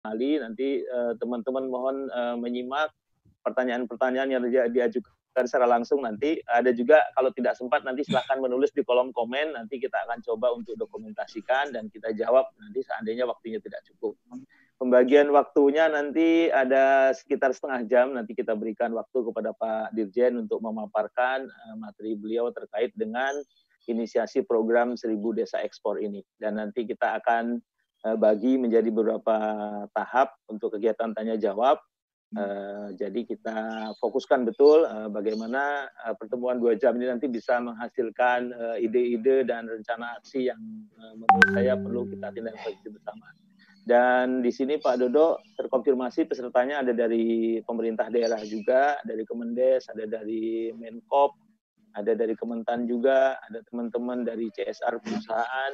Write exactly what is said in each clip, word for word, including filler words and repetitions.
kali. Nanti uh, teman-teman mohon uh, menyimak pertanyaan-pertanyaan yang dia diajukan secara langsung nanti. Ada juga kalau tidak sempat nanti silahkan menulis di kolom komen, nanti kita akan coba untuk dokumentasikan dan kita jawab nanti seandainya waktunya tidak cukup. Pembagian waktunya nanti ada sekitar setengah jam, nanti kita berikan waktu kepada Pak Dirjen untuk memaparkan uh, materi beliau terkait dengan inisiasi program Seribu Desa Ekspor ini. Dan nanti kita akan uh, bagi menjadi beberapa tahap untuk kegiatan tanya jawab. Uh, jadi kita fokuskan betul uh, bagaimana uh, pertemuan dua jam ini nanti bisa menghasilkan uh, ide-ide dan rencana aksi yang uh, menurut saya perlu kita tindak lanjuti bersama. Dan di sini Pak Dodo terkonfirmasi pesertanya ada dari pemerintah daerah juga, dari Kemendes, ada dari Menkop, ada dari Kementan juga, ada teman-teman dari C S R perusahaan,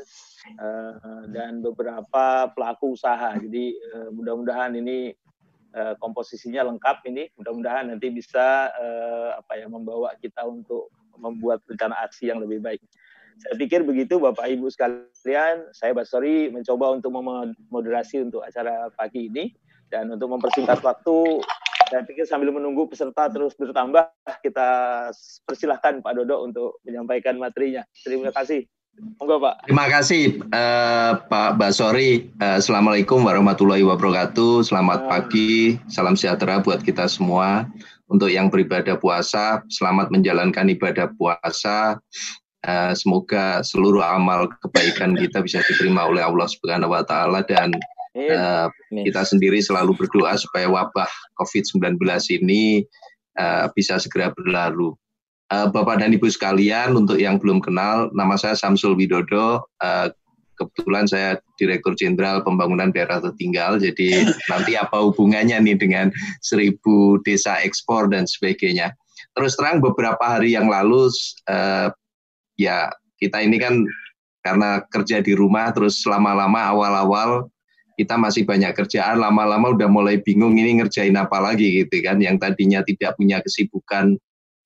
uh, dan beberapa pelaku usaha. Jadi uh, mudah-mudahan ini uh, komposisinya lengkap ini, mudah-mudahan nanti bisa uh, apa ya membawa kita untuk membuat rencana aksi yang lebih baik. Saya pikir begitu Bapak Ibu sekalian, saya Basori mencoba untuk memoderasi untuk acara pagi ini, dan untuk mempersingkat waktu, saya pikir sambil menunggu peserta terus bertambah, kita persilahkan Pak Dodo untuk menyampaikan materinya. Terima kasih. Monggo Pak. Terima kasih uh, Pak Basori. Uh, Assalamualaikum warahmatullahi wabarakatuh. Selamat pagi, salam sejahtera buat kita semua. Untuk yang beribadah puasa, selamat menjalankan ibadah puasa. Uh, semoga seluruh amal kebaikan kita bisa diterima oleh Allah Subhanahu wa taala, dan uh, kita sendiri selalu berdoa supaya wabah covid sembilan belas ini uh, bisa segera berlalu. Uh, Bapak dan Ibu sekalian, untuk yang belum kenal, nama saya Samsul Widodo. Uh, kebetulan saya Direktur Jenderal Pembangunan Daerah Tertinggal. Jadi nanti apa hubungannya nih dengan Seribu Desa Ekspor dan sebagainya. Terus terang beberapa hari yang lalu uh, ya, kita ini kan karena kerja di rumah, terus lama-lama awal-awal kita masih banyak kerjaan, lama-lama udah mulai bingung ini ngerjain apa lagi gitu kan. Yang tadinya tidak punya kesibukan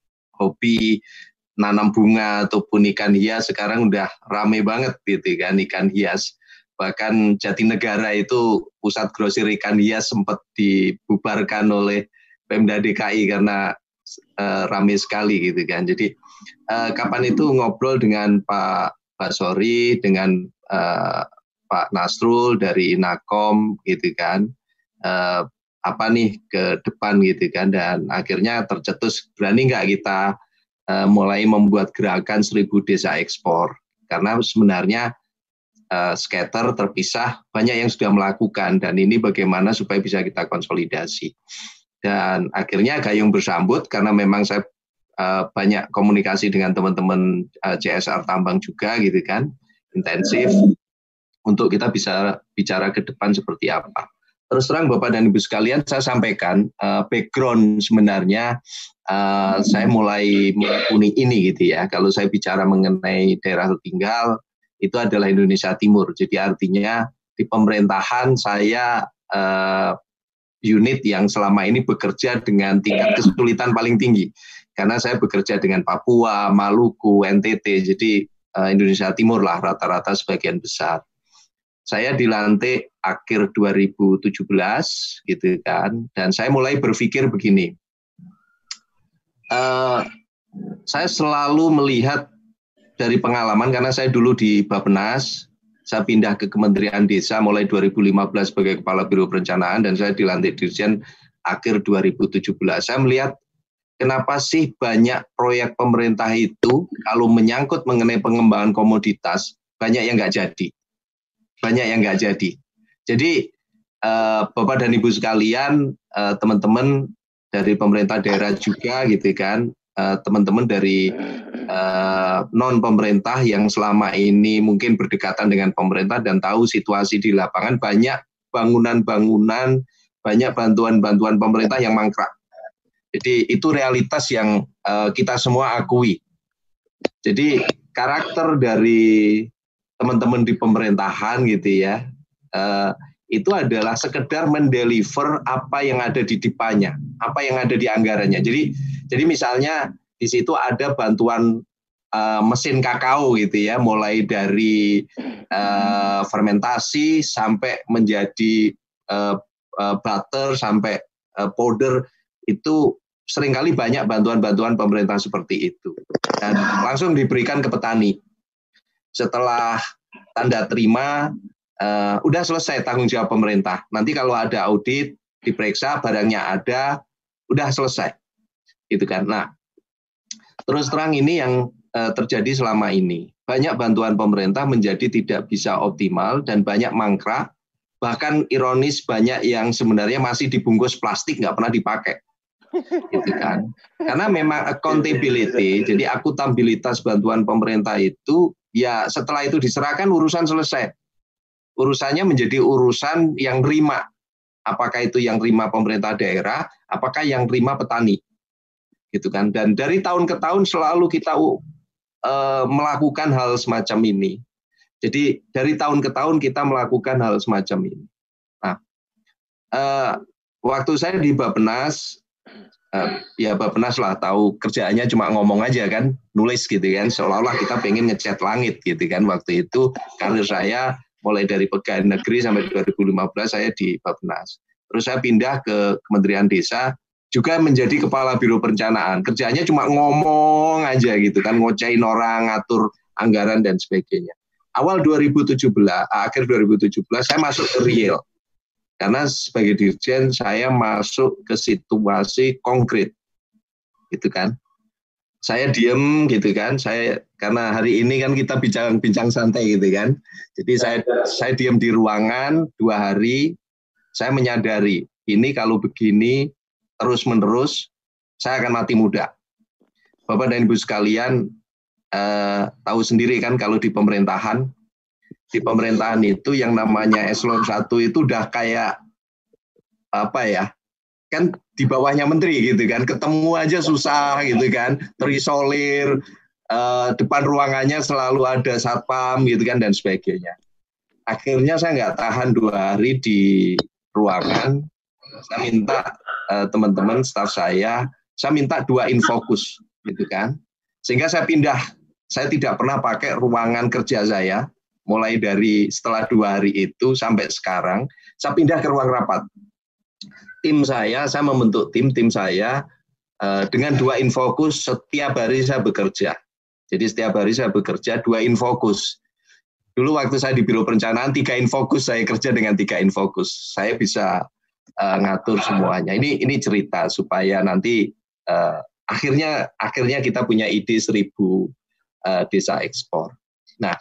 hobi nanam bunga ataupun ikan hias, sekarang udah rame banget gitu kan ikan hias. Bahkan Jatinegara itu pusat grosir ikan hias sempat dibubarkan oleh Pemda D K I karena uh, rame sekali gitu kan. Jadi Uh, kapan itu ngobrol dengan Pak Basori, dengan uh, Pak Nasrul dari Nakom gitu kan, uh, apa nih ke depan gitu kan, dan akhirnya tercetus berani nggak kita uh, mulai membuat gerakan Seribu Desa Ekspor, karena sebenarnya uh, scatter terpisah banyak yang sudah melakukan, dan ini bagaimana supaya bisa kita konsolidasi. Dan akhirnya gayung bersambut karena memang saya Uh, banyak komunikasi dengan teman-teman uh, C S R tambang juga gitu kan, intensif untuk kita bisa bicara ke depan seperti apa. Terus terang Bapak dan Ibu sekalian, saya sampaikan uh, background sebenarnya uh, saya mulai menekuni ini gitu ya. Kalau saya bicara mengenai daerah tertinggal, itu adalah Indonesia Timur. Jadi artinya di pemerintahan saya uh, unit yang selama ini bekerja dengan tingkat kesulitan paling tinggi. Karena saya bekerja dengan Papua, Maluku, N T T, jadi uh, Indonesia Timur lah rata-rata sebagian besar. Saya dilantik akhir dua ribu tujuh belas gitu kan, dan saya mulai berpikir begini, uh, saya selalu melihat dari pengalaman, karena saya dulu di Bappenas, saya pindah ke Kementerian Desa mulai dua ribu lima belas sebagai Kepala Biro Perencanaan, dan saya dilantik Dirjen akhir dua ribu tujuh belas. Saya melihat kenapa sih banyak proyek pemerintah itu kalau menyangkut mengenai pengembangan komoditas, banyak yang nggak jadi. Banyak yang nggak jadi. Jadi eh, Bapak dan Ibu sekalian, eh, teman-teman dari pemerintah daerah juga gitu kan, eh, teman-teman dari eh, non-pemerintah yang selama ini mungkin berdekatan dengan pemerintah dan tahu situasi di lapangan, banyak bangunan-bangunan, banyak bantuan-bantuan pemerintah yang mangkrak. Jadi itu realitas yang uh, kita semua akui. Jadi karakter dari teman-teman di pemerintahan gitu ya, uh, itu adalah sekedar mendeliver apa yang ada di dipanya, apa yang ada di anggarannya. Jadi, jadi misalnya di situ ada bantuan uh, mesin kakao gitu ya, mulai dari uh, fermentasi sampai menjadi uh, uh, butter sampai uh, powder itu seringkali banyak bantuan-bantuan pemerintah seperti itu dan langsung diberikan ke petani. Setelah tanda terima, uh, udah selesai tanggung jawab pemerintah. Nanti kalau ada audit, diperiksa barangnya ada, udah selesai, gitu kan. Nah, terus terang ini yang uh, terjadi selama ini. Banyak bantuan pemerintah menjadi tidak bisa optimal dan banyak mangkrak. Bahkan ironis banyak yang sebenarnya masih dibungkus plastik nggak pernah dipakai, gitu kan? Karena memang accountability, jadi akuntabilitas bantuan pemerintah itu ya setelah itu diserahkan urusan selesai. Urusannya menjadi urusan yang terima. Apakah itu yang terima pemerintah daerah, apakah yang terima petani, gitu kan? Dan dari tahun ke tahun selalu kita uh, melakukan hal semacam ini. Jadi dari tahun ke tahun kita melakukan hal semacam ini. Nah, uh, waktu saya di Bappenas, uh, ya Bappenas lah tahu kerjaannya cuma ngomong aja kan, nulis gitu kan, seolah-olah kita pengen ngecat langit gitu kan. Waktu itu karir saya mulai dari pegawai negeri sampai dua ribu lima belas saya di Bappenas. Terus saya pindah ke Kementerian Desa, juga menjadi kepala biro perencanaan. Kerjaannya cuma ngomong aja gitu kan, ngocehin orang, ngatur anggaran dan sebagainya. Awal dua ribu tujuh belas, akhir dua ribu tujuh belas saya masuk ke real. Karena sebagai dirjen saya masuk ke situasi konkret. Gitu kan. Saya diem gitu kan. Saya karena hari ini kan kita bincang-bincang santai gitu kan. Jadi saya saya diem di ruangan dua hari. Saya menyadari ini kalau begini terus-menerus saya akan mati muda. Bapak dan Ibu sekalian, Uh, tahu sendiri kan kalau di pemerintahan, di pemerintahan itu yang namanya eselon satu itu udah kayak apa ya, kan di bawahnya menteri gitu kan, ketemu aja susah gitu kan, terisolir, uh, depan ruangannya selalu ada satpam gitu kan dan sebagainya. Akhirnya saya nggak tahan dua hari di ruangan, saya minta uh, teman-teman staf saya, saya minta dua infokus gitu kan, sehingga saya pindah. Saya tidak pernah pakai ruangan kerja saya, mulai dari setelah dua hari itu sampai sekarang, saya pindah ke ruang rapat. Tim saya, saya membentuk tim, tim saya uh, dengan dua infokus setiap hari saya bekerja. Jadi setiap hari saya bekerja dua infokus. Dulu waktu saya di Biro Perencanaan, tiga infokus, saya kerja dengan tiga infokus. Saya bisa uh, ngatur semuanya. Ini ini cerita supaya nanti uh, akhirnya akhirnya kita punya ide seribu Uh, desa ekspor. Nah,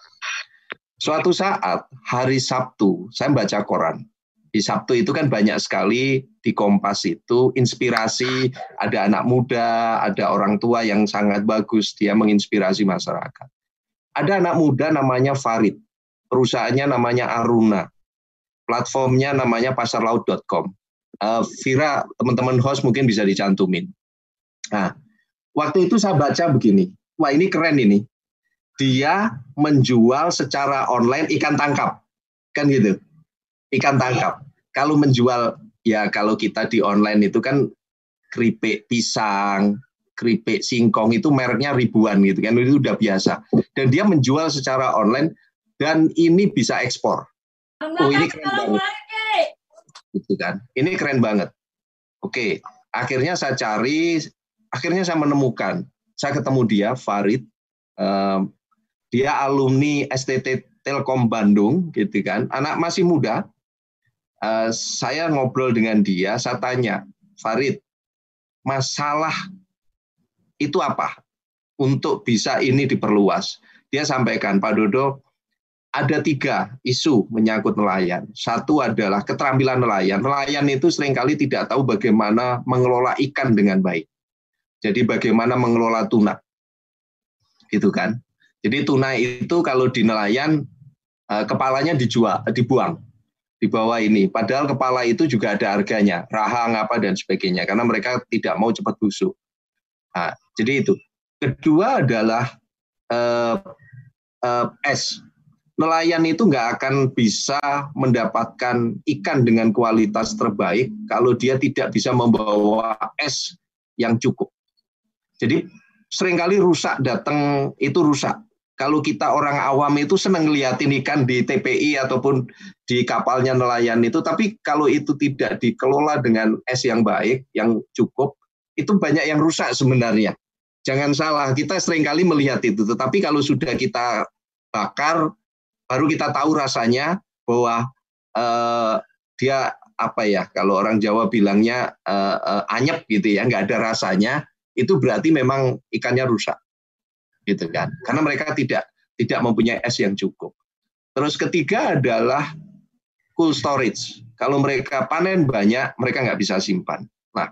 suatu saat hari Sabtu, saya baca koran. Di Sabtu itu kan banyak sekali di Kompas itu inspirasi, ada anak muda, ada orang tua yang sangat bagus, dia menginspirasi masyarakat. Ada anak muda namanya Farid, perusahaannya namanya Aruna, platformnya namanya pasarlaut dot com. Uh, Vira, teman-teman host mungkin bisa dicantumin. Nah, waktu itu saya baca begini, wah ini keren ini. Dia menjual secara online ikan tangkap. Kan gitu. Ikan tangkap. Kalau menjual, ya kalau kita di online itu kan keripik pisang, keripik singkong itu mereknya ribuan gitu kan. Itu udah biasa. Dan dia menjual secara online dan ini bisa ekspor. Oh ini keren banget. Gitu kan. Ini keren banget. Oke, akhirnya saya cari, akhirnya saya menemukan. Saya ketemu dia, Farid, um, dia alumni S T T Telkom Bandung, gitu kan, anak masih muda. Uh, saya ngobrol dengan dia, saya tanya, Farid, masalah itu apa untuk bisa ini diperluas? Dia sampaikan, Pak Dodo, ada tiga isu menyangkut nelayan. Satu adalah keterampilan nelayan. Nelayan itu seringkali tidak tahu bagaimana mengelola ikan dengan baik. Jadi bagaimana mengelola tuna, gitu kan? Jadi tuna itu kalau di nelayan kepalanya dijual, dibuang, dibawa ini. Padahal kepala itu juga ada harganya, rahang apa dan sebagainya, karena mereka tidak mau cepat busuk. Nah, jadi itu. Kedua adalah eh, eh, es. Nelayan itu nggak akan bisa mendapatkan ikan dengan kualitas terbaik kalau dia tidak bisa membawa es yang cukup. Jadi seringkali rusak datang itu rusak Kalau kita orang awam itu senang ngeliatin ikan di T P I ataupun di kapalnya nelayan itu, tapi kalau itu tidak dikelola dengan es yang baik, yang cukup, itu banyak yang rusak sebenarnya. Jangan salah, kita seringkali melihat itu, tetapi kalau sudah kita bakar, baru kita tahu rasanya bahwa eh, dia apa ya, kalau orang Jawa bilangnya eh, eh, anyep gitu ya, nggak ada rasanya, itu berarti memang ikannya rusak. Gitu kan, karena mereka tidak tidak mempunyai es yang cukup. Terus ketiga adalah cold storage. Kalau mereka panen banyak, mereka nggak bisa simpan. Nah,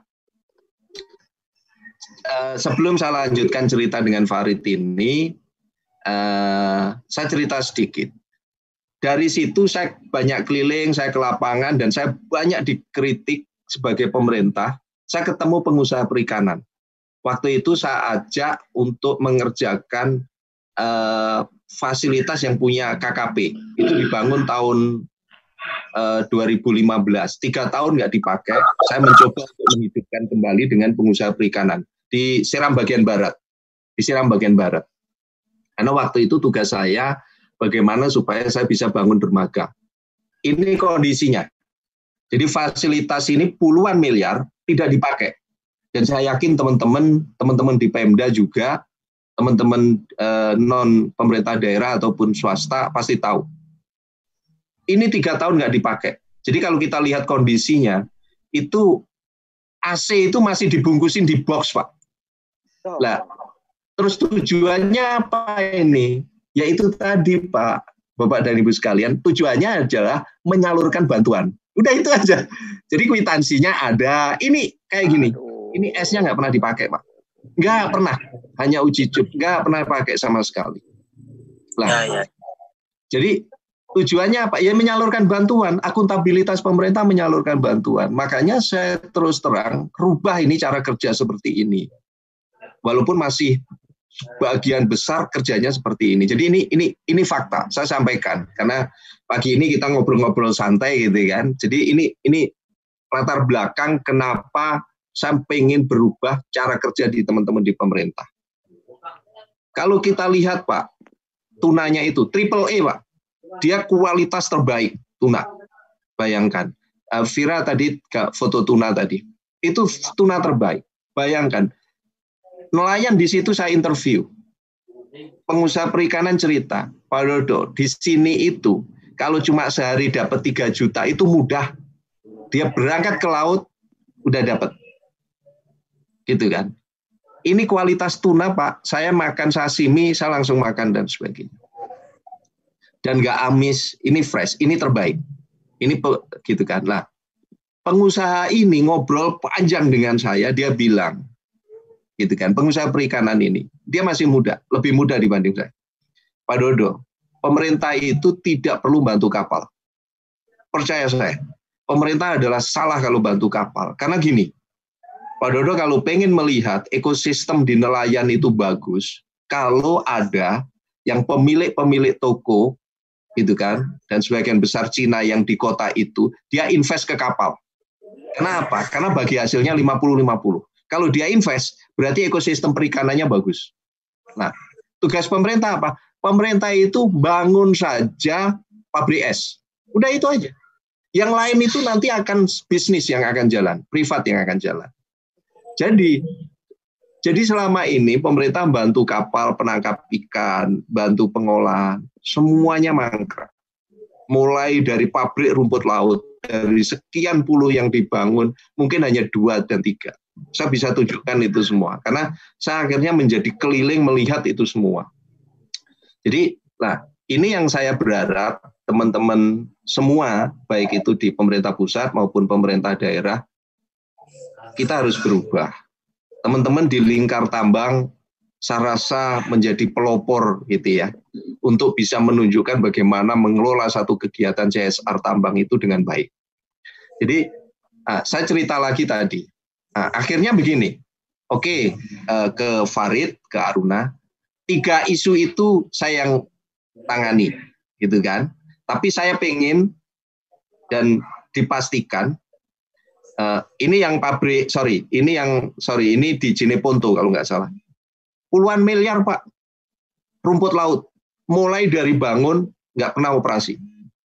eh, sebelum saya lanjutkan cerita dengan Farid ini, eh, saya cerita sedikit. Dari situ saya banyak keliling, saya ke lapangan, dan saya banyak dikritik sebagai pemerintah. Saya ketemu pengusaha perikanan. Waktu itu saya ajak untuk mengerjakan eh, fasilitas yang punya K K P. Itu dibangun tahun eh, dua ribu lima belas. Tiga tahun nggak dipakai. Saya mencoba untuk menghidupkan kembali dengan pengusaha perikanan di Seram bagian barat. Di Seram bagian barat. Karena waktu itu tugas saya bagaimana supaya saya bisa bangun dermaga. Ini kondisinya. Jadi fasilitas ini puluhan miliar tidak dipakai. Dan saya yakin teman-teman teman-teman di Pemda juga, teman-teman eh, non pemerintah daerah ataupun swasta pasti tahu. Ini tiga tahun nggak dipakai. Jadi kalau kita lihat kondisinya, itu A C itu masih dibungkusin di box, Pak. Lah, terus tujuannya apa ini? Yaitu tadi, Pak, Bapak dan Ibu sekalian, tujuannya adalah menyalurkan bantuan. Udah itu aja. Jadi kwitansinya ada. Ini kayak gini. Ini esnya nggak pernah dipakai, Pak. Nggak pernah. Hanya uji coba. Nggak pernah pakai sama sekali. Lah, ya, ya. Jadi tujuannya apa? Ya menyalurkan bantuan. Akuntabilitas pemerintah menyalurkan bantuan. Makanya saya terus terang rubah ini cara kerja seperti ini. Walaupun masih bagian besar kerjanya seperti ini. Jadi ini ini ini fakta. Saya sampaikan karena pagi ini kita ngobrol-ngobrol santai gitu kan. Jadi ini ini latar belakang kenapa saya pengen berubah cara kerja di teman-teman di pemerintah. Kalau kita lihat, Pak, tunanya itu triple A, Pak. Dia kualitas terbaik tuna. Bayangkan. Uh, Vira tadi foto tuna tadi. Itu tuna terbaik. Bayangkan. Nelayan di situ saya interview. Pengusaha perikanan cerita, Pak Dodo, di sini itu kalau cuma sehari dapat tiga juta itu mudah. Dia berangkat ke laut udah dapat. Gitu kan. Ini kualitas tuna, Pak. Saya makan sashimi, saya langsung makan dan sebagainya. Dan nggak amis, ini fresh, ini terbaik. Ini gitu kan. Lah, pengusaha ini ngobrol panjang dengan saya, dia bilang, gitu kan, pengusaha perikanan ini, dia masih muda, lebih muda dibanding saya. Pak Dodo, pemerintah itu tidak perlu bantu kapal. Percaya saya, pemerintah adalah salah kalau bantu kapal. Karena gini, Pak Dodo kalau pengen melihat ekosistem di nelayan itu bagus, kalau ada yang pemilik-pemilik toko, gitu kan, dan sebagian besar Cina yang di kota itu, dia invest ke kapal. Kenapa? Karena bagi hasilnya lima puluh lima puluh. Kalau dia invest, berarti ekosistem perikanannya bagus. Nah, tugas pemerintah apa? Pemerintah itu bangun saja pabrik es. Udah itu aja. Yang lain itu nanti akan bisnis yang akan jalan, privat yang akan jalan. Jadi, jadi selama ini pemerintah bantu kapal penangkap ikan, bantu pengolahan, semuanya mangkrak. Mulai dari pabrik rumput laut, dari sekian puluh yang dibangun, mungkin hanya dua dan tiga. Saya bisa tunjukkan itu semua, karena saya akhirnya menjadi keliling melihat itu semua. Jadi, nah ini yang saya berharap teman-teman semua, baik itu di pemerintah pusat maupun pemerintah daerah, kita harus berubah. Teman-teman di lingkar tambang, saya rasa menjadi pelopor gitu ya, untuk bisa menunjukkan bagaimana mengelola satu kegiatan C S R tambang itu dengan baik. Jadi, nah, saya cerita lagi tadi. Nah, akhirnya begini, oke, eh, ke Farid, ke Aruna, tiga isu itu saya yang tangani, gitu kan. Tapi saya pengen dan dipastikan, Uh, ini yang pabrik, sorry, ini yang, sorry, ini di Cineponto kalau nggak salah. Puluhan miliar, Pak, rumput laut. mulai dari bangun nggak pernah operasi.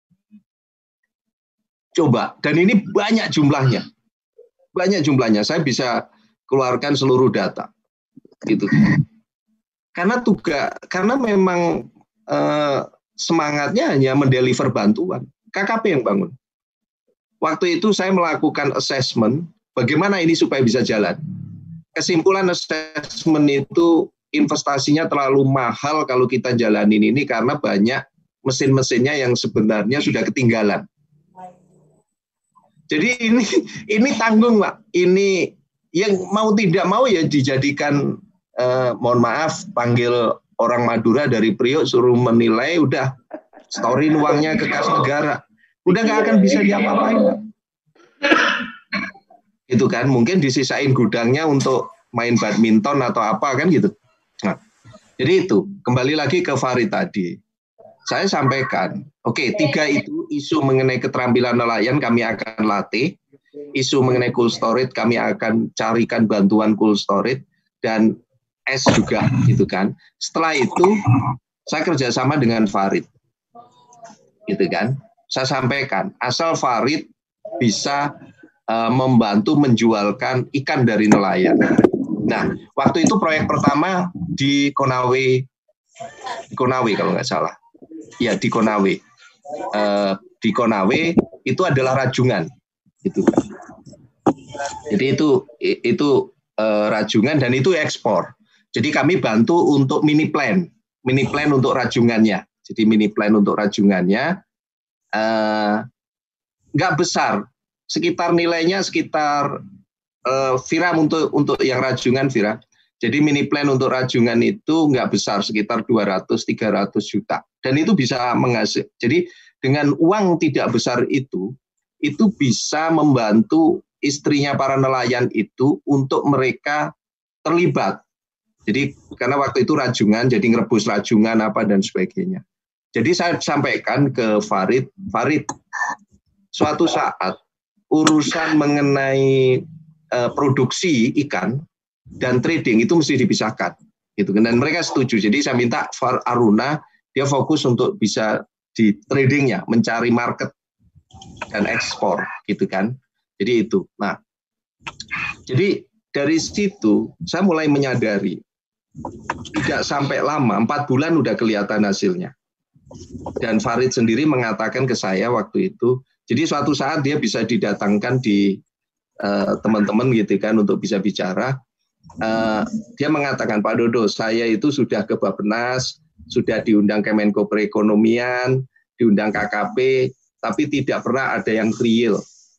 Coba, dan ini banyak jumlahnya, banyak jumlahnya. Saya bisa keluarkan seluruh data, gitu. Karena tugas, karena memang eh, semangatnya hanya mendeliver bantuan. K K P yang bangun. Waktu itu saya melakukan assessment, bagaimana ini supaya bisa jalan. Kesimpulan assessment itu investasinya terlalu mahal kalau kita jalanin ini karena banyak mesin-mesinnya yang sebenarnya sudah ketinggalan. Jadi ini ini tanggung, Pak. Ini yang mau tidak mau ya dijadikan, eh, mohon maaf, panggil orang Madura dari Priok suruh menilai, udah storin uangnya ke kas negara. Udah nggak akan bisa diapa-apain. Itu kan, mungkin disisain gudangnya untuk main badminton atau apa kan gitu. Nah, jadi itu kembali lagi ke Farid tadi. Saya sampaikan, oke, okay, tiga itu isu mengenai keterampilan nelayan kami akan latih, isu mengenai cold storage kami akan carikan bantuan cold storage, dan es juga, gitu kan. Setelah itu saya kerjasama dengan Farid, gitu kan. Saya sampaikan, asal Farid bisa uh, membantu menjualkan ikan dari nelayan. Nah, waktu itu proyek pertama di Konawe, di Konawe kalau nggak salah. Ya, di Konawe. Uh, di Konawe itu adalah rajungan. Gitu. Jadi itu itu uh, rajungan dan itu ekspor. Jadi kami bantu untuk mini plan. Mini plan untuk rajungannya. Jadi mini plan untuk rajungannya uh, nggak besar. Sekitar nilainya sekitar Uh, Vira untuk untuk yang rajungan, Vira. Jadi mini plan untuk rajungan itu nggak besar, sekitar dua ratus sampai tiga ratus juta. Dan itu bisa menghasil. Jadi dengan uang tidak besar itu, itu bisa membantu istrinya para nelayan itu untuk mereka terlibat. Jadi karena waktu itu rajungan, jadi ngerebus rajungan apa dan sebagainya. Jadi saya sampaikan ke Farid, Farid, suatu saat urusan mengenai produksi ikan dan trading itu mesti dipisahkan, gitu. Dan mereka setuju. Jadi saya minta Far Aruna dia fokus untuk bisa di tradingnya, mencari market dan ekspor, gitu kan. Jadi itu. Nah, jadi dari situ saya mulai menyadari tidak sampai lama, empat bulan udah kelihatan hasilnya. Dan Farid sendiri mengatakan ke saya waktu itu, jadi suatu saat dia bisa didatangkan di Uh, teman-teman gitu kan untuk bisa bicara, uh, dia mengatakan, Pak Dodo, saya itu sudah ke Bappenas, sudah diundang Kemenko Perekonomian, diundang K K P, tapi tidak pernah ada yang real.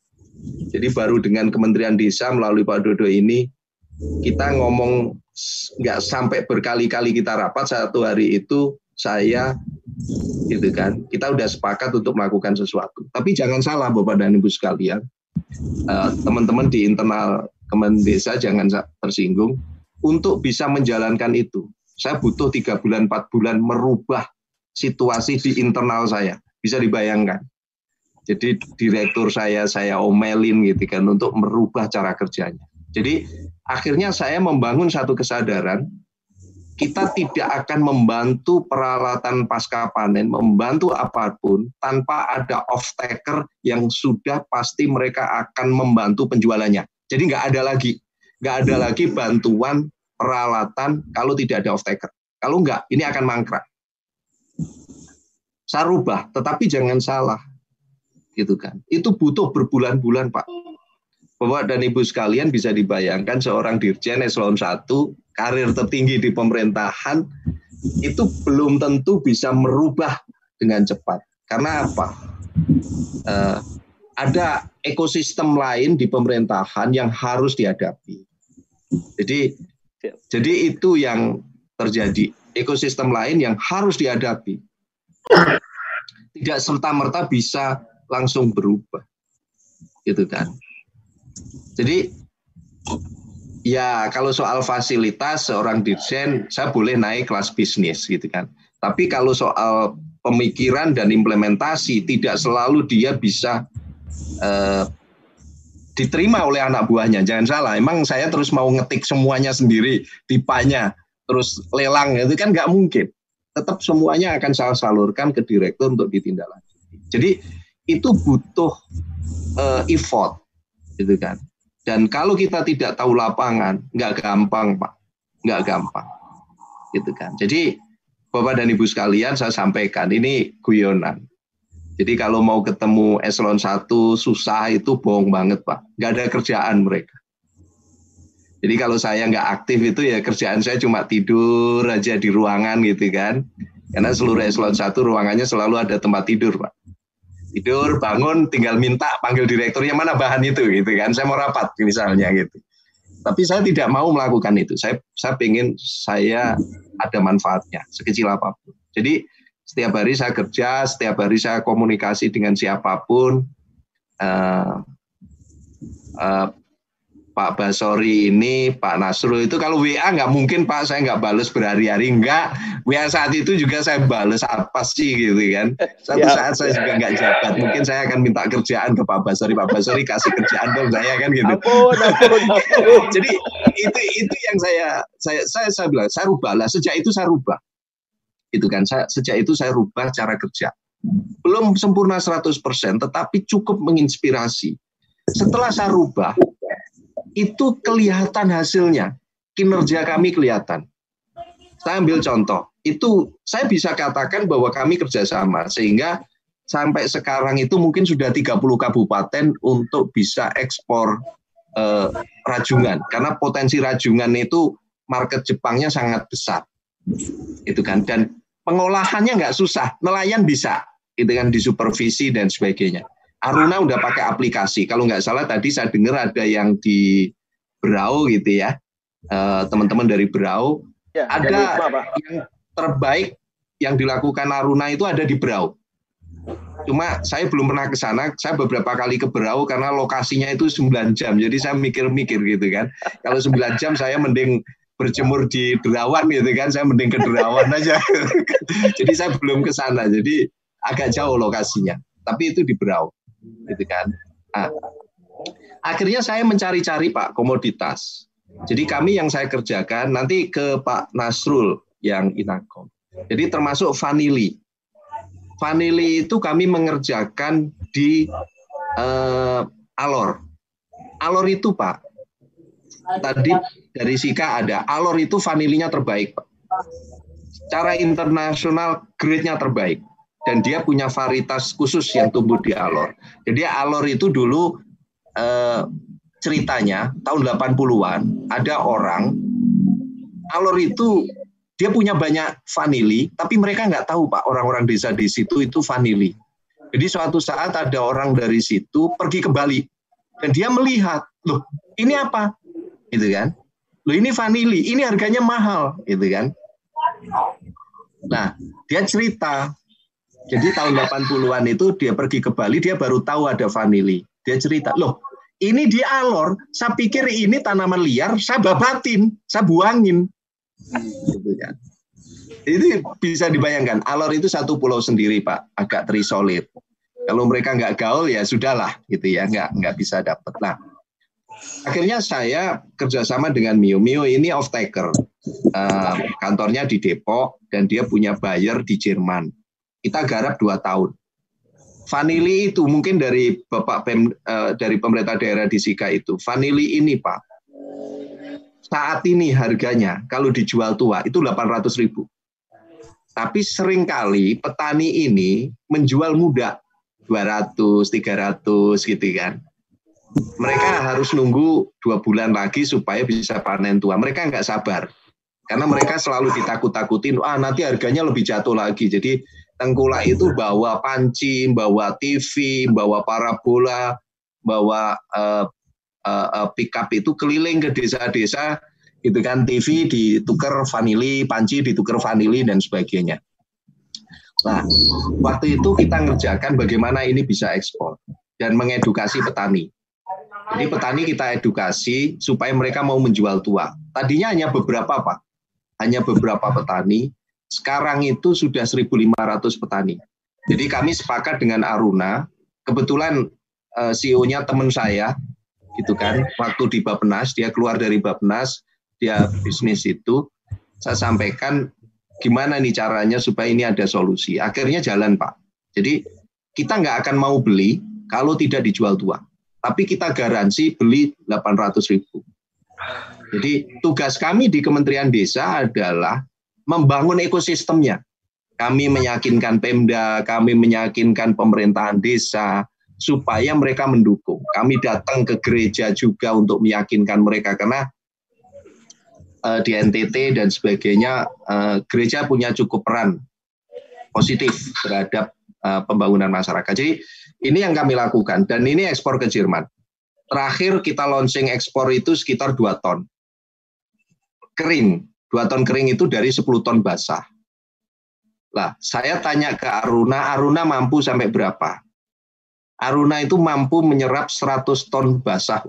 Jadi baru dengan Kementerian Desa melalui Pak Dodo ini kita ngomong nggak sampai berkali-kali kita rapat, satu hari itu saya gitu kan, kita udah sepakat untuk melakukan sesuatu. Tapi jangan salah Bapak dan Ibu sekalian, teman-teman uh, di internal Kemen Desa jangan tersinggung. Untuk bisa menjalankan itu, saya butuh tiga bulan, empat bulan merubah situasi di internal saya. Bisa dibayangkan. Jadi direktur saya, saya omelin gitu kan untuk merubah cara kerjanya. Jadi akhirnya saya membangun satu kesadaran, kita tidak akan membantu peralatan pasca panen, membantu apapun tanpa ada off-taker yang sudah pasti mereka akan membantu penjualannya. Jadi nggak ada lagi, nggak ada lagi bantuan peralatan kalau tidak ada off-taker. Kalau nggak, ini akan mangkrak. Saya rubah, tetapi jangan salah, gitu kan. Itu butuh berbulan-bulan, Pak. Bapak dan Ibu sekalian bisa dibayangkan seorang Dirjen Eselon satu, karir tertinggi di pemerintahan, itu belum tentu bisa merubah dengan cepat. Karena apa? Uh, ada ekosistem lain di pemerintahan yang harus dihadapi. Jadi, jadi itu yang terjadi. Ekosistem lain yang harus dihadapi. Tidak serta-merta bisa langsung berubah. Gitu kan. Jadi ya kalau soal fasilitas seorang dirjen saya boleh naik kelas bisnis gitu kan. Tapi kalau soal pemikiran dan implementasi tidak selalu dia bisa eh, diterima oleh anak buahnya. Jangan salah, emang saya terus mau ngetik semuanya sendiri, tipanya, terus lelang itu kan nggak mungkin. tetap semuanya akan saya salurkan ke direktur untuk ditindaklanjuti. Jadi itu butuh uh, effort, gitu kan. Dan kalau kita tidak tahu lapangan, nggak gampang Pak, nggak gampang, gitu kan. Jadi Bapak dan Ibu sekalian, saya sampaikan ini guyonan. Jadi kalau mau ketemu eselon satu susah itu bohong banget Pak, nggak ada kerjaan mereka. Jadi kalau saya nggak aktif itu ya kerjaan saya cuma tidur aja di ruangan gitu kan. Karena seluruh eselon satu ruangannya selalu ada tempat tidur Pak. Tidur, bangun, tinggal minta panggil direkturnya mana bahan itu gitu kan. Saya mau rapat misalnya gitu. Tapi saya tidak mau melakukan itu. Saya saya pengen saya ada manfaatnya sekecil apapun. Jadi setiap hari saya kerja, setiap hari saya komunikasi dengan siapapun. Uh, uh, Pak Basori ini, Pak Nasrul itu kalau W A nggak mungkin Pak saya nggak bales berhari-hari, enggak. W A saat itu juga saya bales apa sih gitu kan. Satu saat saya juga nggak jabat, mungkin saya akan minta kerjaan ke Pak Basori, Pak Basori kasih kerjaan dong saya kan gitu. Ampun, ampun, ampun. Jadi itu itu yang saya saya saya saya bilang saya rubah lah, sejak itu saya rubah. Itu kan saya sejak itu saya rubah cara kerja. Belum sempurna seratus persen tetapi cukup menginspirasi. Setelah saya rubah itu kelihatan hasilnya, kinerja kami kelihatan. Saya ambil contoh, itu saya bisa katakan bahwa kami kerjasama, sehingga sampai sekarang itu mungkin sudah tiga puluh kabupaten untuk bisa ekspor eh, rajungan, karena potensi rajungan itu market Jepangnya sangat besar, itu kan, dan pengolahannya nggak susah, nelayan bisa, itu kan disupervisi dan sebagainya. Aruna udah pakai aplikasi. Kalau nggak salah tadi saya dengar ada yang di Berau gitu ya, teman-teman dari Berau. Ya, ada Pak. Yang terbaik yang dilakukan Aruna itu ada di Berau. Cuma saya belum pernah ke sana. Saya beberapa kali ke Berau karena lokasinya itu sembilan jam. Jadi saya mikir-mikir gitu kan. Kalau sembilan jam saya mending berjemur di Derawan gitu kan. Saya mending ke Derawan aja. Jadi saya belum ke sana. Jadi agak jauh lokasinya. Tapi itu di Berau. Gitu kan. Nah, akhirnya saya mencari-cari Pak komoditas. Jadi kami yang saya kerjakan nanti ke Pak Nasrul yang Inakom. Jadi termasuk vanili. Vanili itu kami mengerjakan di uh, Alor. Alor itu Pak. Tadi dari Sika ada. Alor itu vanilinya terbaik Pak. Secara internasional grade-nya terbaik. Dan dia punya varietas khusus yang tumbuh di Alor. Jadi Alor itu dulu eh, ceritanya tahun delapan puluhan ada orang Alor itu dia punya banyak vanili, tapi mereka nggak tahu Pak orang-orang desa di situ itu vanili. Jadi suatu saat ada orang dari situ pergi ke Bali dan dia melihat, loh ini apa? Gitu kan? Loh ini vanili, ini harganya mahal, gitu kan? Nah dia cerita. Jadi tahun delapan puluhan itu dia pergi ke Bali, dia baru tahu ada vanili. Dia cerita, loh ini di Alor, saya pikir ini tanaman liar, saya babatin, saya buangin. Gitu kan. Ini bisa dibayangkan, Alor itu satu pulau sendiri Pak, agak terisolir. Kalau mereka nggak gaul ya sudahlah, gitu ya, nggak nggak bisa dapat. Nah, akhirnya saya kerjasama dengan Mio. Mio ini off-taker, uh, kantornya di Depok dan dia punya buyer di Jerman. Kita garap dua tahun. Vanili itu mungkin dari Bapak Pem, uh, dari pemerintah daerah di Sika itu. Vanili ini Pak, saat ini harganya kalau dijual tua itu delapan ratus ribu. Tapi seringkali petani ini menjual muda dua ratus, tiga ratus gitu kan. Mereka harus nunggu dua bulan lagi supaya bisa panen tua. Mereka nggak sabar. Karena mereka selalu ditakut-takutin, ah nanti harganya lebih jatuh lagi. Jadi tengkulak itu bawa panci, bawa T V, bawa parabola, bawa uh, uh, uh, pick-up itu keliling ke desa-desa, gitu kan, T V ditukar vanili, panci ditukar vanili dan sebagainya. Nah, waktu itu kita ngerjakan bagaimana ini bisa ekspor dan mengedukasi petani. Jadi petani kita edukasi supaya mereka mau menjual tua. Tadinya hanya beberapa Pak, hanya beberapa petani. Sekarang itu sudah seribu lima ratus petani. Jadi kami sepakat dengan Aruna, kebetulan uh, C E O-nya teman saya, gitu kan, waktu di Bappenas, dia keluar dari Bappenas, dia bisnis itu, saya sampaikan gimana nih caranya supaya ini ada solusi. Akhirnya jalan Pak. Jadi kita nggak akan mau beli kalau tidak dijual tua. Tapi kita garansi beli delapan ratus ribu. Jadi tugas kami di Kementerian Desa adalah membangun ekosistemnya. Kami meyakinkan Pemda, kami meyakinkan pemerintahan desa, supaya mereka mendukung. Kami datang ke gereja juga untuk meyakinkan mereka, karena uh, di N T T dan sebagainya, uh, gereja punya cukup peran positif terhadap uh, pembangunan masyarakat. Jadi ini yang kami lakukan, dan ini ekspor ke Jerman. Terakhir kita launching ekspor itu sekitar dua ton. Kering, dua ton kering itu dari sepuluh ton basah. Lah, saya tanya ke Aruna, Aruna mampu sampai berapa? Aruna itu mampu menyerap seratus ton basah.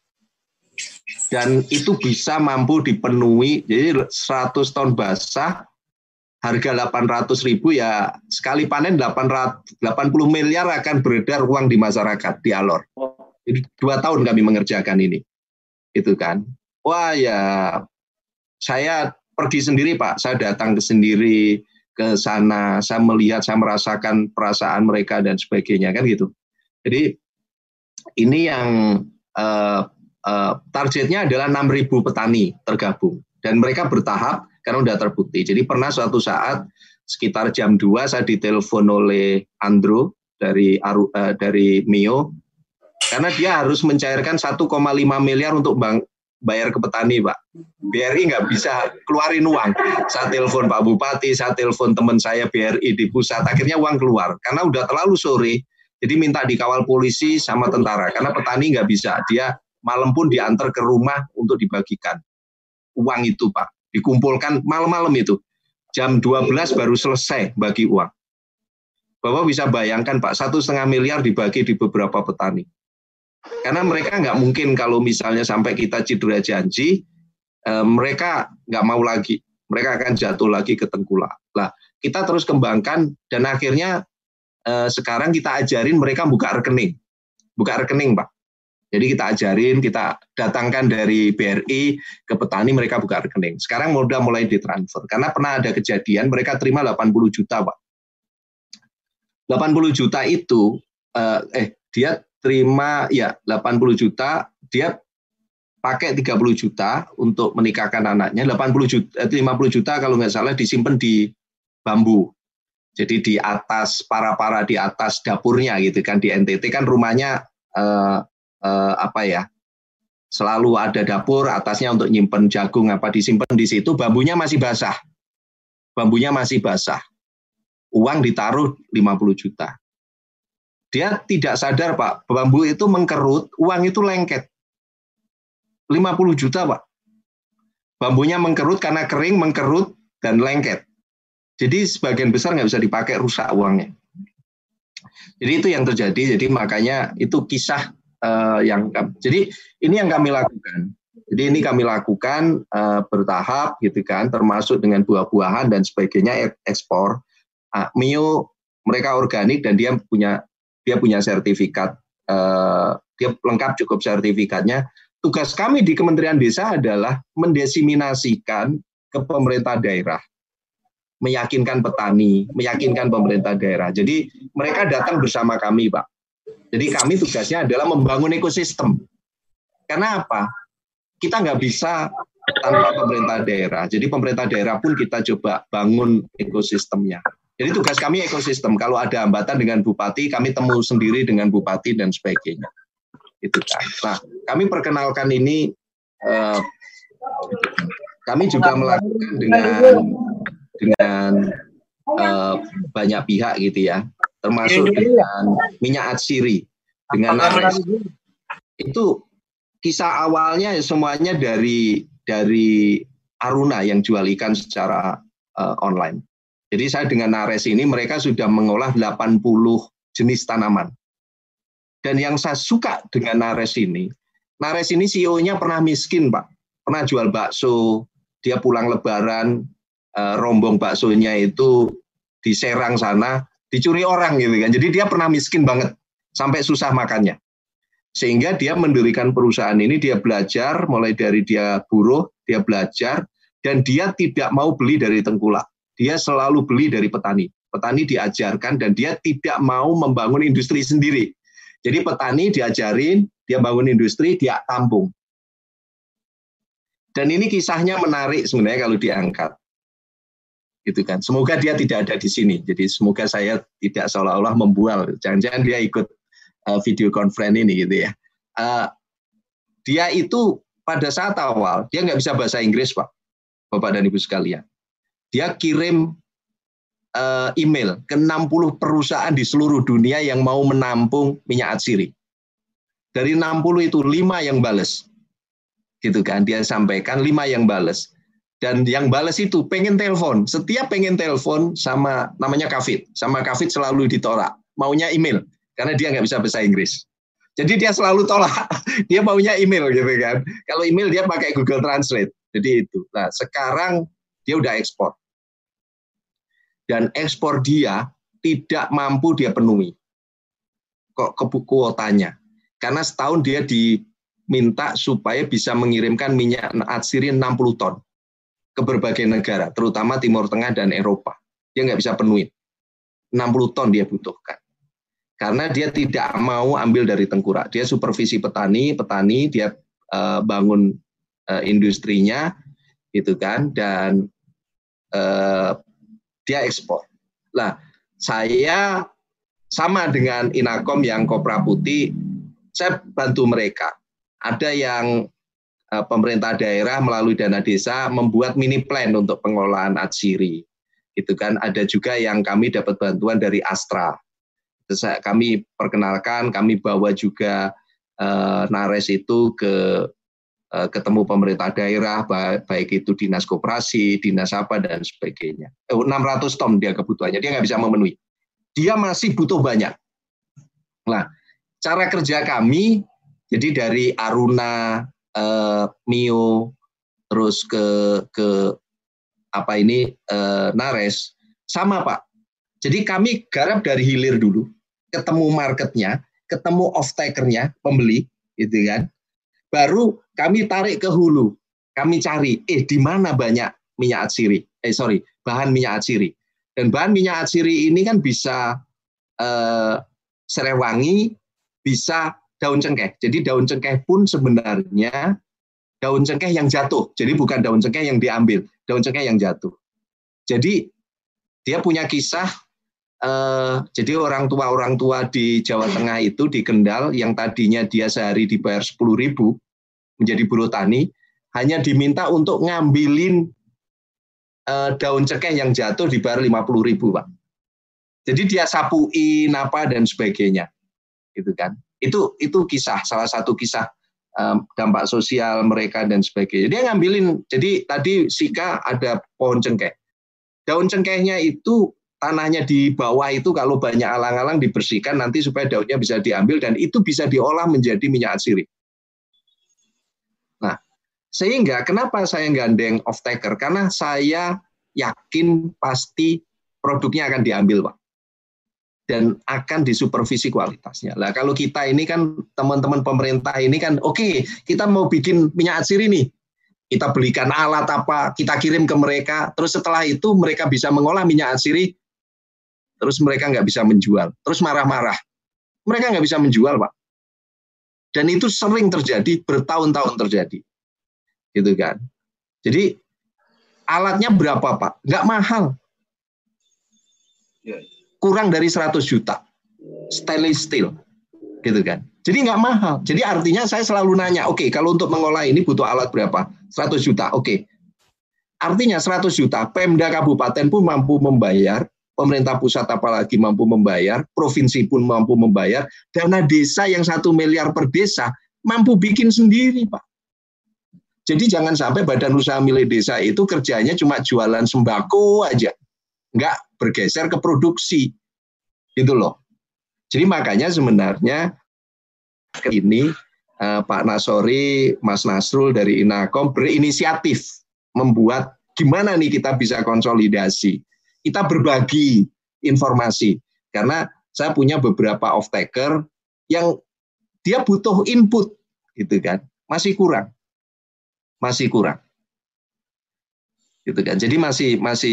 Dan itu bisa mampu dipenuhi, jadi seratus ton basah, harga delapan ratus ribu ya, sekali panen delapan puluh miliar akan beredar uang di masyarakat, di Alor. Jadi dua tahun kami mengerjakan ini. Itu kan. Wah ya, saya pergi sendiri Pak, saya datang ke sendiri, ke sana, saya melihat, saya merasakan perasaan mereka dan sebagainya kan gitu. Jadi ini yang uh, uh, targetnya adalah enam ribu petani tergabung dan mereka bertahap karena sudah terbukti. Jadi pernah suatu saat sekitar jam dua saya ditelepon oleh Andro dari uh, dari Mio karena dia harus mencairkan satu koma lima miliar untuk bank bayar ke petani, Pak. B R I nggak bisa keluarin uang. Saya telepon Pak Bupati, saya telepon teman saya B R I di pusat, akhirnya uang keluar. Karena udah terlalu sore, jadi minta dikawal polisi sama tentara. Karena petani nggak bisa, dia malam pun diantar ke rumah untuk dibagikan. Uang itu, Pak, dikumpulkan malam-malam itu. Jam dua belas baru selesai bagi uang. Bapak bisa bayangkan, Pak, satu setengah miliar dibagi di beberapa petani. Karena mereka nggak mungkin kalau misalnya sampai kita cedera janji, eh, mereka nggak mau lagi. Mereka akan jatuh lagi ke tengkulak. Lah, kita terus kembangkan dan akhirnya eh, sekarang kita ajarin mereka buka rekening. Buka rekening, Pak. Jadi kita ajarin, kita datangkan dari B R I ke petani, mereka buka rekening. Sekarang udah mulai ditransfer. Karena pernah ada kejadian, mereka terima delapan puluh juta, Pak. delapan puluh juta itu, eh, eh dia terima ya delapan puluh juta, dia pakai tiga puluh juta untuk menikahkan anaknya, delapan puluh juta, lima puluh juta kalau nggak salah disimpan di bambu. Jadi di atas para-para di atas dapurnya gitu kan, di N T T kan rumahnya eh, eh, apa ya? Selalu ada dapur atasnya untuk nyimpen jagung apa disimpan di situ, bambunya masih basah. Bambunya masih basah. Uang ditaruh lima puluh juta. Dia tidak sadar, Pak, bambu itu mengkerut, uang itu lengket. lima puluh juta, Pak. Bambunya mengkerut karena kering, mengkerut, dan lengket. Jadi sebagian besar nggak bisa dipakai, rusak uangnya. Jadi itu yang terjadi, jadi makanya itu kisah uh, yang, jadi ini yang kami lakukan. Jadi ini kami lakukan uh, bertahap, gitu kan, termasuk dengan buah-buahan dan sebagainya, ekspor. Uh, Mio, mereka organik dan dia punya dia punya sertifikat, uh, dia lengkap cukup sertifikatnya. Tugas kami di Kementerian Desa adalah mendesiminasikan ke pemerintah daerah, meyakinkan petani, meyakinkan pemerintah daerah. Jadi mereka datang bersama kami, Pak. Jadi kami tugasnya adalah membangun ekosistem. Karena apa? Kita nggak bisa tanpa pemerintah daerah. Jadi pemerintah daerah pun kita coba bangun ekosistemnya. Jadi tugas kami ekosistem. Kalau ada hambatan dengan bupati, kami temu sendiri dengan bupati dan sebagainya. Itu kan. Nah, kami perkenalkan ini. Eh, kami juga melakukan dengan dengan eh, banyak pihak gitu ya, termasuk dengan minyak atsiri, dengan Nares. Itu kisah awalnya semuanya dari dari Aruna yang jual ikan secara eh, online. Jadi saya dengan Nares ini mereka sudah mengolah delapan puluh jenis tanaman. Dan yang saya suka dengan Nares ini, Nares ini C E O-nya pernah miskin, Pak. Pernah jual bakso, dia pulang lebaran, eh, rombong baksonya itu di Serang sana, dicuri orang gitu kan. Jadi dia pernah miskin banget, sampai susah makannya. Sehingga dia mendirikan perusahaan ini, dia belajar, mulai dari dia buruh, dia belajar, dan dia tidak mau beli dari tengkulak. dia selalu beli dari petani. Petani diajarkan dan dia tidak mau membangun industri sendiri. Jadi petani diajarin, dia bangun industri, dia tampung. Dan ini kisahnya menarik sebenarnya kalau diangkat. Gitu kan. Semoga dia tidak ada di sini. Jadi semoga saya tidak seolah-olah membual. Jangan-jangan dia ikut uh, video conference ini gitu ya. Uh, dia itu pada saat awal dia nggak bisa bahasa Inggris, Pak, Bapak dan Ibu sekalian. Dia kirim uh, email ke enam puluh perusahaan di seluruh dunia yang mau menampung minyak atsiri. Dari enam puluh itu lima yang bales. Gitu kan. Dia sampaikan lima yang bales. Dan yang balas itu pengen telepon, setiap pengen telepon sama namanya Kafid, sama Kafid selalu ditolak, maunya email, karena dia nggak bisa bahasa Inggris. Jadi dia selalu tolak, dia maunya email gitu kan. Kalau email dia pakai Google Translate, jadi itu. Nah sekarang dia udah ekspor, dan ekspor dia tidak mampu dia penuhi kok ke kuotanya, karena setahun dia diminta supaya bisa mengirimkan minyak atsiri enam puluh ton. Ke berbagai negara, terutama Timur Tengah dan Eropa. Dia nggak bisa penuhin. enam puluh ton dia butuhkan. Karena dia tidak mau ambil dari tengkulak. Dia supervisi petani, petani dia uh, bangun uh, industrinya, gitu kan, dan uh, dia ekspor. Nah, saya sama dengan Inakom yang Kopra Putih, saya bantu mereka. Ada yang pemerintah daerah melalui dana desa membuat mini plan untuk pengelolaan atsiri. Itu kan ada juga yang kami dapat bantuan dari Astra. Terus kami perkenalkan, kami bawa juga eh, Nares itu ke eh, ketemu pemerintah daerah, baik itu dinas koperasi, dinas apa dan sebagainya. Eh, enam ratus ton dia kebutuhannya, dia nggak bisa memenuhi. Dia masih butuh banyak. Nah, cara kerja kami, jadi dari Aruna, Uh, Mio, terus ke ke apa ini uh, Nares, sama Pak. Jadi kami garap dari hilir dulu, ketemu marketnya, ketemu off-takernya, pembeli, gitu kan. Baru kami tarik ke hulu, kami cari, eh di mana banyak minyak atsiri, eh sorry, bahan minyak atsiri. Dan bahan minyak atsiri ini kan bisa uh, serai wangi, bisa daun cengkeh. Jadi daun cengkeh pun sebenarnya daun cengkeh yang jatuh. Jadi bukan daun cengkeh yang diambil, daun cengkeh yang jatuh. Jadi dia punya kisah, eh, jadi orang tua-orang tua di Jawa Tengah itu, di Kendal, yang tadinya dia sehari dibayar sepuluh ribu menjadi buruh tani, hanya diminta untuk ngambilin eh, daun cengkeh yang jatuh dibayar lima puluh ribu, Pak. Jadi dia sapuin apa dan sebagainya. Gitu kan. Itu itu kisah, salah satu kisah um, dampak sosial mereka dan sebagainya. Dia ngambilin, jadi tadi Sika ada pohon cengkeh. Daun cengkehnya itu, tanahnya di bawah itu kalau banyak alang-alang dibersihkan nanti supaya daunnya bisa diambil dan itu bisa diolah menjadi minyak atsiri. Nah, sehingga kenapa saya gandeng off-taker? Karena saya yakin pasti produknya akan diambil, Pak. Dan akan disupervisi kualitasnya. Nah, kalau kita ini kan teman-teman pemerintah ini kan, oke, okay, kita mau bikin minyak atsiri nih, kita belikan alat apa, kita kirim ke mereka, terus setelah itu mereka bisa mengolah minyak atsiri, terus mereka nggak bisa menjual, terus marah-marah, mereka nggak bisa menjual, Pak. Dan itu sering terjadi, bertahun-tahun terjadi, gitu kan. Jadi alatnya berapa, Pak? Nggak mahal. Kurang dari seratus juta, stainless steel, gitu kan. Jadi nggak mahal. Jadi artinya saya selalu nanya, oke, okay, kalau untuk mengolah ini butuh alat berapa? seratus juta, oke. Okay. Artinya seratus juta, Pemda Kabupaten pun mampu membayar, pemerintah pusat apalagi mampu membayar, provinsi pun mampu membayar, dana desa yang satu miliar per desa mampu bikin sendiri, Pak. Jadi jangan sampai badan usaha milik desa itu kerjanya cuma jualan sembako aja, nggak bergeser ke produksi, gitu loh. Jadi makanya sebenarnya ini eh, Pak Nasori, Mas Nasrul dari Inakom berinisiatif membuat gimana nih kita bisa konsolidasi, kita berbagi informasi, karena saya punya beberapa off-taker yang dia butuh input, gitu kan, masih kurang, masih kurang, gitu kan. Jadi masih masih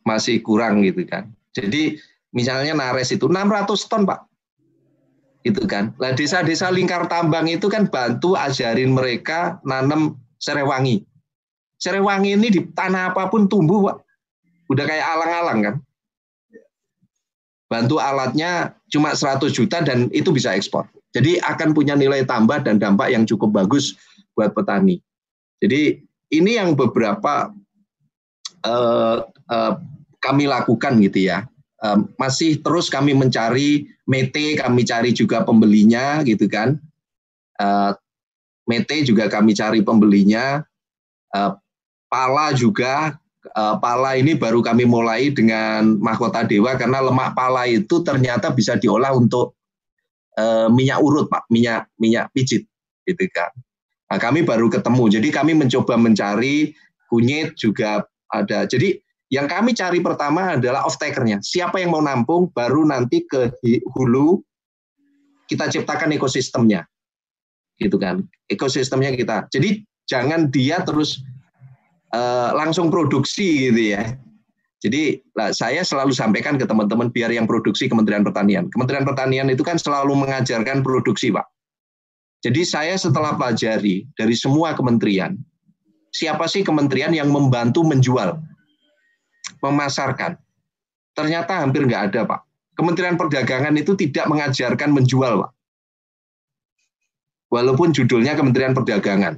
masih kurang gitu kan. Jadi misalnya Nares itu enam ratus ton Pak, gitu kan. Nah desa-desa lingkar tambang itu kan bantu ajarin mereka nanam serewangi. Serewangi ini di tanah apapun tumbuh Pak, udah kayak alang-alang kan. Bantu alatnya cuma seratus juta dan itu bisa ekspor. Jadi akan punya nilai tambah dan dampak yang cukup bagus buat petani. Jadi ini yang beberapa uh, uh, kami lakukan gitu ya. Uh, masih terus kami mencari mete, kami cari juga pembelinya gitu kan. Uh, mete juga kami cari pembelinya. Uh, pala juga. Uh, pala ini baru kami mulai dengan Mahkota Dewa karena lemak pala itu ternyata bisa diolah untuk uh, minyak urut Pak, minyak minyak pijit gitu kan. Nah, kami baru ketemu. Jadi kami mencoba mencari kunyit juga ada. Jadi yang kami cari pertama adalah off-takernya. Siapa yang mau nampung, baru nanti ke hulu kita ciptakan ekosistemnya. Gitu kan. Ekosistemnya kita. Jadi jangan dia terus Uh, langsung produksi gitu ya. Jadi lah, saya selalu sampaikan ke teman-teman biar yang produksi Kementerian Pertanian. Kementerian Pertanian itu kan selalu mengajarkan produksi Pak. Jadi saya setelah pelajari dari semua kementerian, siapa sih kementerian yang membantu menjual, memasarkan? Ternyata hampir nggak ada Pak. Kementerian Perdagangan itu tidak mengajarkan menjual Pak. Walaupun judulnya Kementerian Perdagangan.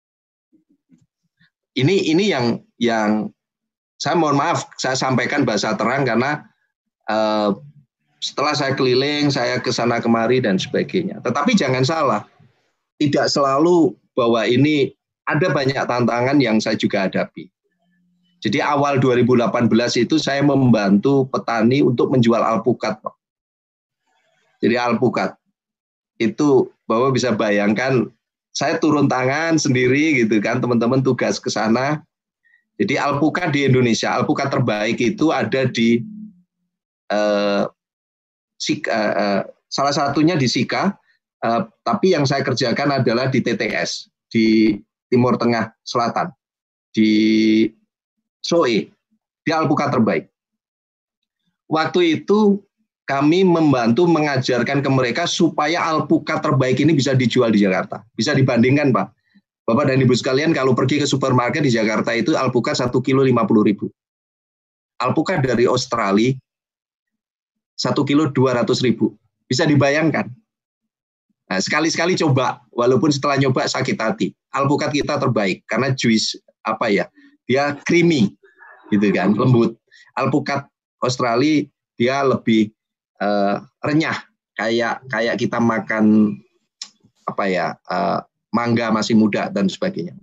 Ini ini yang yang saya mohon maaf saya sampaikan bahasa terang karena uh, setelah saya keliling saya ke sana kemari dan sebagainya. Tetapi jangan salah, tidak selalu bahwa ini ada banyak tantangan yang saya juga hadapi. Jadi awal dua ribu delapan belas itu saya membantu petani untuk menjual alpukat, Pak. Jadi alpukat itu bahwa bisa bayangkan. Saya turun tangan sendiri gitu kan, teman-teman tugas ke sana. Jadi alpukat di Indonesia, alpukat terbaik itu ada di uh, Sika, uh, salah satunya di Sika, uh, tapi yang saya kerjakan adalah di T T S, di Timur Tengah Selatan, di Soe, di alpukat terbaik. Waktu itu kami membantu mengajarkan ke mereka supaya alpukat terbaik ini bisa dijual di Jakarta. Bisa dibandingkan, Pak. Bapak dan Ibu sekalian, kalau pergi ke supermarket di Jakarta itu alpukat satu kilo lima puluh ribu. Alpukat dari Australia, satu kilo dua ratus ribu. Bisa dibayangkan. Nah, sekali-sekali coba, walaupun setelah nyoba sakit hati. Alpukat kita terbaik, karena juice, apa ya, dia creamy, gitu kan, lembut. Alpukat Australia, dia lebih Uh, renyah kayak kayak kita makan apa ya uh, mangga masih muda dan sebagainya.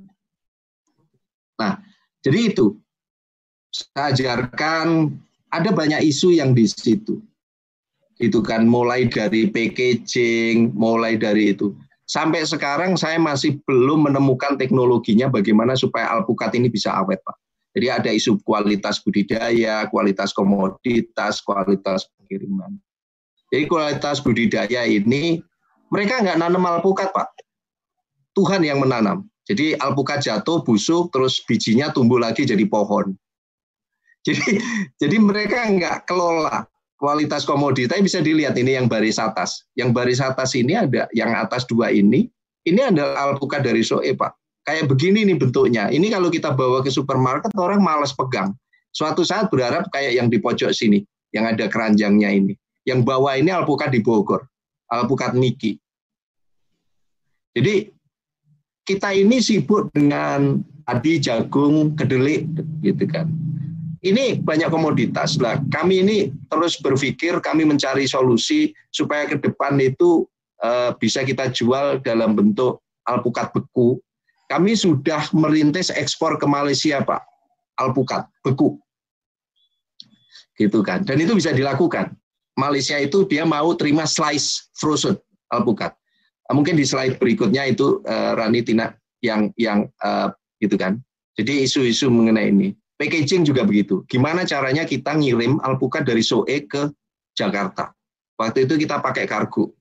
Nah, jadi itu saya ajarkan ada banyak isu yang di situ, itu kan mulai dari packaging, mulai dari itu sampai sekarang saya masih belum menemukan teknologinya bagaimana supaya alpukat ini bisa awet Pak. Jadi ada isu kualitas budidaya, kualitas komoditas, kualitas pengiriman. Jadi kualitas budidaya ini, mereka nggak nanam alpukat, Pak. Tuhan yang menanam. Jadi alpukat jatuh, busuk, terus bijinya tumbuh lagi jadi pohon. Jadi, jadi mereka nggak kelola kualitas komoditas. Bisa dilihat ini yang baris atas. Yang baris atas ini ada, yang atas dua ini, ini adalah alpukat dari Soe, Pak. Kayak begini nih bentuknya. Ini kalau kita bawa ke supermarket, orang malas pegang. Suatu saat berharap kayak yang di pojok sini, yang ada keranjangnya ini. Yang bawah ini alpukat di Bogor, alpukat Niki. Jadi kita ini sibuk dengan padi, jagung, kedelai, gitu kan. Ini banyak komoditas. Lah, kami ini terus berpikir, kami mencari solusi supaya ke depan itu uh, bisa kita jual dalam bentuk alpukat beku. Kami sudah merintis ekspor ke Malaysia, Pak, alpukat beku, gitu kan. Dan itu bisa dilakukan. Malaysia itu dia mau terima slice frozen alpukat. Mungkin di slide berikutnya itu uh, Rani Tina yang yang uh, gitu kan. Jadi isu-isu mengenai ini. Packaging juga begitu. Gimana caranya kita ngirim alpukat dari Soe ke Jakarta? Waktu itu kita pakai kargo.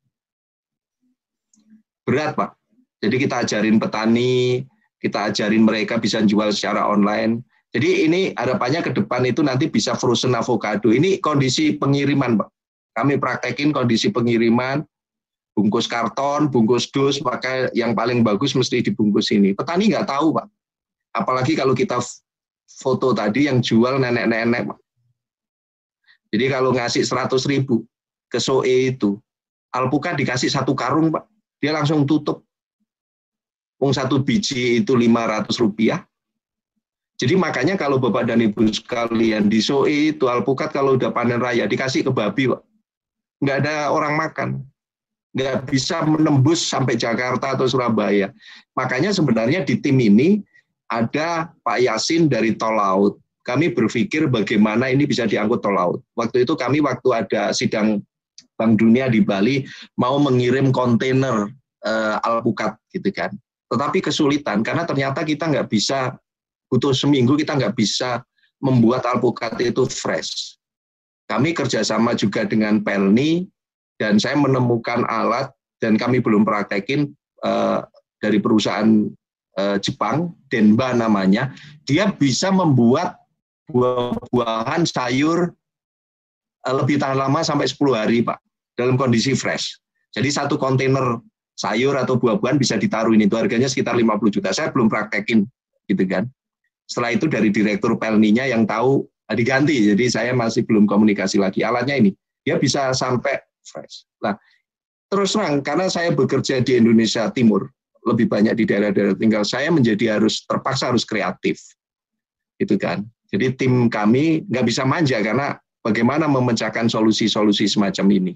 Berat, Pak. Jadi kita ajarin petani, kita ajarin mereka bisa jual secara online. Jadi ini harapannya ke depan itu nanti bisa frozen avocado. Ini kondisi pengiriman, Pak. Kami praktekin kondisi pengiriman, bungkus karton, bungkus dus, maka yang paling bagus mesti dibungkus ini. Petani nggak tahu, Pak. Apalagi kalau kita foto tadi yang jual nenek-nenek, Pak. Jadi kalau ngasih seratus ribu ke Soe itu, alpukat dikasih satu karung, Pak. Dia langsung tutup. Wong satu biji itu lima ratus rupiah. Jadi makanya kalau Bapak dan Ibu sekalian di Soe itu alpukat kalau udah panen raya dikasih ke babi, Pak. Nggak ada orang makan. Nggak bisa menembus sampai Jakarta atau Surabaya. Makanya sebenarnya di tim ini ada Pak Yasin dari Tol Laut. Kami berpikir bagaimana ini bisa diangkut tol laut. Waktu itu kami waktu ada sidang Bank Dunia di Bali mau mengirim kontainer uh, alpukat gitu kan. Tetapi kesulitan karena ternyata kita nggak bisa, butuh seminggu kita nggak bisa membuat alpukat itu fresh. Kami kerjasama juga dengan Pelni dan saya menemukan alat dan kami belum praktekin uh, dari perusahaan uh, Jepang, Denba namanya, dia bisa membuat buah-buahan sayur lebih tahan lama sampai sepuluh hari, Pak, dalam kondisi fresh. Jadi satu kontainer sayur atau buah-buahan bisa ditaruhin, itu harganya sekitar lima puluh juta. Saya belum praktekin, gitu kan. Setelah itu dari direktur Pelninya yang tahu diganti, jadi saya masih belum komunikasi lagi. Alatnya ini, dia bisa sampai fresh. Nah, terus terang, karena saya bekerja di Indonesia Timur, lebih banyak di daerah-daerah tinggal, saya menjadi harus terpaksa harus kreatif, gitu kan. Jadi tim kami nggak bisa manja karena bagaimana memecahkan solusi-solusi semacam ini,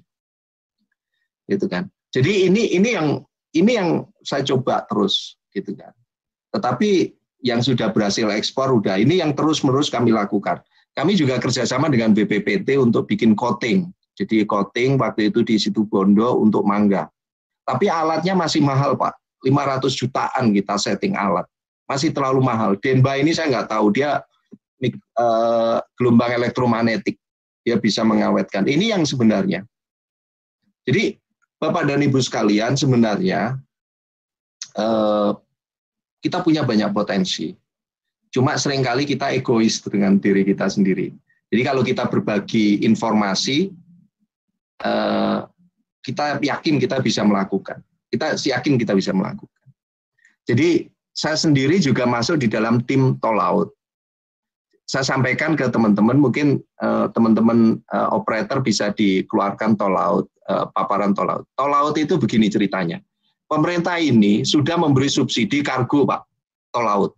gitu kan. Jadi ini ini yang ini yang saya coba terus, gitu kan. Tetapi yang sudah berhasil ekspor udah, ini yang terus-menerus kami lakukan. Kami juga kerjasama dengan B P P T untuk bikin coating. Jadi coating waktu itu di Situbondo untuk mangga. Tapi alatnya masih mahal, Pak. lima ratus jutaan kita setting alat. Masih terlalu mahal. Denba ini saya nggak tahu, dia Uh, gelombang elektromagnetik, dia bisa mengawetkan. Ini yang sebenarnya. Jadi Bapak dan Ibu sekalian, sebenarnya uh, kita punya banyak potensi. Cuma seringkali kita egois dengan diri kita sendiri. Jadi kalau kita berbagi informasi, uh, kita yakin kita bisa melakukan. Kita yakin kita bisa melakukan. Jadi saya sendiri juga masuk di dalam tim Tol Laut. Saya sampaikan ke teman-teman, mungkin uh, teman-teman uh, operator bisa dikeluarkan tol laut, uh, paparan tol laut. Tol laut itu begini ceritanya. Pemerintah ini sudah memberi subsidi kargo, Pak, tol laut.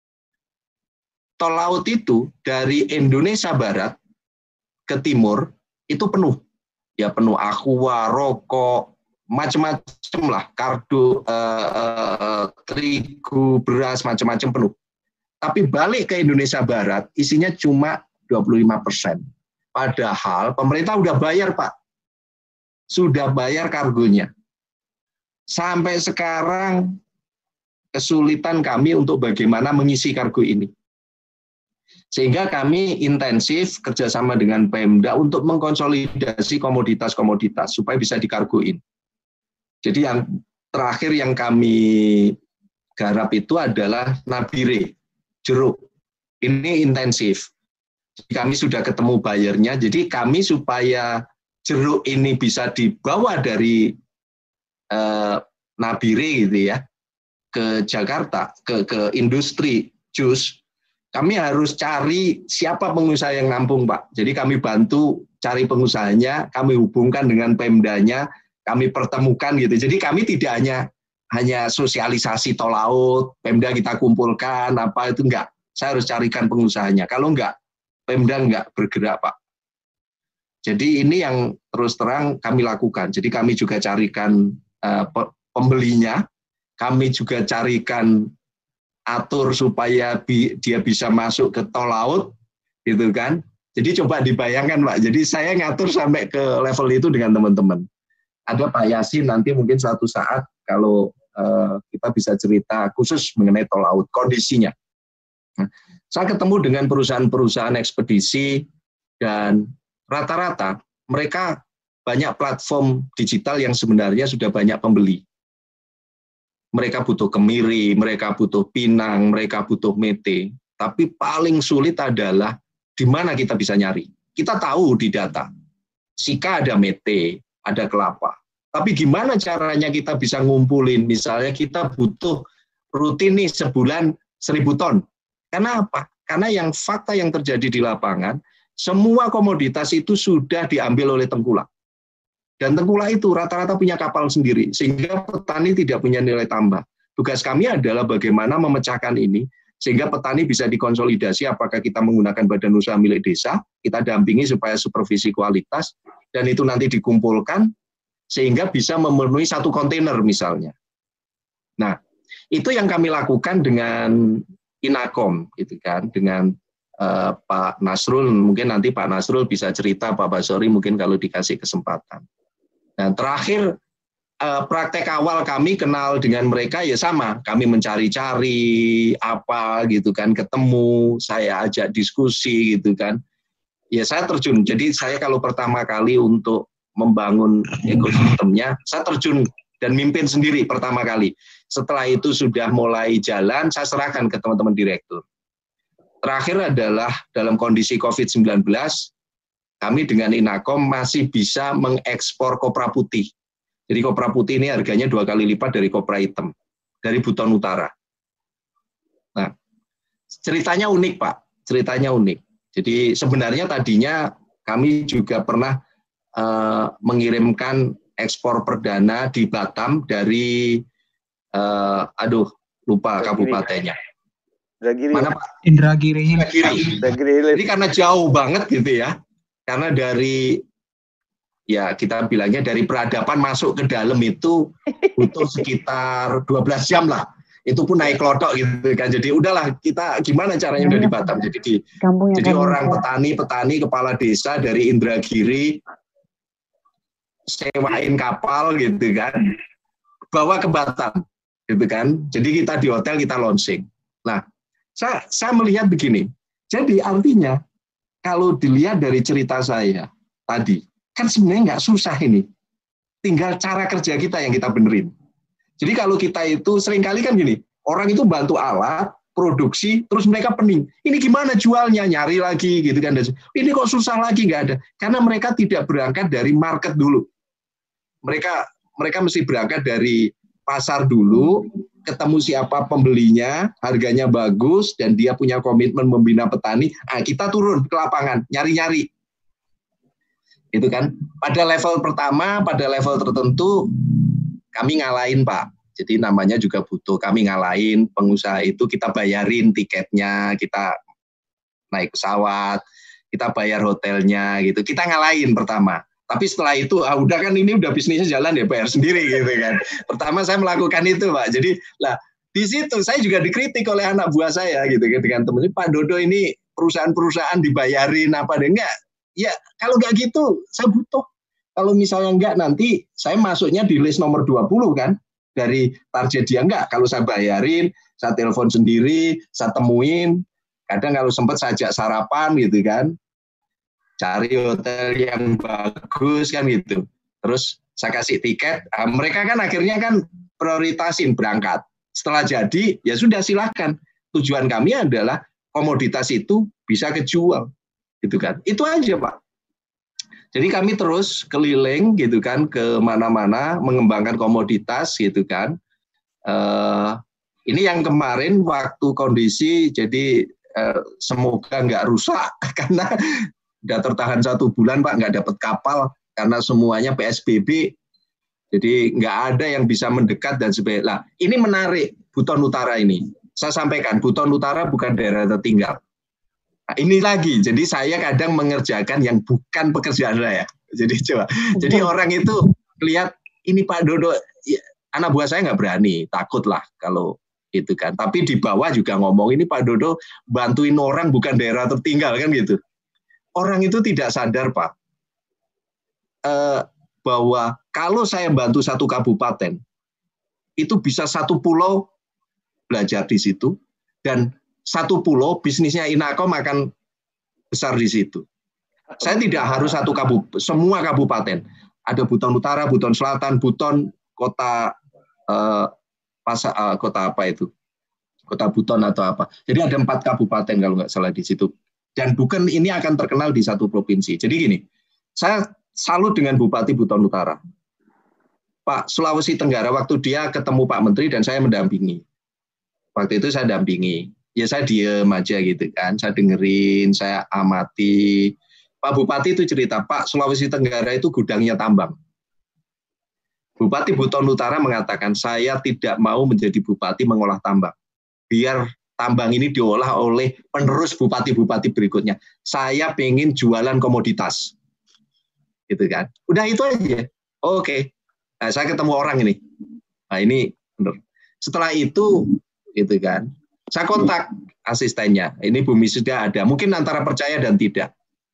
Tol laut itu dari Indonesia Barat ke Timur itu penuh. Ya penuh aqua, rokok, macam-macam lah, kardo, uh, uh, terigu, beras, macam-macam penuh. Tapi balik ke Indonesia Barat, isinya cuma dua puluh lima persen. Padahal pemerintah udah bayar, Pak. Sudah bayar kargonya. Sampai sekarang kesulitan kami untuk bagaimana mengisi kargo ini. Sehingga kami intensif kerjasama dengan Pemda untuk mengkonsolidasi komoditas-komoditas supaya bisa dikargoin. Jadi yang terakhir yang kami garap itu adalah nabire. Jeruk ini intensif. Kami sudah ketemu bayarnya, jadi kami supaya jeruk ini bisa dibawa dari eh, nabire gitu ya ke Jakarta, ke ke industri jus, kami harus cari siapa pengusaha yang nampung, Pak. Jadi kami bantu cari pengusahanya, kami hubungkan dengan Pemdanya, kami pertemukan gitu. Jadi kami tidak hanya hanya sosialisasi tol laut, Pemda kita kumpulkan, apa itu enggak. Saya harus carikan pengusahanya. Kalau enggak, Pemda enggak bergerak, Pak. Jadi ini yang terus terang kami lakukan. Jadi kami juga carikan uh, pembelinya, kami juga carikan atur supaya bi dia bisa masuk ke tol laut, gitu kan. Jadi coba dibayangkan, Pak. Jadi saya ngatur sampai ke level itu dengan teman-teman. Ada Pak Yasin nanti mungkin suatu saat kalau uh, kita bisa cerita khusus mengenai tol laut, kondisinya. Nah, saya ketemu dengan perusahaan-perusahaan ekspedisi dan rata-rata mereka banyak platform digital yang sebenarnya sudah banyak pembeli. Mereka butuh Kemiri, mereka butuh Pinang, mereka butuh Mete. Tapi paling sulit adalah di mana kita bisa nyari. Kita tahu di data, Sika ada mete, ada kelapa. Tapi gimana caranya kita bisa ngumpulin, misalnya kita butuh rutin nih sebulan seribu ton. Karena apa? Karena yang fakta yang terjadi di lapangan, semua komoditas itu sudah diambil oleh tengkulak. Dan tengkulak itu rata-rata punya kapal sendiri, sehingga petani tidak punya nilai tambah. Tugas kami adalah bagaimana memecahkan ini, sehingga petani bisa dikonsolidasi apakah kita menggunakan badan usaha milik desa, kita dampingi supaya supervisi kualitas, dan itu nanti dikumpulkan, sehingga bisa memenuhi satu kontainer misalnya. Nah, itu yang kami lakukan dengan Inakom, gitu kan, dengan uh, Pak Nasrul, mungkin nanti Pak Nasrul bisa cerita, Pak Basori mungkin kalau dikasih kesempatan. Dan terakhir, uh, praktek awal kami kenal dengan mereka ya sama, kami mencari-cari apa gitu kan, ketemu, saya ajak diskusi gitu kan. Ya saya terjun, jadi saya kalau pertama kali untuk membangun ekosistemnya, saya terjun dan mimpin sendiri pertama kali. Setelah itu sudah mulai jalan, saya serahkan ke teman-teman direktur. Terakhir adalah dalam kondisi covid sembilan belas, kami dengan Inakom masih bisa mengekspor kopra putih. Jadi kopra putih ini harganya dua kali lipat dari kopra hitam, dari Buton Utara. Nah, ceritanya unik Pak, ceritanya unik. Jadi sebenarnya tadinya kami juga pernah uh, mengirimkan ekspor perdana di Batam dari, uh, aduh lupa kabupatennya. Indragiri. Mana Pak? Indragiri. Indragiri. Indragiri. Jadi karena jauh banget gitu ya, karena dari, ya kita bilangnya dari peradaban masuk ke dalam itu butuh sekitar dua belas jam lah. Itu pun naik lodok gitu kan. Jadi udahlah kita gimana caranya udah di Batam. Jadi di, jadi orang petani-petani kepala desa dari Indragiri sewain kapal gitu kan, bawa ke Batam gitu kan. Jadi kita di hotel kita launching. Nah, saya, saya melihat begini. Jadi artinya kalau dilihat dari cerita saya tadi, kan sebenarnya nggak susah ini. Tinggal cara kerja kita yang kita benerin. Jadi kalau kita itu seringkali kan gini, orang itu bantu alat, produksi, terus mereka pening. Ini gimana jualnya? Nyari lagi gitu kan. Ini kok susah lagi, nggak ada. Karena mereka tidak berangkat dari market dulu. Mereka mereka mesti berangkat dari pasar dulu, ketemu siapa pembelinya, harganya bagus, dan dia punya komitmen membina petani. Nah, kita turun ke lapangan, nyari-nyari. Itu kan. Pada level pertama, pada level tertentu, kami ngalahin Pak, jadi namanya juga butuh, kami ngalahin pengusaha itu, kita bayarin tiketnya, kita naik pesawat, kita bayar hotelnya gitu, kita ngalahin pertama. Tapi setelah itu, ah udah kan ini udah bisnisnya jalan ya bayar sendiri gitu kan. Pertama saya melakukan itu Pak, jadi lah di situ saya juga dikritik oleh anak buah saya gitu kan, dengan teman, Pak Dodo ini perusahaan-perusahaan dibayarin apa deh, enggak, ya kalau nggak gitu saya butuh. Kalau misalnya enggak, nanti saya masuknya di list nomor dua puluh kan, dari target dia enggak. Kalau saya bayarin, saya telepon sendiri, saya temuin, kadang kalau sempat saya ajak sarapan gitu kan, cari hotel yang bagus kan gitu. Terus saya kasih tiket, nah, mereka kan akhirnya kan prioritasin berangkat. Setelah jadi, ya sudah silakan. Tujuan kami adalah komoditas itu bisa kejual, gitu kan. Itu aja Pak. Jadi kami terus keliling gitu kan ke mana-mana mengembangkan komoditas gitu kan. Uh, ini yang kemarin waktu kondisi jadi uh, semoga nggak rusak karena udah tertahan satu bulan Pak, nggak dapat kapal karena semuanya P S B B. Jadi nggak ada yang bisa mendekat dan sebagainya. Nah, ini menarik Buton Utara ini. Saya sampaikan Buton Utara bukan daerah tertinggal. Nah, ini lagi, jadi saya kadang mengerjakan yang bukan pekerjaan saya. Jadi coba, jadi orang itu lihat ini Pak Dodo, ya, anak buah saya nggak berani, takut lah kalau itu kan. Tapi di bawah juga ngomong ini Pak Dodo bantuin orang bukan daerah tertinggal kan gitu. Orang itu tidak sadar Pak, eh, bahwa kalau saya bantu satu kabupaten, itu bisa satu pulau belajar di situ dan satu pulau bisnisnya Inakom akan besar di situ. Saya tidak harus satu kabupaten, semua kabupaten. Ada Buton Utara, Buton Selatan, Buton, kota eh, Pasar, eh, kota apa itu? Kota Buton atau apa. Jadi ada empat kabupaten kalau nggak salah di situ. Dan bukan ini akan terkenal di satu provinsi. Jadi gini, saya salut dengan Bupati Buton Utara. Pak Sulawesi Tenggara waktu dia ketemu Pak Menteri dan saya mendampingi. Waktu itu saya dampingi. Ya saya diem aja gitu kan. Saya dengerin, saya amati. Pak Bupati itu cerita, Pak Sulawesi Tenggara itu gudangnya tambang. Bupati Buton Utara mengatakan, saya tidak mau menjadi bupati mengolah tambang. Biar tambang ini diolah oleh penerus bupati-bupati berikutnya. Saya pengen jualan komoditas. Gitu kan. Udah itu aja. Oke. Okay. Nah, saya ketemu orang ini. Nah, ini benar. Setelah itu, gitu kan, saya kontak asistennya. Ini Bumi sudah ada. Mungkin antara percaya dan tidak.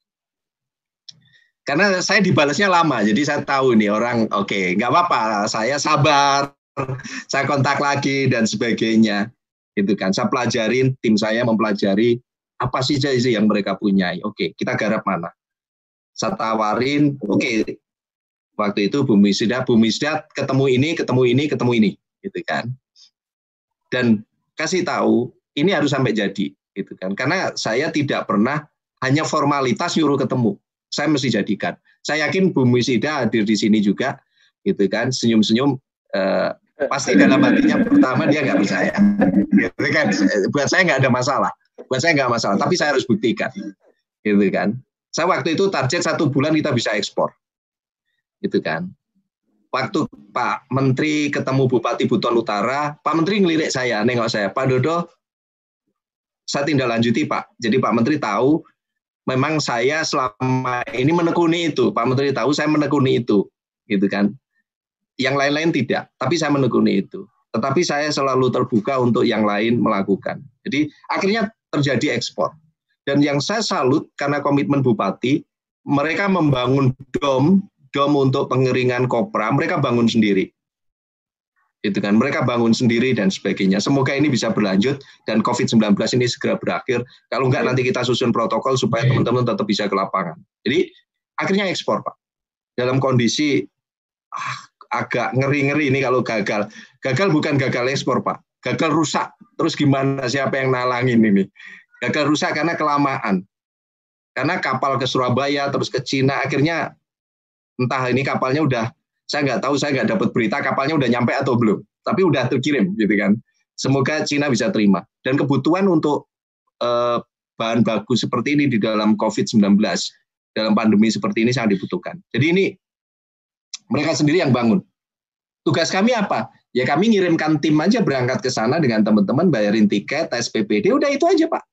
Karena saya dibalasnya lama, jadi saya tahu nih orang, oke, okay, nggak apa-apa, saya sabar, saya kontak lagi dan sebagainya, gitu kan. Saya pelajarin, tim saya mempelajari apa sih sih yang mereka punyai. Oke, okay, kita garap mana? Saya tawarin, oke, okay, waktu itu Bumi Sudah, Bumi Sudah ketemu ini, ketemu ini, ketemu ini, gitu kan. Dan kasih tahu, ini harus sampai jadi, gitu kan. Karena saya tidak pernah hanya formalitas nyuruh ketemu. Saya mesti jadikan. Saya yakin Bumi Sida hadir di sini juga, gitu kan, senyum-senyum. Eh, pasti dalam hatinya pertama dia nggak percaya, gitu kan. Buat saya nggak ada masalah, buat saya nggak masalah. Tapi saya harus buktikan, gitu kan. Saya waktu itu target satu bulan kita bisa ekspor, gitu kan. Waktu Pak Menteri ketemu Bupati Buton Utara, Pak Menteri ngelirik saya, nengok saya, Pak Dodo, saya tindak lanjuti Pak. Jadi Pak Menteri tahu. Memang saya selama ini menekuni itu, Pak Menteri tahu saya menekuni itu, gitu kan. Yang lain-lain tidak, tapi saya menekuni itu. Tetapi saya selalu terbuka untuk yang lain melakukan. Jadi akhirnya terjadi ekspor. Dan yang saya salut karena komitmen Bupati, mereka membangun dom, dom untuk pengeringan kopra, mereka bangun sendiri. Itu kan, mereka bangun sendiri dan sebagainya. Semoga ini bisa berlanjut dan covid sembilan belas ini segera berakhir. Kalau enggak nanti kita susun protokol supaya teman-teman tetap bisa ke lapangan. Jadi akhirnya ekspor, Pak. Dalam kondisi ah, agak ngeri-ngeri ini kalau gagal. Gagal bukan gagal ekspor, Pak. Gagal rusak. Terus gimana, siapa yang nalangin ini? Gagal rusak karena kelamaan. Karena kapal ke Surabaya, terus ke Cina, akhirnya entah ini kapalnya udah, saya nggak tahu, saya nggak dapat berita kapalnya udah nyampe atau belum, tapi udah terkirim, gitu kan. Semoga Cina bisa terima. Dan kebutuhan untuk eh, bahan baku seperti ini di dalam covid sembilan belas, dalam pandemi seperti ini sangat dibutuhkan. Jadi ini mereka sendiri yang bangun. Tugas kami apa? Ya kami ngirimkan tim aja berangkat ke sana dengan teman-teman, bayarin tiket, S P P D, udah itu aja Pak.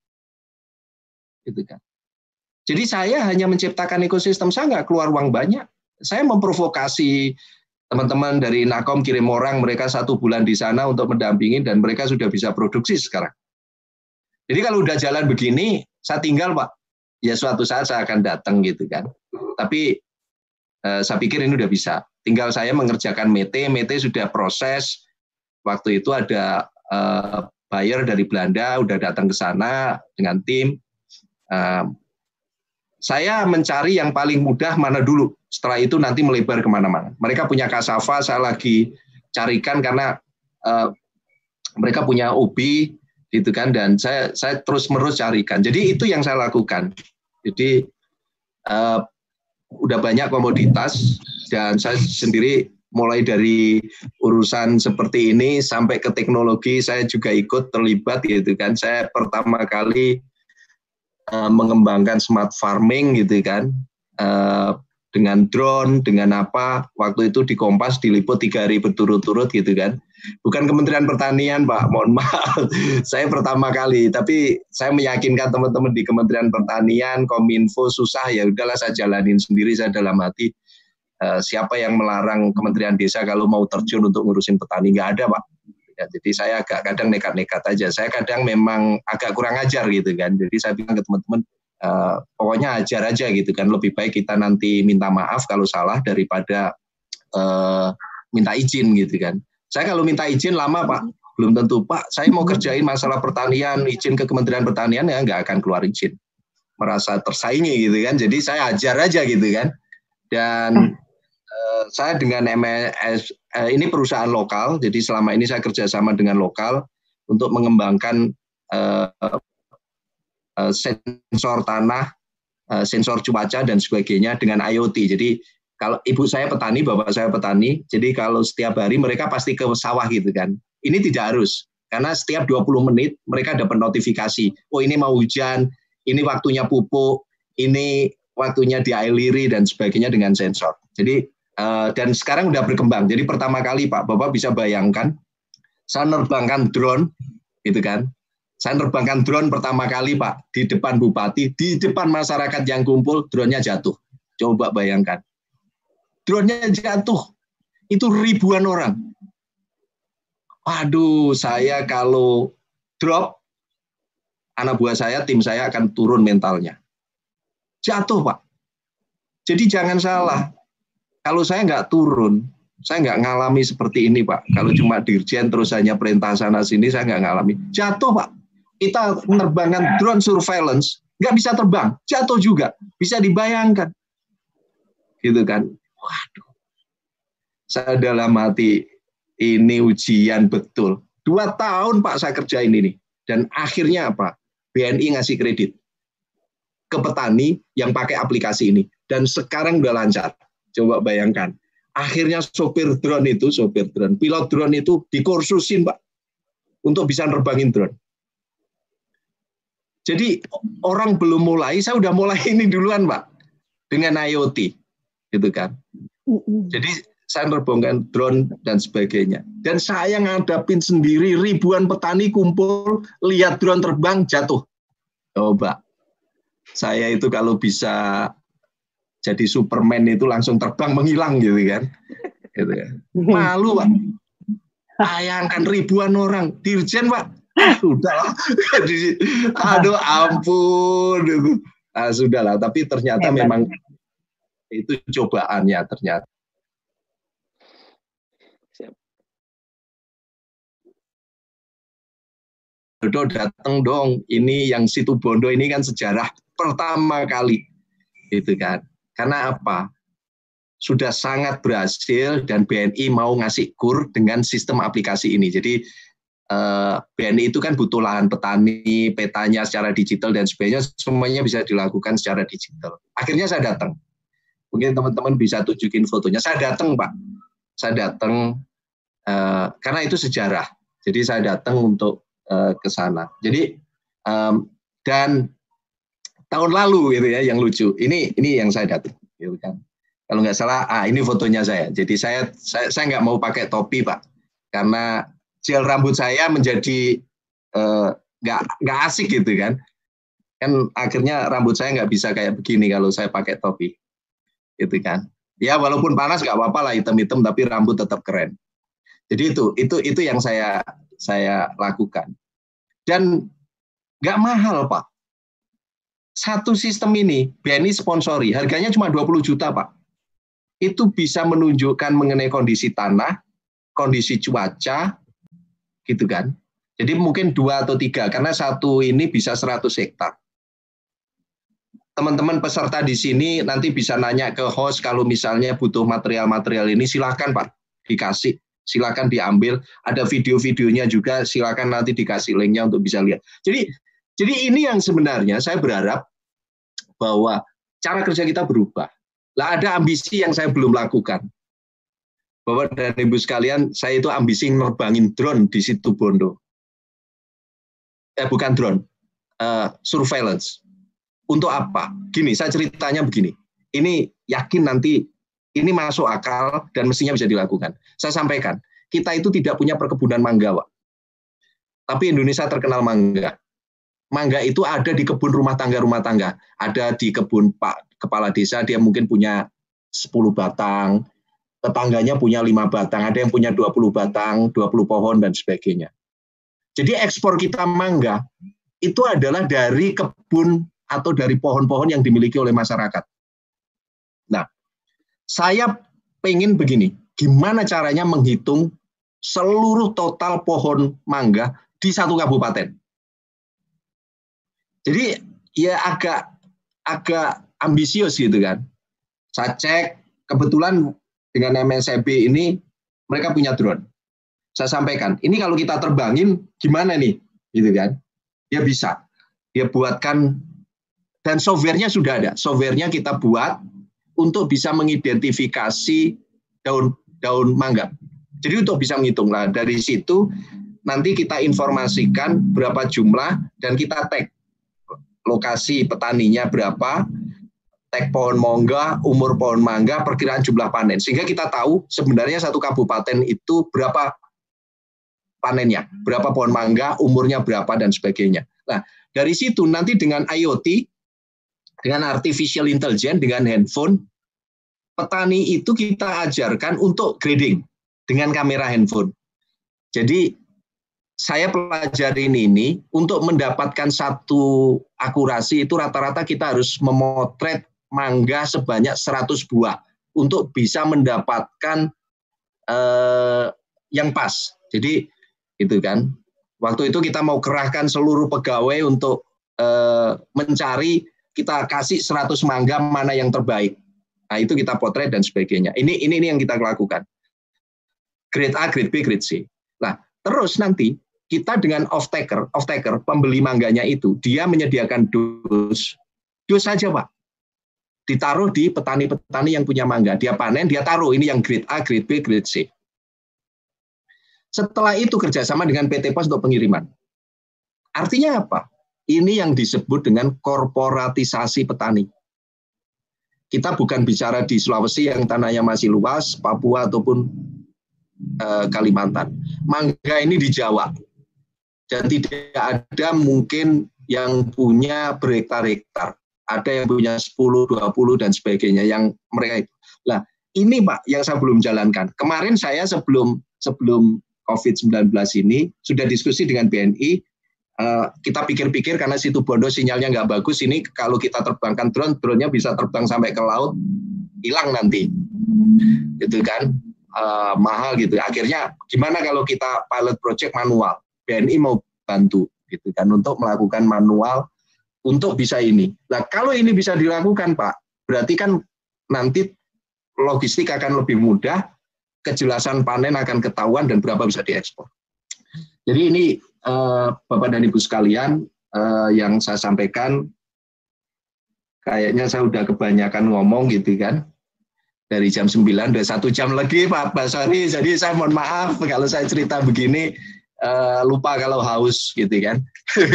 Gitu kan. Jadi saya hanya menciptakan ekosistem, saya nggak keluar uang banyak. Saya memprovokasi teman-teman dari Nakom kirim orang, mereka satu bulan di sana untuk mendampingi dan mereka sudah bisa produksi sekarang. Jadi kalau udah jalan begini, saya tinggal Pak. Ya suatu saat saya akan datang gitu kan. Tapi eh, saya pikir ini udah bisa. Tinggal saya mengerjakan M E T, M E T sudah proses. Waktu itu ada eh, buyer dari Belanda udah datang ke sana dengan tim. Eh, saya mencari yang paling mudah mana dulu. Setelah itu nanti melebar kemana-mana. Mereka punya cassava, saya lagi carikan karena uh, mereka punya ubi, gitu kan. Dan saya saya terus menerus carikan. Jadi itu yang saya lakukan. Jadi uh, udah banyak komoditas dan saya sendiri mulai dari urusan seperti ini sampai ke teknologi saya juga ikut terlibat, gitu kan. Saya pertama kali uh, mengembangkan smart farming, gitu kan. Uh, dengan drone, dengan apa, waktu itu di Kompas diliput tiga hari berturut-turut gitu kan. Bukan Kementerian Pertanian Pak, mohon maaf, saya pertama kali, tapi saya meyakinkan teman-teman di Kementerian Pertanian, Kominfo susah, ya udahlah saya jalanin sendiri, saya dalam hati, uh, siapa yang melarang Kementerian Desa kalau mau terjun untuk ngurusin petani, nggak ada Pak. Ya, jadi saya agak kadang nekat-nekat aja, saya kadang memang agak kurang ajar gitu kan, jadi saya bilang ke teman-teman, Uh, pokoknya ajar aja gitu kan, lebih baik kita nanti minta maaf kalau salah daripada uh, minta izin gitu kan. Saya kalau minta izin lama Pak, belum tentu Pak, saya mau kerjain masalah pertanian, izin ke Kementerian Pertanian ya nggak akan keluar izin, merasa tersaingi gitu kan, jadi saya ajar aja gitu kan. Dan uh, saya dengan M S, uh, ini perusahaan lokal, jadi selama ini saya kerjasama dengan lokal, untuk mengembangkan uh, uh, sensor tanah, uh, sensor cuaca dan sebagainya dengan I O T. Jadi kalau ibu saya petani, bapak saya petani, jadi kalau setiap hari mereka pasti ke sawah gitu kan. Ini tidak harus, karena setiap dua puluh menit mereka dapat notifikasi. Oh ini mau hujan, ini waktunya pupuk, ini waktunya diairi dan sebagainya dengan sensor. Jadi uh, dan sekarang udah berkembang. Jadi pertama kali Pak, Bapak bisa bayangkan, saya nerbangkan drone, gitu kan? Saya nerbangkan drone pertama kali Pak di depan bupati, di depan masyarakat yang kumpul, drone-nya jatuh. Coba bayangkan, drone-nya jatuh, itu ribuan orang. Waduh, saya kalau drop, anak buah saya, tim saya akan turun mentalnya. Jatuh Pak. Jadi jangan salah, kalau saya nggak turun, saya nggak ngalami seperti ini Pak. Kalau cuma dirjen terus hanya perintah sana sini, saya nggak ngalami. Jatuh Pak. Kita menerbangkan drone surveillance, nggak bisa terbang, jatuh juga. Bisa dibayangkan. Gitu kan. Waduh. Saya dalam hati, ini ujian betul. Dua tahun Pak saya kerjain ini. Dan akhirnya apa? B N I ngasih kredit ke petani yang pakai aplikasi ini. Dan sekarang udah lancar. Coba bayangkan. Akhirnya sopir drone itu, sopir drone, pilot drone itu dikursusin Pak. Untuk bisa nerbangin drone. Jadi orang belum mulai, saya udah mulai ini duluan Pak. Dengan I O T. Gitu kan. Jadi saya nerbangkan drone dan sebagainya. Dan saya ngadapin sendiri ribuan petani kumpul, lihat drone terbang, jatuh. Coba. Saya itu kalau bisa jadi Superman itu langsung terbang menghilang gitu kan. Gitu kan. Malu Pak. Bayangkan ribuan orang. Dirjen Pak. Ah, sudahlah. Aduh ampun. Ah, sudahlah. Tapi ternyata Hebat. Memang itu cobaannya ternyata. Dodo datang dong, ini yang Situ Bondo ini kan sejarah pertama kali, gitu kan? Karena apa? Sudah sangat berhasil dan B N I mau ngasih kur dengan sistem aplikasi ini. Jadi eh, B N I itu kan butuh lahan petani, petanya secara digital dan sebagainya, semuanya bisa dilakukan secara digital. Akhirnya saya datang. Mungkin teman-teman bisa tunjukin fotonya. Saya datang Pak, saya datang eh, karena itu sejarah. Jadi saya datang untuk ke sana. Jadi um, dan tahun lalu gitu ya yang lucu. Ini ini yang saya datang, gitu kan. Kalau nggak salah, ah ini fotonya saya. Jadi saya saya saya nggak mau pakai topi Pak, karena gel rambut saya menjadi uh, nggak nggak asik gitu kan. Kan akhirnya rambut saya nggak bisa kayak begini kalau saya pakai topi, gitu kan. Ya walaupun panas nggak apa-apa lah hitam-hitam, tapi rambut tetap keren. Jadi itu itu itu yang saya saya lakukan. Dan nggak mahal Pak. Satu sistem ini B N I sponsori, harganya cuma dua puluh juta Pak. Itu bisa menunjukkan mengenai kondisi tanah, kondisi cuaca, gitu kan. Jadi mungkin dua atau tiga, karena satu ini bisa seratus hektar. Teman-teman peserta di sini nanti bisa nanya ke host kalau misalnya butuh material-material ini, silakan Pak, dikasih. Silakan diambil, ada video-videonya juga, silakan nanti dikasih linknya untuk bisa lihat. Jadi, jadi ini yang sebenarnya saya berharap bahwa cara kerja kita berubah. Lah ada ambisi yang saya belum lakukan. Bapak dan Ibu sekalian, saya itu ambisi nerbangin drone di Situ Bondo. Eh bukan drone, uh, surveillance. Untuk apa? Gini, saya ceritanya begini. Ini yakin nanti ini masuk akal dan mestinya bisa dilakukan. Saya sampaikan, kita itu tidak punya perkebunan mangga, Pak. Tapi Indonesia terkenal mangga. Mangga itu ada di kebun rumah tangga-rumah tangga. Ada di kebun Pak Kepala Desa, dia mungkin punya sepuluh batang, tetangganya punya lima batang, ada yang punya dua puluh batang, dua puluh pohon, dan sebagainya. Jadi ekspor kita mangga itu adalah dari kebun atau dari pohon-pohon yang dimiliki oleh masyarakat. Nah, saya pengen begini, gimana caranya menghitung seluruh total pohon mangga di satu kabupaten. Jadi ya agak agak ambisius gitu kan. Saya cek, kebetulan dengan M S I B ini mereka punya drone. saya sampaikan, ini kalau kita terbangin gimana nih, gitu kan? Dia bisa, dia buatkan, dan softwarenya sudah ada. Softwarenya kita buat untuk bisa mengidentifikasi daun daun mangga. Jadi untuk bisa menghitung lah dari situ nanti kita informasikan berapa jumlah dan kita tag lokasi petaninya berapa, tag pohon mangga, umur pohon mangga, perkiraan jumlah panen. Sehingga kita tahu sebenarnya satu kabupaten itu berapa panennya, berapa pohon mangga, umurnya berapa, dan sebagainya. Nah, dari situ nanti dengan I O T, dengan artificial intelligence, dengan handphone, petani itu kita ajarkan untuk grading dengan kamera handphone. Jadi, saya pelajarin ini untuk mendapatkan satu akurasi itu rata-rata kita harus memotret mangga sebanyak seratus buah untuk bisa mendapatkan eh, yang pas. Jadi itu kan, waktu itu kita mau kerahkan seluruh pegawai untuk eh, mencari, kita kasih seratus mangga mana yang terbaik. Nah itu kita potret dan sebagainya. Ini ini, ini yang kita lakukan. Grade A, grade B, grade C. Nah terus nanti kita dengan off-taker, off-taker, pembeli mangganya itu, dia menyediakan dus, dus saja Pak. Ditaruh di petani-petani yang punya mangga. Dia panen, dia taruh, ini yang grade A, grade B, grade C. Setelah itu kerjasama dengan P T Pos untuk pengiriman. Artinya apa? Ini yang disebut dengan korporatisasi petani. Kita bukan bicara di Sulawesi yang tanahnya masih luas, Papua ataupun eh, Kalimantan. Mangga ini di Jawa. Dan tidak ada mungkin yang punya berhektar-hektar. Ada yang punya sepuluh, dua puluh, dan sebagainya. Yang mereka itu. Nah, ini Pak, yang saya belum jalankan. Kemarin saya sebelum sebelum covid sembilan belas ini, sudah diskusi dengan B N I. Uh, kita pikir-pikir karena situ Bondo sinyalnya nggak bagus. Ini kalau kita terbangkan drone, drone-nya bisa terbang sampai ke laut, hilang nanti. Gitu kan. Uh, mahal gitu. Akhirnya, gimana kalau kita pilot project manual? B N I mau bantu gitu kan untuk melakukan manual untuk bisa ini. Nah, kalau ini bisa dilakukan, Pak, berarti kan nanti logistik akan lebih mudah, kejelasan panen akan ketahuan dan berapa bisa diekspor. Jadi ini eh, Bapak dan Ibu sekalian eh, yang saya sampaikan, kayaknya saya udah kebanyakan ngomong gitu kan. Dari jam sembilan, udah satu jam lagi Pak Basori, jadi saya mohon maaf kalau saya cerita begini, Uh, lupa kalau haus gitu kan.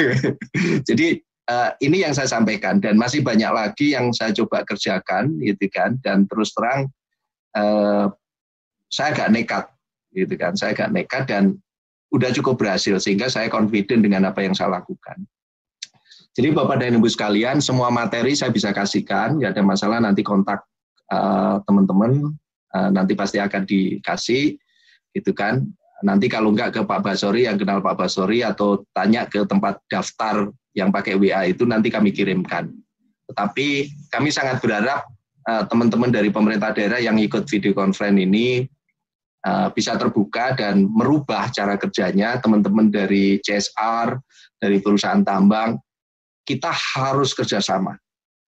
Jadi uh, ini yang saya sampaikan dan masih banyak lagi yang saya coba kerjakan gitu kan, dan terus terang uh, saya agak nekat gitu kan, saya agak nekat dan udah cukup berhasil sehingga saya confident dengan apa yang saya lakukan. Jadi Bapak dan Ibu sekalian, semua materi saya bisa kasihkan, nggak ada masalah, nanti kontak uh, teman-teman uh, nanti pasti akan dikasih gitu kan. Nanti kalau enggak ke Pak Basori yang kenal Pak Basori atau tanya ke tempat daftar yang pakai W A itu nanti kami kirimkan. Tetapi kami sangat berharap teman-teman uh, dari pemerintah daerah yang ikut video conference ini uh, bisa terbuka dan merubah cara kerjanya. Teman-teman dari C S R, dari perusahaan tambang, kita harus kerjasama.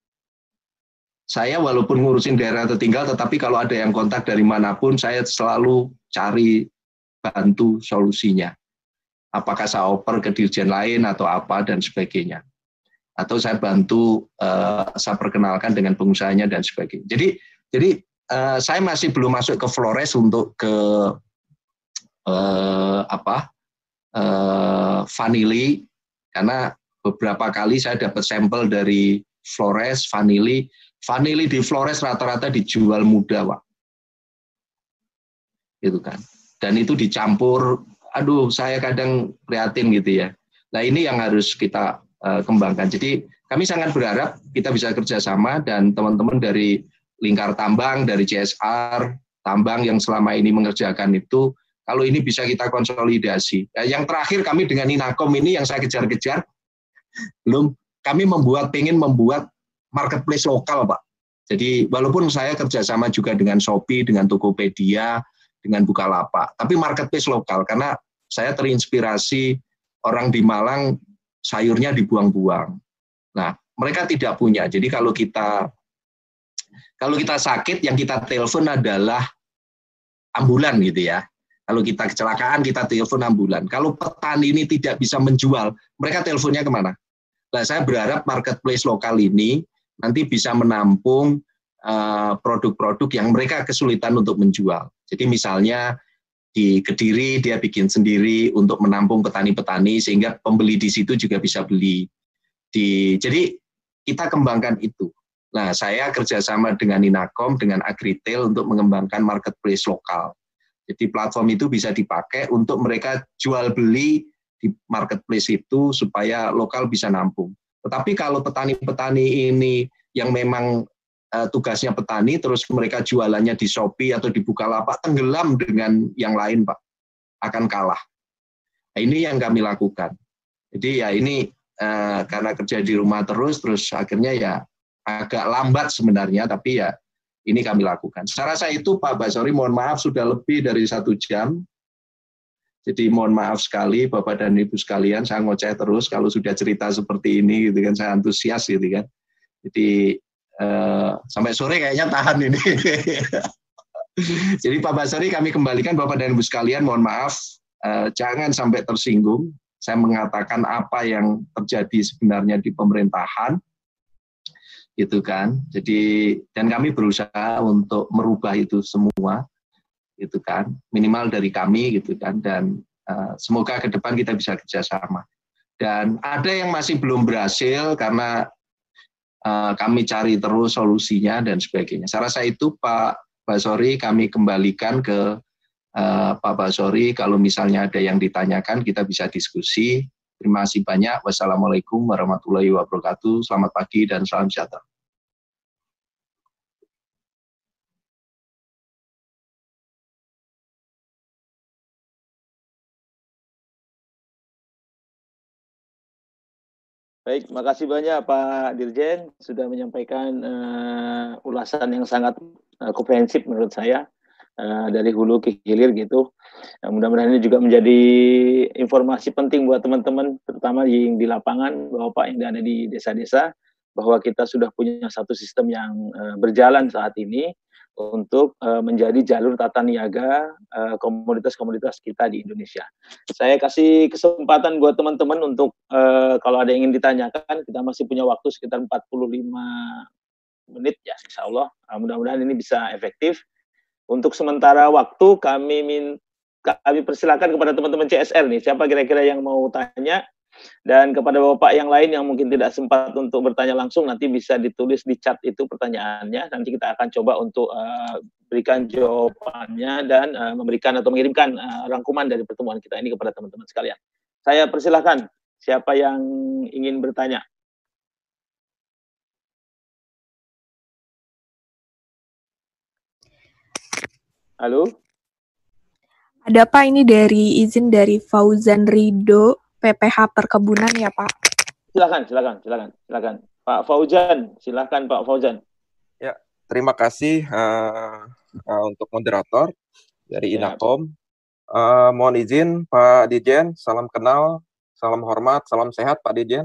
Saya walaupun ngurusin daerah tertinggal, tetapi kalau ada yang kontak dari manapun, saya selalu cari bantu solusinya. Apakah saya oper ke dirjen lain atau apa dan sebagainya. Atau saya bantu, uh, saya perkenalkan dengan pengusahanya dan sebagainya. Jadi, jadi uh, saya masih belum masuk ke Flores untuk ke uh, apa uh, vanili, karena beberapa kali saya dapat sampel dari Flores, vanili. Vanili di Flores rata-rata dijual mudah, Pak. Gitu kan. Dan itu dicampur, aduh saya kadang prihatin gitu ya. Nah ini yang harus kita uh, kembangkan. Jadi kami sangat berharap kita bisa kerjasama dan teman-teman dari Lingkar Tambang, dari C S R, Tambang yang selama ini mengerjakan itu, kalau ini bisa kita konsolidasi. Nah, yang terakhir kami dengan Inakom ini yang saya kejar-kejar, belum kami membuat, pengen membuat marketplace lokal Pak. Jadi walaupun saya kerjasama juga dengan Shopee, dengan Tokopedia, dengan Bukalapak, tapi marketplace lokal, karena saya terinspirasi orang di Malang sayurnya dibuang-buang. Nah, mereka tidak punya. Jadi kalau kita kalau kita sakit, yang kita telepon adalah ambulan gitu ya. Kalau kita kecelakaan, kita telepon ambulan. Kalau petani ini tidak bisa menjual, mereka teleponnya kemana? Nah, saya berharap marketplace lokal ini nanti bisa menampung uh, produk-produk yang mereka kesulitan untuk menjual. Jadi misalnya di Kediri dia bikin sendiri untuk menampung petani-petani sehingga pembeli di situ juga bisa beli. Di, jadi kita kembangkan itu. Nah, saya kerjasama dengan Inakom, dengan Agritel untuk mengembangkan marketplace lokal. Jadi platform itu bisa dipakai untuk mereka jual beli di marketplace itu supaya lokal bisa nampung. Tetapi kalau petani-petani ini yang memang uh, tugasnya petani, terus mereka jualannya di Shopee atau di Bukalapak, tenggelam dengan yang lain, Pak, akan kalah. Nah, ini yang kami lakukan. Jadi ya ini uh, karena kerja di rumah terus, terus akhirnya ya agak lambat sebenarnya, tapi ya ini kami lakukan. Saya rasa itu Pak Basori, mohon maaf sudah lebih dari satu jam. Jadi mohon maaf sekali Bapak dan Ibu sekalian, saya ngoceh terus kalau sudah cerita seperti ini, gitu kan, saya antusias gitu kan. Jadi eh, sampai sore kayaknya tahan ini. Jadi Pak Basori kami kembalikan Bapak dan Ibu sekalian, mohon maaf, eh, jangan sampai tersinggung. Saya mengatakan apa yang terjadi sebenarnya di pemerintahan. Gitu kan. Jadi dan kami berusaha untuk merubah itu semua, gitu kan, minimal dari kami, gitu kan, dan uh, semoga ke depan kita bisa kerjasama. Dan ada yang masih belum berhasil karena uh, kami cari terus solusinya dan sebagainya. Saya rasa itu Pak Basori kami kembalikan ke uh, Pak Basori. Kalau misalnya ada yang ditanyakan kita bisa diskusi. Terima kasih banyak. Wassalamualaikum warahmatullahi wabarakatuh. Selamat pagi dan salam sejahtera. Baik, makasih banyak Pak Dirjen sudah menyampaikan uh, ulasan yang sangat uh, komprehensif menurut saya uh, dari hulu ke hilir gitu. Uh, mudah-mudahan ini juga menjadi informasi penting buat teman-teman, terutama yang di lapangan, Bapak yang ada di desa-desa, bahwa kita sudah punya satu sistem yang uh, berjalan saat ini untuk uh, menjadi jalur tata niaga uh, komoditas-komoditas kita di Indonesia. Saya kasih kesempatan buat teman-teman untuk uh, kalau ada yang ingin ditanyakan, kita masih punya waktu sekitar empat puluh lima menit ya, insya Allah. Uh, mudah-mudahan ini bisa efektif. Untuk sementara waktu kami min kami persilakan kepada teman-teman C S R nih, siapa kira-kira yang mau tanya. Dan kepada Bapak yang lain yang mungkin tidak sempat untuk bertanya langsung, nanti bisa ditulis di chat itu pertanyaannya. Nanti kita akan coba untuk uh, berikan jawabannya dan uh, memberikan atau mengirimkan uh, rangkuman dari pertemuan kita ini kepada teman-teman sekalian. Saya persilahkan, siapa yang ingin bertanya? Halo? Ada Pak, ini dari izin dari Fauzan Rido, P P H Perkebunan ya Pak. Silakan, silakan, silakan, silakan. Pak Fauzan, silakan Pak Fauzan. Ya, terima kasih uh, uh, untuk moderator dari ya. Inakom. Uh, mohon izin Pak Dirjen, salam kenal, salam hormat, salam sehat Pak Dirjen.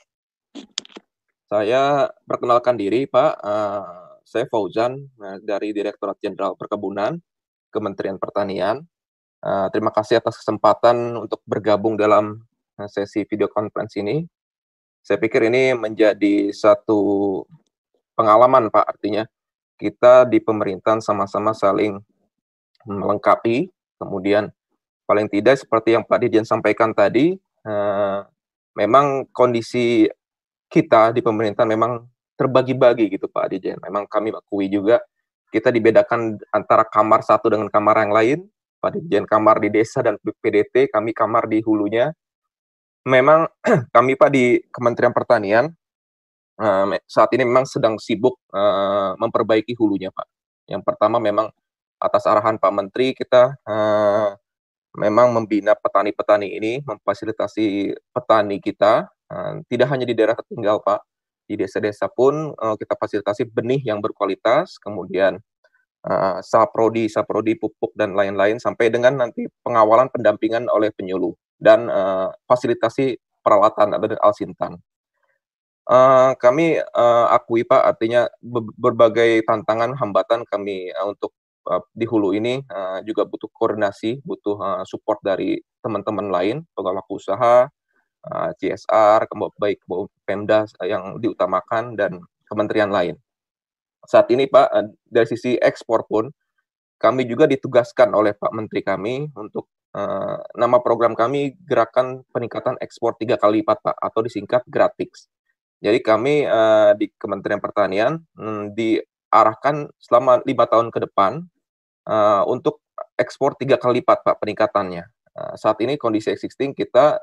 Saya perkenalkan diri Pak, uh, saya Fauzan uh, dari Direktorat Jenderal Perkebunan, Kementerian Pertanian. Uh, terima kasih atas kesempatan untuk bergabung dalam uh, sesi video conference ini. Saya pikir ini menjadi satu pengalaman Pak, artinya kita di pemerintahan sama-sama saling melengkapi, kemudian paling tidak seperti yang Pak Dirjen sampaikan tadi, eh, memang kondisi kita di pemerintahan memang terbagi-bagi gitu Pak Dirjen. Memang kami akui juga kita dibedakan antara kamar satu dengan kamar yang lain. Pak Dirjen kamar di desa dan P D T, kami kamar di hulunya. Memang kami Pak di Kementerian Pertanian uh, saat ini memang sedang sibuk uh, memperbaiki hulunya Pak. Yang pertama memang atas arahan Pak Menteri kita uh, memang membina petani-petani ini, memfasilitasi petani kita, uh, tidak hanya di daerah tertinggal Pak, di desa-desa pun uh, kita fasilitasi benih yang berkualitas, kemudian uh, saprodi, saprodi pupuk dan lain-lain, sampai dengan nanti pengawalan pendampingan oleh penyuluh dan uh, fasilitasi perawatan dan alsintan. Uh, kami uh, akui Pak, artinya be berbagai tantangan hambatan kami uh, untuk uh, di hulu ini uh, juga butuh koordinasi, butuh uh, support dari teman-teman lain, pelaku usaha, uh, C S R, baik Pemda yang diutamakan dan kementerian lain. Saat ini Pak, uh, dari sisi ekspor pun kami juga ditugaskan oleh Pak Menteri kami untuk uh, nama program kami Gerakan Peningkatan Ekspor Tiga Kali Lipat Pak, atau disingkat Gratix. Jadi kami uh, di Kementerian Pertanian hmm, diarahkan selama lima tahun ke depan uh, untuk ekspor tiga kali lipat Pak peningkatannya. Uh, saat ini kondisi existing kita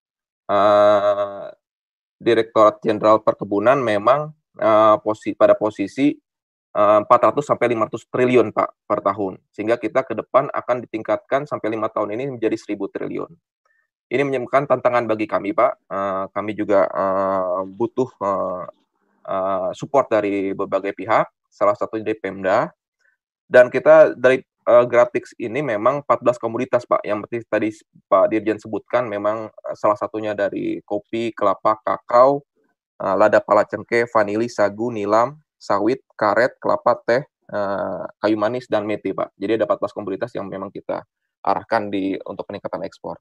uh, Direktorat Jenderal Perkebunan memang uh, posi pada posisi uh, empat ratus sampai lima ratus triliun Pak per tahun. Sehingga kita ke depan akan ditingkatkan sampai lima tahun ini menjadi seribu triliun. Ini menyebabkan tantangan bagi kami, Pak. Uh, kami juga uh, butuh uh, uh, support dari berbagai pihak, salah satunya dari Pemda. Dan kita dari uh, Gratix ini memang empat belas komoditas, Pak. Yang tadi Pak Dirjen sebutkan memang uh, salah satunya dari kopi, kelapa, kakao, uh, lada pala cengkeh, vanili, sagu, nilam, sawit, karet, kelapa, teh, uh, kayu manis, dan mete, Pak. Jadi ada empat belas komoditas yang memang kita arahkan di untuk peningkatan ekspor.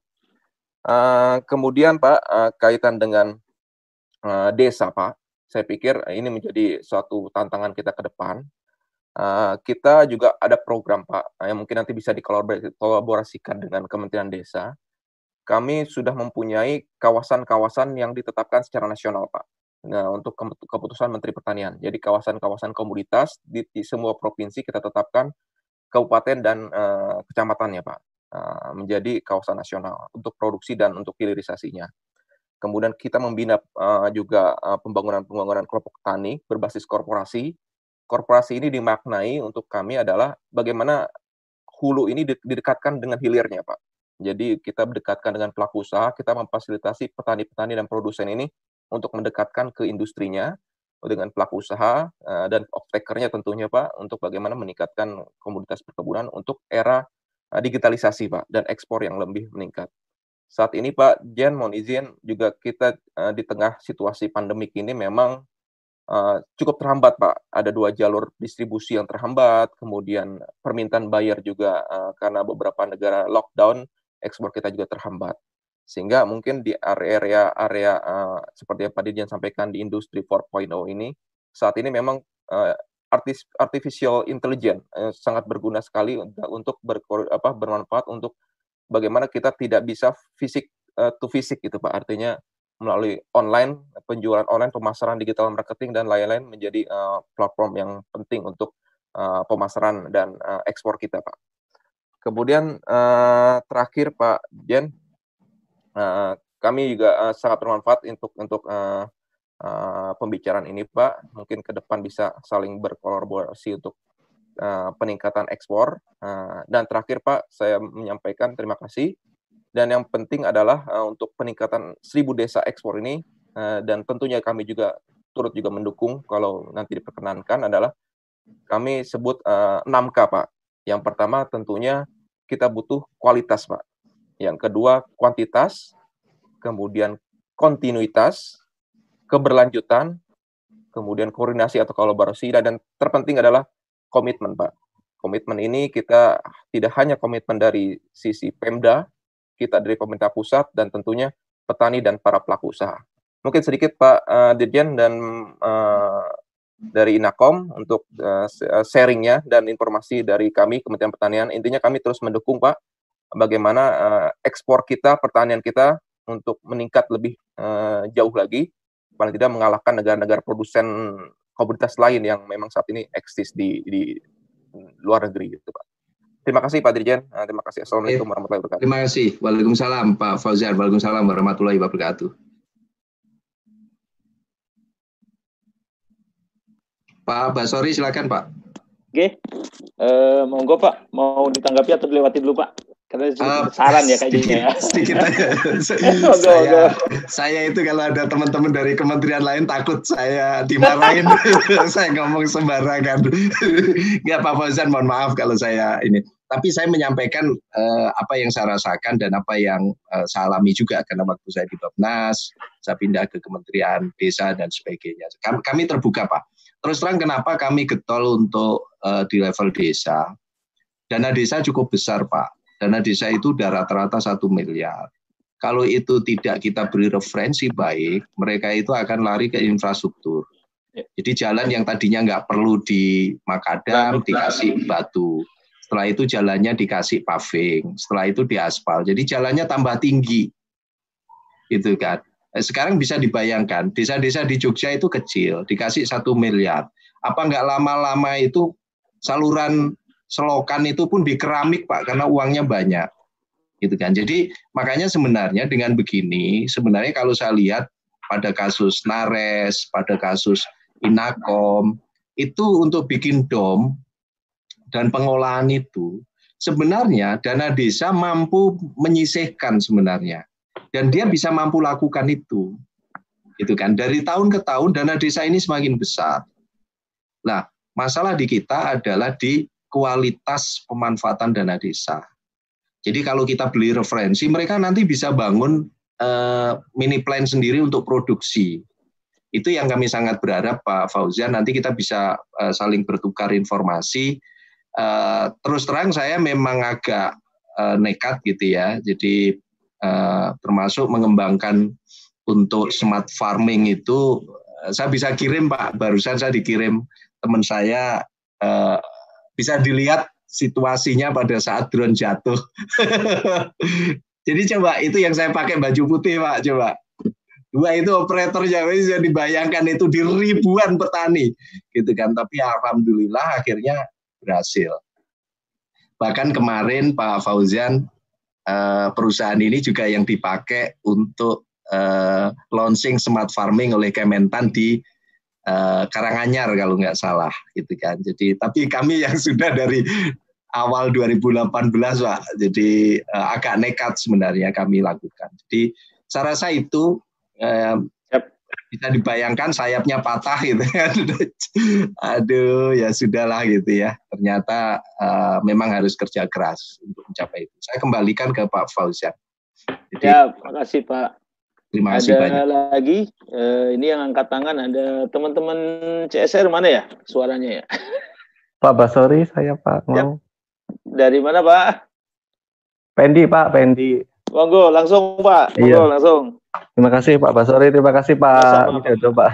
Uh, kemudian Pak, uh, kaitan dengan uh, desa Pak, saya pikir ini menjadi suatu tantangan kita ke depan. Uh, kita juga ada program Pak, yang mungkin nanti bisa dikolaborasikan dengan Kementerian Desa. Kami sudah mempunyai kawasan-kawasan yang ditetapkan secara nasional Pak, nah, untuk keputusan Menteri Pertanian. Jadi kawasan-kawasan komoditas di, di semua provinsi kita tetapkan kabupaten dan uh, kecamatannya Pak, menjadi kawasan nasional untuk produksi dan untuk hilirisasinya. Kemudian kita membina uh, juga uh, pembangunan-pembangunan kelompok tani berbasis korporasi. Korporasi ini dimaknai untuk kami adalah bagaimana hulu ini didekatkan dengan hilirnya, Pak. Jadi kita mendekatkan dengan pelaku usaha, kita memfasilitasi petani-petani dan produsen ini untuk mendekatkan ke industrinya dengan pelaku usaha uh, dan off-taker-nya tentunya, Pak, untuk bagaimana meningkatkan komoditas perkebunan untuk era digitalisasi Pak dan ekspor yang lebih meningkat. Saat ini Pak Jen mohon izin juga kita uh, di tengah situasi pandemik ini memang uh, cukup terhambat Pak. Ada dua jalur distribusi yang terhambat, kemudian permintaan buyer juga uh, karena beberapa negara lockdown, ekspor kita juga terhambat. Sehingga mungkin di area-area uh, seperti yang Pak Dirjen sampaikan di industri empat titik nol ini saat ini memang uh, artificial intelligence eh, sangat berguna sekali untuk ber, apa, bermanfaat untuk bagaimana kita tidak bisa fisik uh, to fisik gitu Pak, artinya melalui online, penjualan online, pemasaran digital marketing dan lain-lain menjadi uh, platform yang penting untuk uh, pemasaran dan uh, ekspor kita Pak. Kemudian uh, terakhir Pak Jen, uh, kami juga uh, sangat bermanfaat untuk untuk uh, Uh, pembicaraan ini Pak, mungkin ke depan bisa saling berkolaborasi untuk uh, peningkatan ekspor. Uh, dan terakhir Pak, saya menyampaikan terima kasih. Dan yang penting adalah uh, untuk peningkatan seribu desa ekspor ini, uh, dan tentunya kami juga turut juga mendukung kalau nanti diperkenankan adalah kami sebut uh, enam K Pak. Yang pertama tentunya kita butuh kualitas Pak. Yang kedua kuantitas, kemudian kontinuitas, keberlanjutan, kemudian koordinasi atau kolaborasi, dan terpenting adalah komitmen, Pak. Komitmen ini kita tidak hanya komitmen dari sisi Pemda, kita dari pemerintah pusat, dan tentunya petani dan para pelaku usaha. Mungkin sedikit Pak uh, Dirjen dan uh, dari Inakom untuk uh, sharingnya dan informasi dari kami, Kementerian Pertanian. Intinya kami terus mendukung, Pak, bagaimana uh, ekspor kita, pertanian kita, untuk meningkat lebih uh, jauh lagi, paling tidak mengalahkan negara-negara produsen komoditas lain yang memang saat ini eksis di, di luar negeri gitu Pak. Terima kasih Pak Dirjen. Terima kasih. Assalamualaikum warahmatullahi wabarakatuh. Terima kasih. Waalaikumsalam Pak Fauzan. Waalaikumsalam warahmatullahi wabarakatuh. Pak Basori silakan Pak. Oke, uh, monggo Pak. Mau ditanggapi atau dilewati dulu Pak? Karena sedikit uh, saran ya kayaknya ya. Sedikit aja. saya, saya itu kalau ada teman-teman dari kementerian lain takut saya dimarahin. Saya ngomong sembarangan. Nggak Pak Fauzan, mohon maaf kalau saya ini. Tapi saya menyampaikan uh, apa yang saya rasakan dan apa yang uh, saya alami juga. Karena waktu saya di Bappenas, saya pindah ke Kementerian Desa dan sebagainya. Kami, kami terbuka Pak. Terus terang kenapa kami getol untuk uh, di level desa. Dana desa cukup besar, Pak. Dana desa itu udah rata-rata satu miliar. Kalau itu tidak kita beri referensi baik, mereka itu akan lari ke infrastruktur. Jadi jalan yang tadinya nggak perlu di makadam, dikasih batu. Setelah itu jalannya dikasih paving. Setelah itu diaspal. Jadi jalannya tambah tinggi. Gitu kan. Sekarang bisa dibayangkan, desa-desa di Jogja itu kecil, dikasih satu miliar. Apa nggak lama-lama itu saluran selokan itu pun di keramik, Pak, karena uangnya banyak, gitu kan. Jadi makanya sebenarnya dengan begini, sebenarnya kalau saya lihat pada kasus Nares, pada kasus Inakom, itu untuk bikin dom dan pengolahan itu, sebenarnya dana desa mampu menyisihkan sebenarnya, dan dia bisa mampu lakukan itu, gitu kan. Dari tahun ke tahun dana desa ini semakin besar. Nah, masalah di kita adalah di kualitas pemanfaatan dana desa. Jadi kalau kita beli referensi, mereka nanti bisa bangun uh, mini plan sendiri untuk produksi. Itu yang kami sangat berharap, Pak Fauzan, nanti kita bisa uh, saling bertukar informasi. Uh, terus terang saya memang agak uh, nekat gitu ya, jadi uh, termasuk mengembangkan untuk smart farming itu, uh, saya bisa kirim, Pak, barusan saya dikirim teman saya, uh, bisa dilihat situasinya pada saat drone jatuh. Jadi coba itu yang saya pakai baju putih, Pak, coba. Dua itu operatornya bisa dibayangkan itu di ribuan petani, gitu kan. Tapi alhamdulillah akhirnya berhasil. Bahkan kemarin Pak Fauzan, perusahaan ini juga yang dipakai untuk launching smart farming oleh Kementan di Uh, Karanganyar kalau nggak salah, gitu kan. Jadi tapi kami yang sudah dari awal dua ribu delapan belas, Pak, jadi uh, agak nekat sebenarnya kami lakukan. Jadi saya rasa itu uh, yep. bisa dibayangkan sayapnya patah gitu kan. Aduh, ya sudahlah gitu ya. Ternyata uh, memang harus kerja keras untuk mencapai itu. Saya kembalikan ke Pak Fauzan. Jadi, ya, terima kasih Pak. Terima kasih ada banyak. lagi, eh, ini yang angkat tangan, ada teman-teman C S R mana ya suaranya ya? Pak Basori, saya Pak. Mau. Dari mana Pak? Pendi Pak, Pendi. Monggo, langsung Pak, monggo iya. langsung. Terima kasih Pak Basori, terima kasih Pak Widodo, Pak.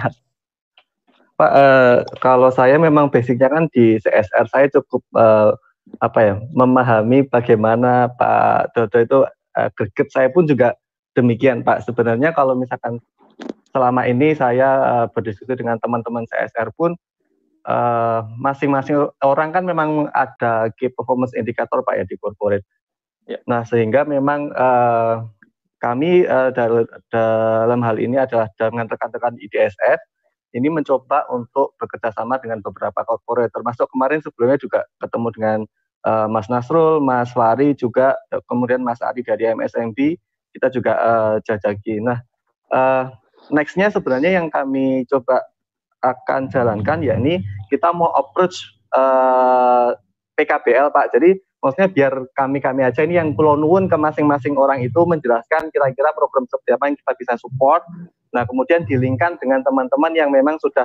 Pak, eh, kalau saya memang basicnya kan di C S R, saya cukup eh, apa ya, memahami bagaimana Pak Dodo itu eh, greget. Saya pun juga demikian, Pak. Sebenarnya kalau misalkan selama ini saya uh, berdiskusi dengan teman-teman C S R pun masing-masing uh, orang kan memang ada key performance indicator, Pak, ya, di corporate. Ya. Nah, sehingga memang uh, kami uh, dalam, dalam hal ini adalah dengan rekan-rekan I D S S ini mencoba untuk bekerja sama dengan beberapa corporate, termasuk kemarin sebelumnya juga ketemu dengan uh, Mas Nasrul, Mas Fahri juga, kemudian Mas Ari dari M S M B. Kita juga uh, jajaki. Nah, uh, next-nya sebenarnya yang kami coba akan jalankan, yakni kita mau approach uh, P K B L, Pak. Jadi maksudnya biar kami-kami aja ini yang pulau nuwun ke masing-masing orang itu menjelaskan kira-kira program seperti apa yang kita bisa support. Nah, kemudian dilingkan dengan teman-teman yang memang sudah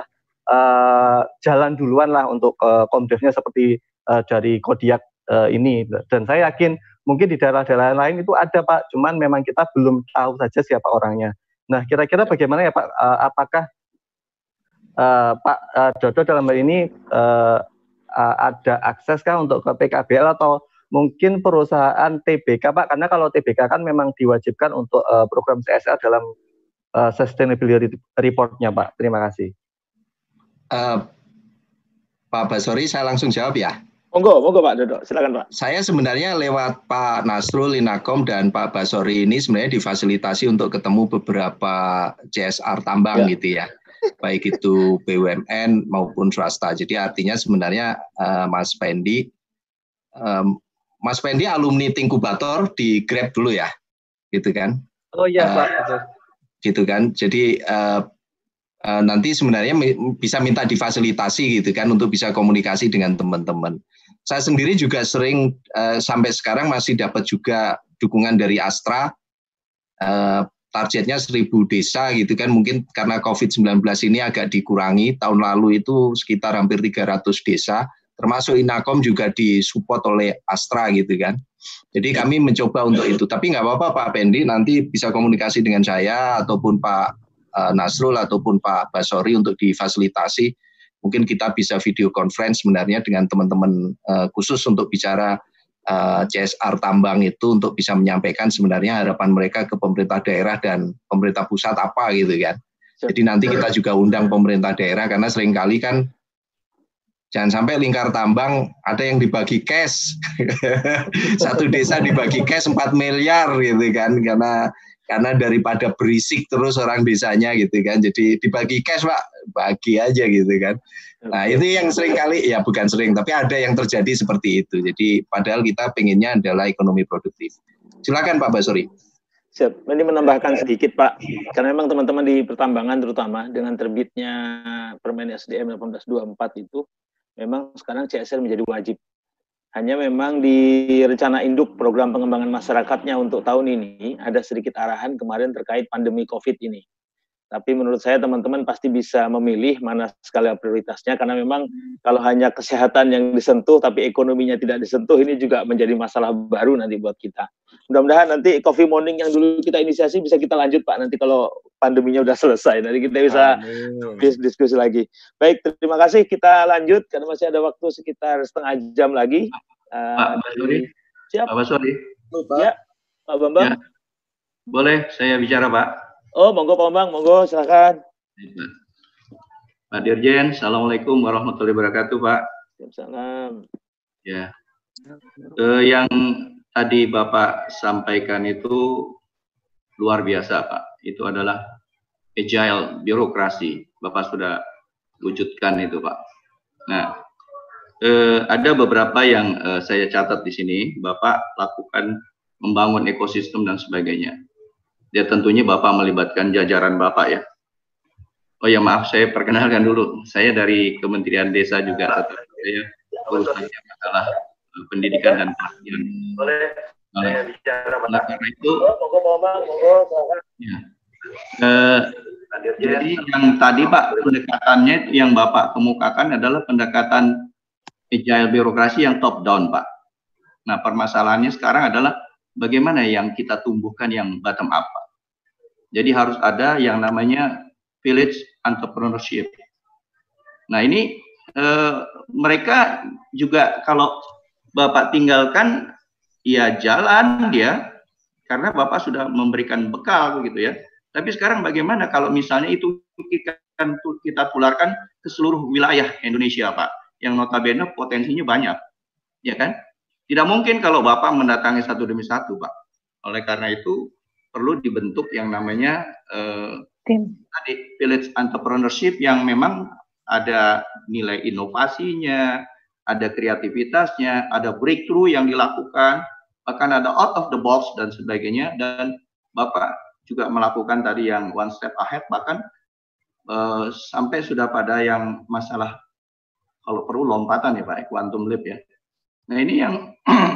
uh, jalan duluan lah untuk uh, komdevnya seperti uh, dari Kodiak uh, ini. Dan saya yakin mungkin di daerah-daerah lain itu ada, Pak, cuman memang kita belum tahu saja siapa orangnya. Nah, kira-kira bagaimana ya, Pak? Uh, apakah uh, Pak uh, Dodo dalam hal ini uh, uh, ada akses kah untuk ke P K B L atau mungkin perusahaan T B K, Pak? Karena kalau T B K kan memang diwajibkan untuk uh, program C S R dalam uh, sustainability report-nya, Pak. Terima kasih. Uh, Pak Basori, saya langsung jawab ya. Monggo, monggo Pak Dodo, silakan Pak. Saya sebenarnya lewat Pak Nasrul, Inakom, dan Pak Basori ini sebenarnya difasilitasi untuk ketemu beberapa C S R tambang ya. Gitu ya. Baik itu B U M N maupun swasta. Jadi artinya sebenarnya uh, Mas Pendi, um, Mas Pendi alumni Tinkubator di Grab dulu ya, gitu kan? Oh iya, uh, Pak. Gitu kan. Jadi uh, uh, nanti sebenarnya bisa minta difasilitasi gitu kan untuk bisa komunikasi dengan teman-teman. Saya sendiri juga sering uh, sampai sekarang masih dapat juga dukungan dari Astra. Uh, targetnya seribu desa gitu kan, mungkin karena covid sembilan belas ini agak dikurangi. Tahun lalu itu sekitar hampir tiga ratus desa termasuk Inakom juga disupport oleh Astra gitu kan. Jadi kami mencoba untuk itu. Tapi nggak apa-apa Pak Pendi, nanti bisa komunikasi dengan saya ataupun Pak uh, Nasrul ataupun Pak Basori untuk difasilitasi. Mungkin kita bisa video conference sebenarnya dengan teman-teman uh, khusus untuk bicara uh, C S R tambang itu untuk bisa menyampaikan sebenarnya harapan mereka ke pemerintah daerah dan pemerintah pusat apa gitu kan. Jadi nanti kita juga undang pemerintah daerah karena seringkali kan jangan sampai lingkar tambang ada yang dibagi cash. Satu desa dibagi cash empat miliar gitu kan karena karena daripada berisik terus orang desanya gitu kan. Jadi dibagi cash Pak, bagi aja gitu kan. Nah, itu yang seringkali ya bukan sering tapi ada yang terjadi seperti itu. Jadi padahal kita pengennya adalah ekonomi produktif. Silakan Pak Basori. Siap. Ini menambahkan sedikit Pak, karena memang teman-teman di pertambangan terutama dengan terbitnya Permen S D M delapan belas dua puluh empat itu, memang sekarang C S R menjadi wajib. Hanya memang di rencana induk program pengembangan masyarakatnya untuk tahun ini ada sedikit arahan kemarin terkait pandemi COVID ini. Tapi menurut saya teman-teman pasti bisa memilih mana skala prioritasnya karena memang kalau hanya kesehatan yang disentuh tapi ekonominya tidak disentuh ini juga menjadi masalah baru nanti buat kita. Mudah-mudahan nanti coffee morning yang dulu kita inisiasi bisa kita lanjut Pak nanti kalau pandeminya udah selesai. Nanti kita bisa Amin. diskusi lagi. Baik, terima kasih. Kita lanjut karena masih ada waktu sekitar setengah jam lagi. Pak Basori. Siap. Pak Basori. Ya, Pak Bambang. Ya. Boleh saya bicara Pak? Oh, monggo Pak Bambang, monggo silakan. Pak Dirjen, Assalamualaikum warahmatullahi wabarakatuh Pak. Salam. Ya, eh, yang tadi Bapak sampaikan itu luar biasa Pak. Itu adalah agile birokrasi. Bapak sudah wujudkan itu Pak. Nah, eh, ada beberapa yang eh, saya catat di sini. Bapak lakukan membangun ekosistem dan sebagainya. Ya tentunya Bapak melibatkan jajaran Bapak ya. Oh ya maaf saya perkenalkan dulu. Saya dari Kementerian Desa juga. Saya urusannya masalah pendidikan dan pelatihan. Boleh. Saya bicara Nah karena itu. Ya. Eh, jadi yang tadi Pak pendekatannya yang Bapak kemukakan adalah pendekatan agile birokrasi yang top down Pak. Nah permasalahannya sekarang adalah bagaimana yang kita tumbuhkan yang bottom up. Jadi harus ada yang namanya village entrepreneurship. Nah ini eh, mereka juga kalau Bapak tinggalkan ya jalan dia karena Bapak sudah memberikan bekal begitu ya. Tapi sekarang bagaimana kalau misalnya itu kita, kita tularkan ke seluruh wilayah Indonesia Pak, yang notabene potensinya banyak, ya kan? Tidak mungkin kalau Bapak mendatangi satu demi satu, Pak. Oleh karena itu, perlu dibentuk yang namanya eh, tadi village entrepreneurship yang memang ada nilai inovasinya, ada kreativitasnya, ada breakthrough yang dilakukan, bahkan ada out of the box dan sebagainya. Dan Bapak juga melakukan tadi yang one step ahead, bahkan eh, sampai sudah pada yang masalah kalau perlu lompatan ya Pak, quantum leap ya. Nah ini yang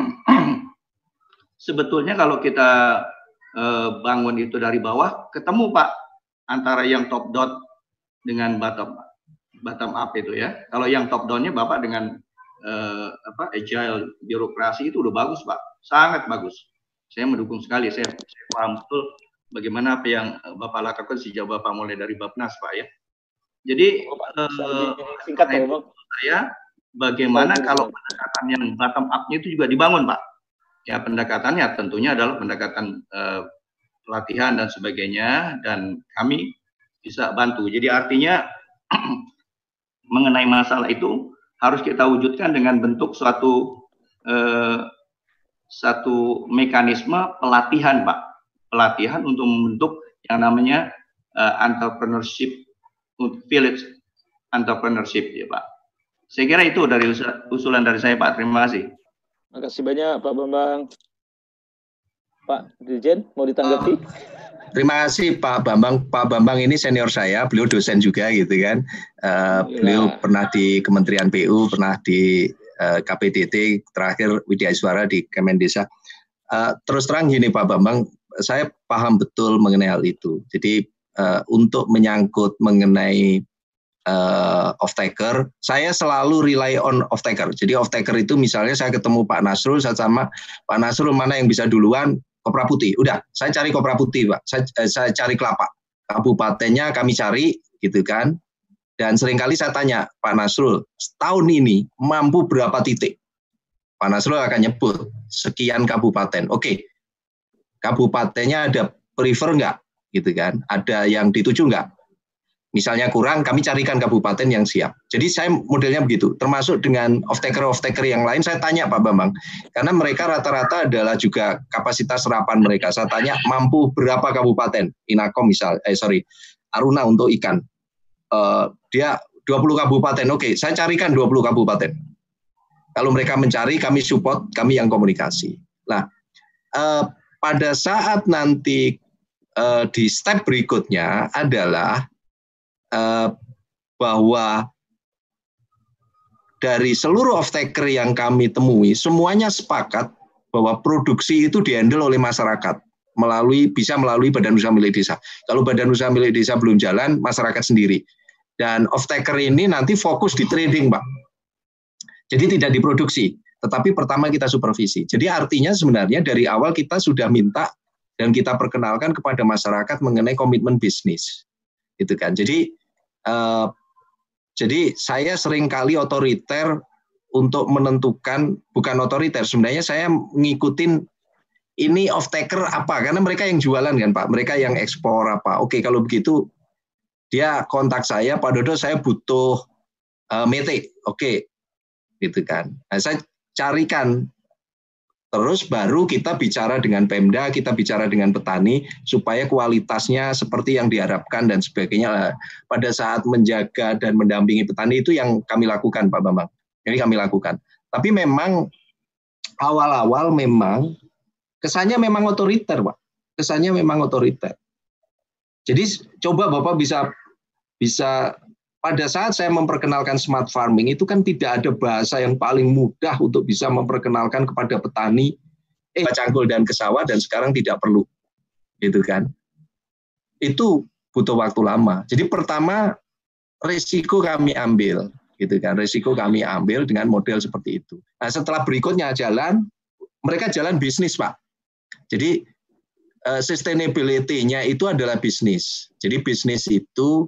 sebetulnya kalau kita eh, bangun itu dari bawah, ketemu Pak antara yang top down dengan bottom bottom up itu ya. Kalau yang top downnya Bapak dengan eh, apa agile birokrasi itu udah bagus Pak, sangat bagus. Saya mendukung sekali. Saya, saya paham betul bagaimana apa yang Bapak lakukan sejak Bapak mulai dari Bapnas Pak ya. Jadi oh, Pak, eh, singkat Pak, itu, saya bagaimana oh, kalau pendekatan yang bottom up-nya itu juga dibangun Pak. Ya pendekatannya tentunya adalah pendekatan eh, pelatihan dan sebagainya, dan kami bisa bantu. Jadi artinya mengenai masalah itu harus kita wujudkan dengan bentuk suatu eh, satu mekanisme pelatihan Pak, pelatihan untuk membentuk yang namanya eh, entrepreneurship, village entrepreneurship ya Pak. Saya kira itu dari usulan dari saya Pak. Terima kasih. Terima kasih banyak Pak Bambang. Pak Dirjen, mau ditanggapi? Uh, terima kasih Pak Bambang. Pak Bambang ini senior saya, beliau dosen juga gitu kan. Uh, beliau pernah di Kementerian P U, pernah di uh, K P D T, terakhir Widya Iswara di Kemendesa. Uh, terus terang gini Pak Bambang, saya paham betul mengenai hal itu. Jadi uh, untuk menyangkut mengenai uh, off-taker, saya selalu rely on off-taker. Jadi off-taker itu misalnya saya ketemu Pak Nasrul, saya sama Pak Nasrul mana yang bisa duluan, kopra putih. Udah, saya cari kopra putih, Pak. Saya, eh, saya cari kelapa. Kabupatennya kami cari, gitu kan. Dan seringkali saya tanya, Pak Nasrul, setahun ini mampu berapa titik? Pak Nasrul akan nyebut, sekian kabupaten. Oke, kabupatennya ada prefer nggak? Gitu kan. Ada yang dituju nggak? Misalnya kurang, kami carikan kabupaten yang siap. Jadi saya modelnya begitu, termasuk dengan off-taker-off-taker yang lain, saya tanya Pak Bambang, karena mereka rata-rata adalah juga kapasitas serapan mereka. Saya tanya, mampu berapa kabupaten? Inakom misal, eh sorry, Aruna untuk ikan. Uh, dia dua puluh kabupaten, oke, saya carikan dua puluh kabupaten. Kalau mereka mencari, kami support, kami yang komunikasi. Nah, uh, pada saat nanti uh, di step berikutnya adalah Uh, bahwa dari seluruh off-taker yang kami temui, semuanya sepakat bahwa produksi itu dihandle oleh masyarakat, melalui bisa melalui Badan Usaha Milik Desa. Kalau Badan Usaha Milik Desa belum jalan, masyarakat sendiri. Dan off-taker ini nanti fokus di trading, Pak. Jadi tidak diproduksi, tetapi pertama kita supervisi. Jadi artinya sebenarnya dari awal kita sudah minta dan kita perkenalkan kepada masyarakat mengenai komitmen bisnis. Gitu kan. Jadi Uh, jadi saya seringkali otoriter untuk menentukan, bukan otoriter, sebenarnya saya ngikutin ini off-taker apa, karena mereka yang jualan kan Pak, mereka yang ekspor apa. Oke, kalau begitu dia kontak saya, Pak Dodo saya butuh uh, mete, oke, gitu kan. Nah, saya carikan, terus baru kita bicara dengan Pemda, kita bicara dengan petani, supaya kualitasnya seperti yang diharapkan dan sebagainya. Pada saat menjaga dan mendampingi petani itu yang kami lakukan, Pak Bambang. Ini kami lakukan. Tapi memang awal-awal memang kesannya memang otoriter, Pak. Kesannya memang otoriter. Jadi coba Bapak bisa bisa pada saat saya memperkenalkan smart farming itu kan tidak ada bahasa yang paling mudah untuk bisa memperkenalkan kepada petani eh cangkul dan ke sawah dan sekarang tidak perlu. Gitu kan. Itu butuh waktu lama. Jadi pertama risiko kami ambil, gitu kan. Risiko kami ambil dengan model seperti itu. Nah, setelah berikutnya jalan, mereka jalan bisnis, Pak. Jadi uh, sustainability-nya itu adalah bisnis. Jadi bisnis itu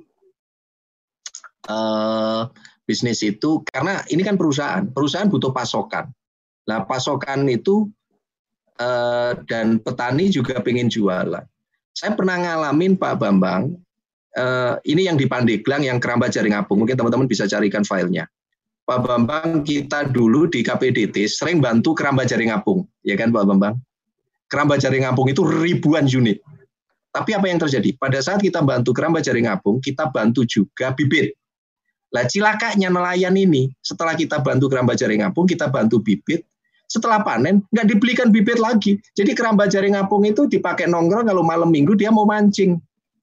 Uh, bisnis itu karena ini kan perusahaan, perusahaan butuh pasokan. Nah pasokan itu uh, dan petani juga pengen jualan. Saya pernah ngalamin Pak Bambang, uh, ini yang di Pandeglang, yang Keramba Jaring Apung, mungkin teman-teman bisa carikan filenya. Pak Bambang, kita dulu di K P D T sering bantu Keramba Jaring Apung, ya kan Pak Bambang? Keramba Jaring Apung itu ribuan unit. Tapi apa yang terjadi? Pada saat kita bantu Keramba Jaring Apung, kita bantu juga bibit. Lah cilakanya nelayan ini, setelah kita bantu Keramba Jaring Apung, kita bantu bibit, setelah panen, nggak dibelikan bibit lagi. Jadi Keramba Jaring Apung itu dipakai nongkrong, kalau malam minggu dia mau mancing.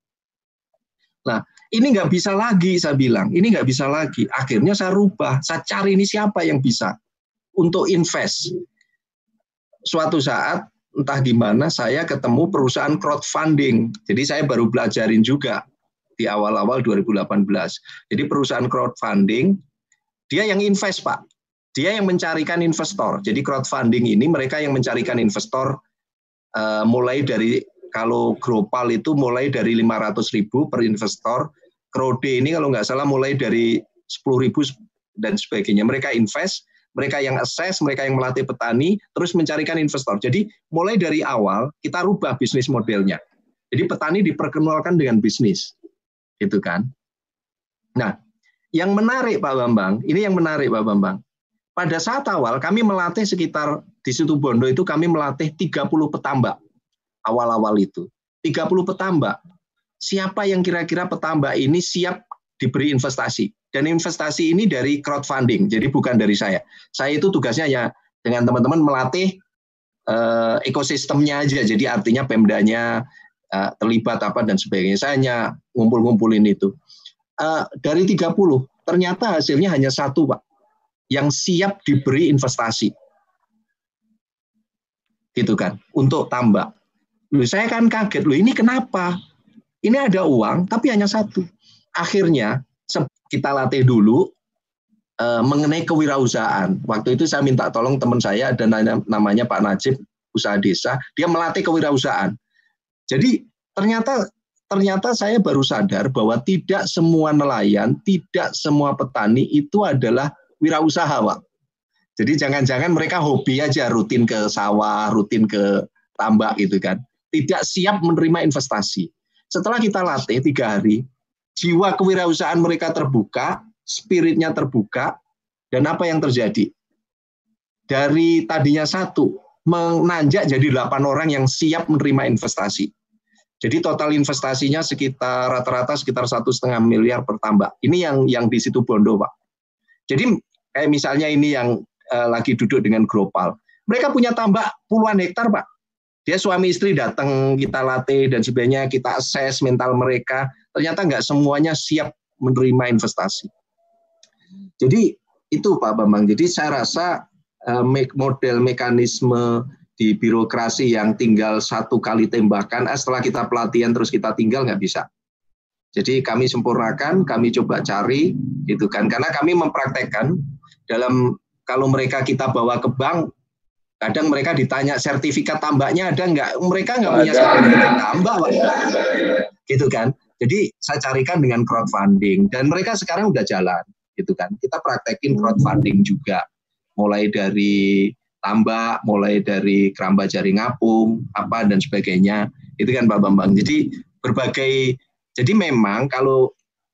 Nah, ini nggak bisa lagi, saya bilang. Ini nggak bisa lagi. Akhirnya saya rubah, saya cari ini siapa yang bisa untuk invest. Suatu saat, entah gimana, saya ketemu perusahaan crowdfunding. Jadi saya baru belajarin juga di awal-awal dua ribu delapan belas. Jadi perusahaan crowdfunding, dia yang invest, Pak. Dia yang mencarikan investor. Jadi crowdfunding ini mereka yang mencarikan investor uh, mulai dari, kalau Gropal itu mulai dari lima ratus ribu per investor. Crowde ini kalau nggak salah mulai dari sepuluh ribu dan sebagainya. Mereka invest, mereka yang assess, mereka yang melatih petani, terus mencarikan investor. Jadi mulai dari awal kita rubah bisnis modelnya. Jadi petani diperkenalkan dengan bisnis. Gitu kan. Nah, yang menarik Pak Bambang, ini yang menarik Pak Bambang. Pada saat awal kami melatih sekitar di Situbondo itu kami melatih tiga puluh petambak. Awal-awal itu. tiga puluh petambak. Siapa yang kira-kira petambak ini siap diberi investasi? Dan investasi ini dari crowdfunding, jadi bukan dari saya. Saya itu tugasnya ya dengan teman-teman melatih uh, ekosistemnya aja. Jadi artinya Pemdanya Uh, terlibat apa dan sebagainya. Saya hanya ngumpul-ngumpulin itu. Uh, dari tiga puluh, ternyata hasilnya hanya satu, Pak, yang siap diberi investasi. Gitu kan, untuk tambak. Loh, saya kan kaget, loh ini kenapa? Ini ada uang, tapi hanya satu. Akhirnya, kita latih dulu uh, mengenai kewirausahaan. Waktu itu saya minta tolong teman saya, ada namanya Pak Najib, usaha desa, dia melatih kewirausahaan. Jadi ternyata ternyata saya baru sadar bahwa tidak semua nelayan, tidak semua petani itu adalah wirausaha, Pak. Jadi jangan-jangan mereka hobi aja, rutin ke sawah, rutin ke tambak gitu kan. Tidak siap menerima investasi. Setelah kita latih tiga hari, jiwa kewirausahaan mereka terbuka, spiritnya terbuka, dan apa yang terjadi? Dari tadinya satu, menanjak jadi delapan orang yang siap menerima investasi. Jadi total investasinya sekitar rata-rata sekitar satu setengah miliar per tambak. Ini yang yang di situ Bondo, Pak. Jadi kayak misalnya ini yang uh, lagi duduk dengan Gropal. Mereka punya tambak puluhan hektar, Pak. Dia suami istri datang, kita latih dan sebagainya, kita assess mental mereka. Ternyata nggak semuanya siap menerima investasi. Jadi itu Pak Bambang. Jadi saya rasa uh, model mekanisme di birokrasi yang tinggal satu kali tembakan, eh, setelah kita pelatihan terus kita tinggal, nggak bisa. Jadi kami sempurnakan, kami coba cari, gitu kan. Karena kami mempraktekkan dalam kalau mereka kita bawa ke bank, kadang mereka ditanya sertifikat tambaknya ada nggak? Mereka nggak punya sertifikat tambak, Pak. Gitu kan. Jadi saya carikan dengan crowdfunding dan mereka sekarang udah jalan, gitu kan. Kita praktekin crowdfunding juga, mulai dari tambak, mulai dari keramba jaring apung, apa dan sebagainya, itu kan Pak Bambang. Jadi berbagai, jadi memang kalau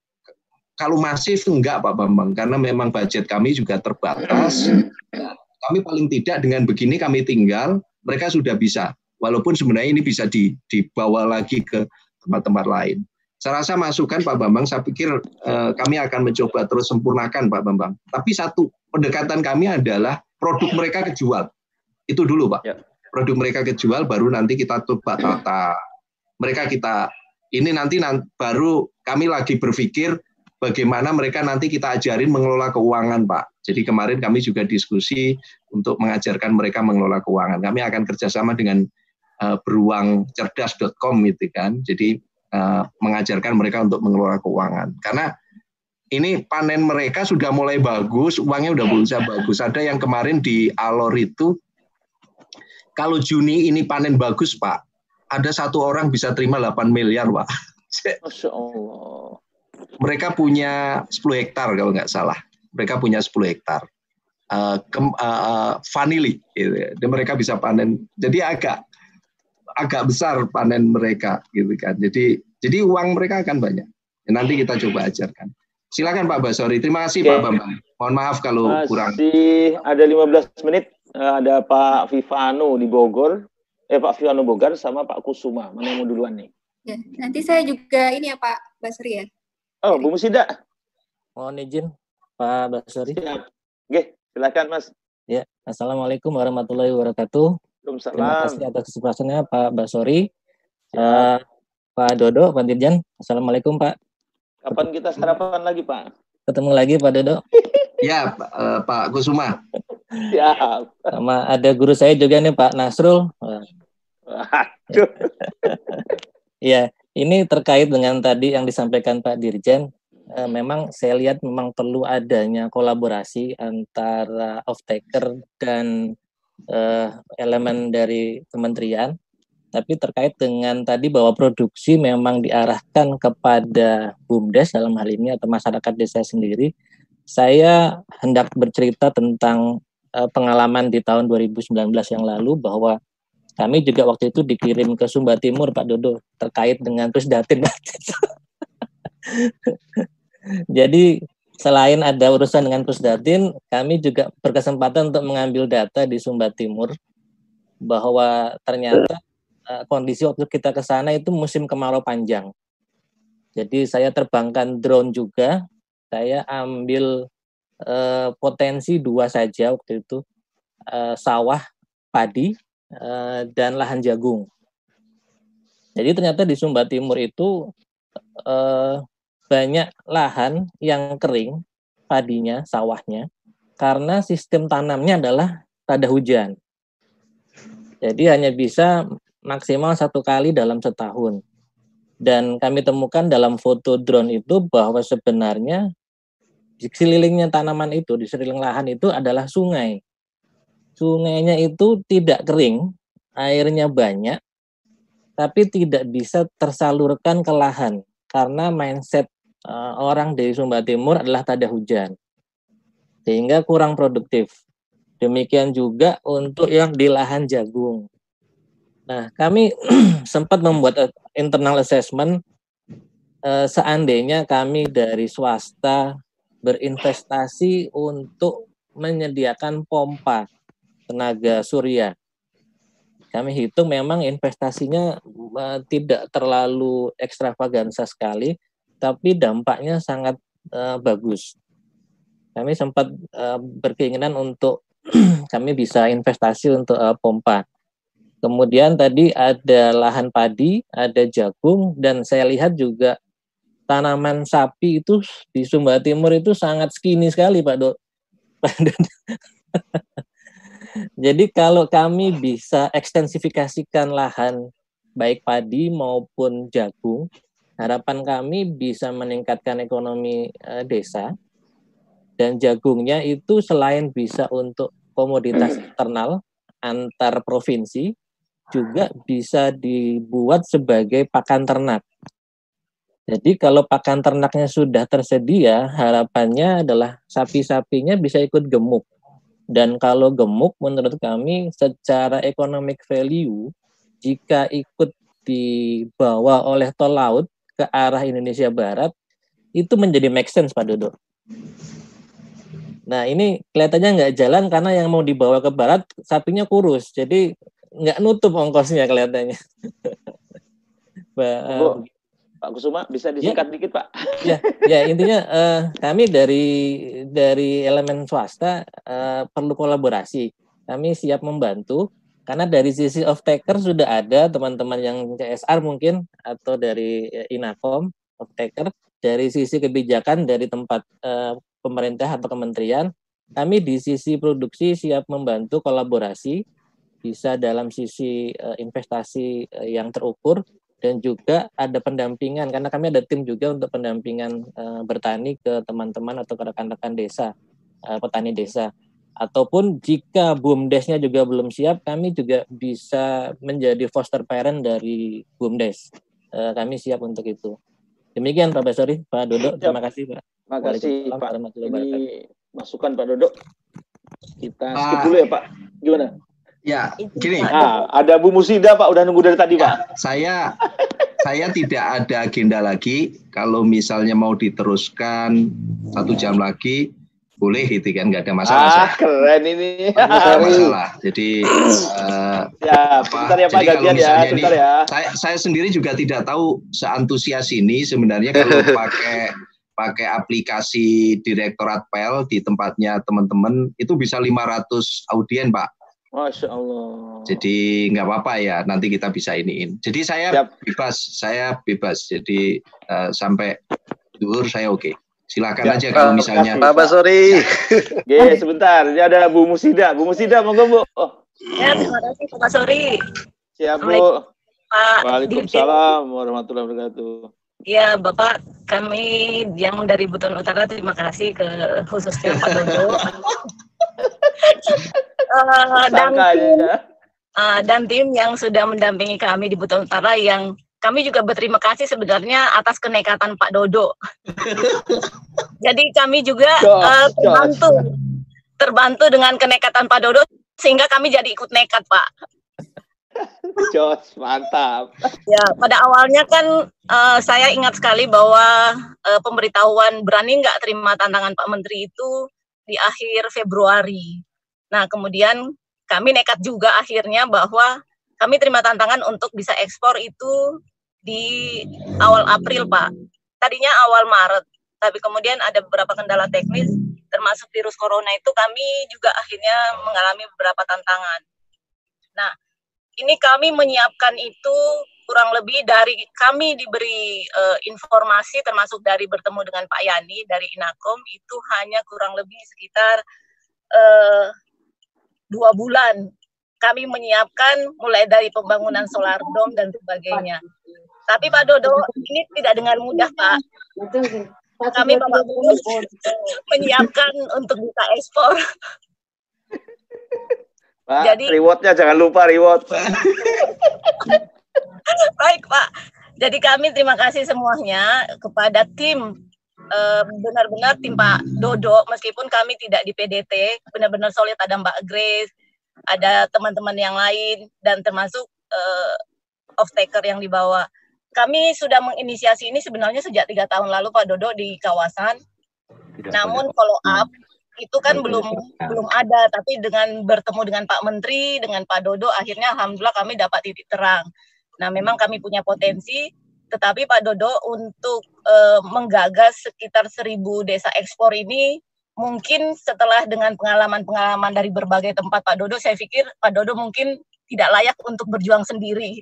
kalau masif enggak Pak Bambang, karena memang budget kami juga terbatas. Kami paling tidak dengan begini kami tinggal, mereka sudah bisa. Walaupun sebenarnya ini bisa dibawa lagi ke tempat-tempat lain. Saya rasa masukan Pak Bambang, saya pikir eh, kami akan mencoba terus sempurnakan Pak Bambang. Tapi satu pendekatan kami adalah produk mereka kejual. Itu dulu Pak. Ya. Produk mereka kejual, baru nanti kita coba tata. Mereka kita, ini nanti, nanti baru kami lagi berpikir bagaimana mereka nanti kita ajarin mengelola keuangan Pak. Jadi kemarin kami juga diskusi untuk mengajarkan mereka mengelola keuangan. Kami akan kerjasama dengan uh, beruang cerdas dot com gitu kan. Jadi uh, mengajarkan mereka untuk mengelola keuangan. Karena ini panen mereka sudah mulai bagus, uangnya udah bisa bagus. Ada yang kemarin di Alor itu, kalau Juni ini panen bagus Pak, ada satu orang bisa terima delapan miliar Pak. Masya Allah. Mereka punya sepuluh hektar kalau nggak salah. Mereka punya sepuluh hektar. Uh, kem, uh, vanili, gitu. Dan mereka bisa panen. Jadi agak agak besar panen mereka, gitu kan. Jadi jadi uang mereka akan banyak. Nanti kita coba ajarkan. Silakan Pak Basori. Terima kasih Oke. Pak Bambang. Mohon maaf kalau Masih kurang. Masih ada lima belas menit. Ada Pak Vivano di Bogor. Eh Pak Vivano Bogor sama Pak Kusuma. Mana yang mau duluan nih? Ya, nanti saya juga ini ya Pak Basri ya. Oh, Bu Musida. Mohon izin Pak Basori. Siap. Oke, silakan Mas. Ya, Assalamualaikum warahmatullahi wabarakatuh. Terima kasih atas kesempatannya Pak Basori. Uh, Pak Dodo, Pak Dirjan. Assalamualaikum Pak. Kapan kita sarapan lagi Pak? Ketemu lagi Pak Dodo. Ya, uh, Pak Kusuma. Ya. Sama ada guru saya juga nih Pak Nasrul. Waduh. Ya, ini terkait dengan tadi yang disampaikan Pak Dirjen. Eh, memang saya lihat memang perlu adanya kolaborasi antara off-taker dan eh, elemen dari kementerian. Tapi terkait dengan tadi bahwa produksi memang diarahkan kepada BUMDes dalam hal ini atau masyarakat desa sendiri. Saya hendak bercerita tentang uh, pengalaman di tahun dua ribu sembilan belas yang lalu bahwa kami juga waktu itu dikirim ke Sumba Timur Pak Dodo terkait dengan Pusdatin. Jadi selain ada urusan dengan Pusdatin, kami juga berkesempatan untuk mengambil data di Sumba Timur bahwa ternyata uh, kondisi waktu kita ke sana itu musim kemarau panjang. Jadi saya terbangkan drone juga. Saya ambil uh, potensi dua saja waktu itu, uh, sawah, padi, uh, dan lahan jagung. Jadi ternyata di Sumba Timur itu uh, banyak lahan yang kering, padinya, sawahnya, karena sistem tanamnya adalah tada hujan. Jadi hanya bisa maksimal satu kali dalam setahun. Dan kami temukan dalam foto drone itu bahwa sebenarnya di sekelilingnya tanaman itu, di sekeliling lahan itu adalah sungai. Sungainya itu tidak kering, airnya banyak, tapi tidak bisa tersalurkan ke lahan karena mindset uh, orang dari Sumba Timur adalah tak ada hujan, sehingga kurang produktif. Demikian juga untuk yang di lahan jagung. Nah, kami sempat membuat internal assessment eh, seandainya kami dari swasta berinvestasi untuk menyediakan pompa tenaga surya. Kami hitung memang investasinya eh, tidak terlalu ekstravagansa sekali, tapi dampaknya sangat eh, bagus. Kami sempat eh, berkeinginan untuk kami bisa investasi untuk uh, pompa. Kemudian tadi ada lahan padi, ada jagung, dan saya lihat juga tanaman sapi itu di Sumba Timur itu sangat skinny sekali, Pak Dok. Jadi kalau kami bisa ekstensifikasikan lahan baik padi maupun jagung, harapan kami bisa meningkatkan ekonomi uh, desa. Dan jagungnya itu selain bisa untuk komoditas internal antar provinsi, juga bisa dibuat sebagai pakan ternak. Jadi kalau pakan ternaknya sudah tersedia, harapannya adalah sapi-sapinya bisa ikut gemuk. Dan kalau gemuk, menurut kami secara economic value, jika ikut dibawa oleh tol laut ke arah Indonesia Barat, itu menjadi make sense, Pak Dodo. Nah ini kelihatannya nggak jalan karena yang mau dibawa ke barat sapinya kurus, jadi nggak nutup ongkosnya kelihatannya. Pak, Bu, Pak Kusuma bisa disingkat ya, dikit Pak? Ya, ya intinya uh, kami dari dari elemen swasta uh, perlu kolaborasi. Kami siap membantu karena dari sisi off-taker sudah ada teman-teman yang C S R mungkin atau dari Inakom off-taker. Dari sisi kebijakan dari tempat uh, pemerintah atau kementerian, kami di sisi produksi siap membantu kolaborasi, bisa dalam sisi uh, investasi uh, yang terukur, dan juga ada pendampingan, karena kami ada tim juga untuk pendampingan uh, bertani ke teman-teman atau ke rekan-rekan desa, uh, petani desa. Ataupun jika BUMDes-nya juga belum siap, kami juga bisa menjadi foster parent dari BUMDes. Uh, kami siap untuk itu. Demikian Pak Basori, Pak Dodo, terima kasih Pak. Terima kasih Pak. Ini masukan Pak Dodo. Kita skip dulu ya Pak. Gimana? Ya, gini. Ah, ada Bu Musida Pak, udah nunggu dari tadi ya, Pak. Saya saya tidak ada agenda lagi. Kalau misalnya mau diteruskan satu jam lagi, boleh gitu kan, nggak ada masalah. Ah, saya. Keren ini. Nggak ada masalah. Jadi, uh, ya, sebentar ya Pak, jadi kalau ya, ini, ya. Saya, saya sendiri juga tidak tahu seantusias ini sebenarnya kalau pakai pakai aplikasi Direktorat P E L di tempatnya teman-teman itu bisa lima ratus audien Pak. Masya Allah. Jadi nggak apa-apa ya, nanti kita bisa iniin. Jadi saya Siap. bebas, saya bebas. Jadi uh, sampai duhur saya oke. Okay. Silakan ya, aja kalau misalnya. Pak Basori. Oke, sebentar. Ini ada Bu Musida. Bu Musida, monggo Bu. Oh. Ya, terima kasih Pak Basori. Siap Bu. Pak. Waalaikumsalam warahmatullahi wabarakatuh. Ya, Bapak, kami yang dari Buton Utara terima kasih ke khususnya Pak Dodo. uh, dan tim, uh, dan tim yang sudah mendampingi kami di Buton Utara, yang kami juga berterima kasih sebenarnya atas kenekatan Pak Dodo. Jadi kami juga uh, terbantu terbantu dengan kenekatan Pak Dodo sehingga kami jadi ikut nekat Pak. Jos, mantap. Ya, pada awalnya kan uh, saya ingat sekali bahwa uh, pemberitahuan berani nggak terima tantangan Pak Menteri itu di akhir Februari. Nah, kemudian kami nekat juga akhirnya bahwa kami terima tantangan untuk bisa ekspor itu di awal April, Pak. Tadinya awal Maret, tapi kemudian ada beberapa kendala teknis, termasuk virus corona itu kami juga akhirnya mengalami beberapa tantangan. Nah, ini kami menyiapkan itu kurang lebih dari kami diberi uh, informasi termasuk dari bertemu dengan Pak Yani dari Inakom itu hanya kurang lebih sekitar uh, dua bulan. Kami menyiapkan mulai dari pembangunan solar dome dan sebagainya. Tapi Pak Dodo, ini tidak dengan mudah Pak. kami Bapak Gubernur menyiapkan untuk bisa ekspor. Pak, Jadi rewardnya jangan lupa reward. baik Pak. Jadi kami terima kasih semuanya kepada tim eh, benar-benar tim Pak Dodo, meskipun kami tidak di P D T, benar-benar solid, ada Mbak Grace, ada teman-teman yang lain, dan termasuk eh, off-taker yang dibawa. Kami sudah menginisiasi ini sebenarnya sejak tiga tahun lalu Pak Dodo di kawasan. Tidak Namun follow up itu kan belum belum ada, tapi dengan bertemu dengan Pak Menteri, dengan Pak Dodo, akhirnya alhamdulillah kami dapat titik terang. Nah, memang kami punya potensi, tetapi Pak Dodo untuk uh, menggagas sekitar seribu desa ekspor ini, mungkin setelah dengan pengalaman-pengalaman dari berbagai tempat Pak Dodo, saya pikir Pak Dodo mungkin tidak layak untuk berjuang sendiri.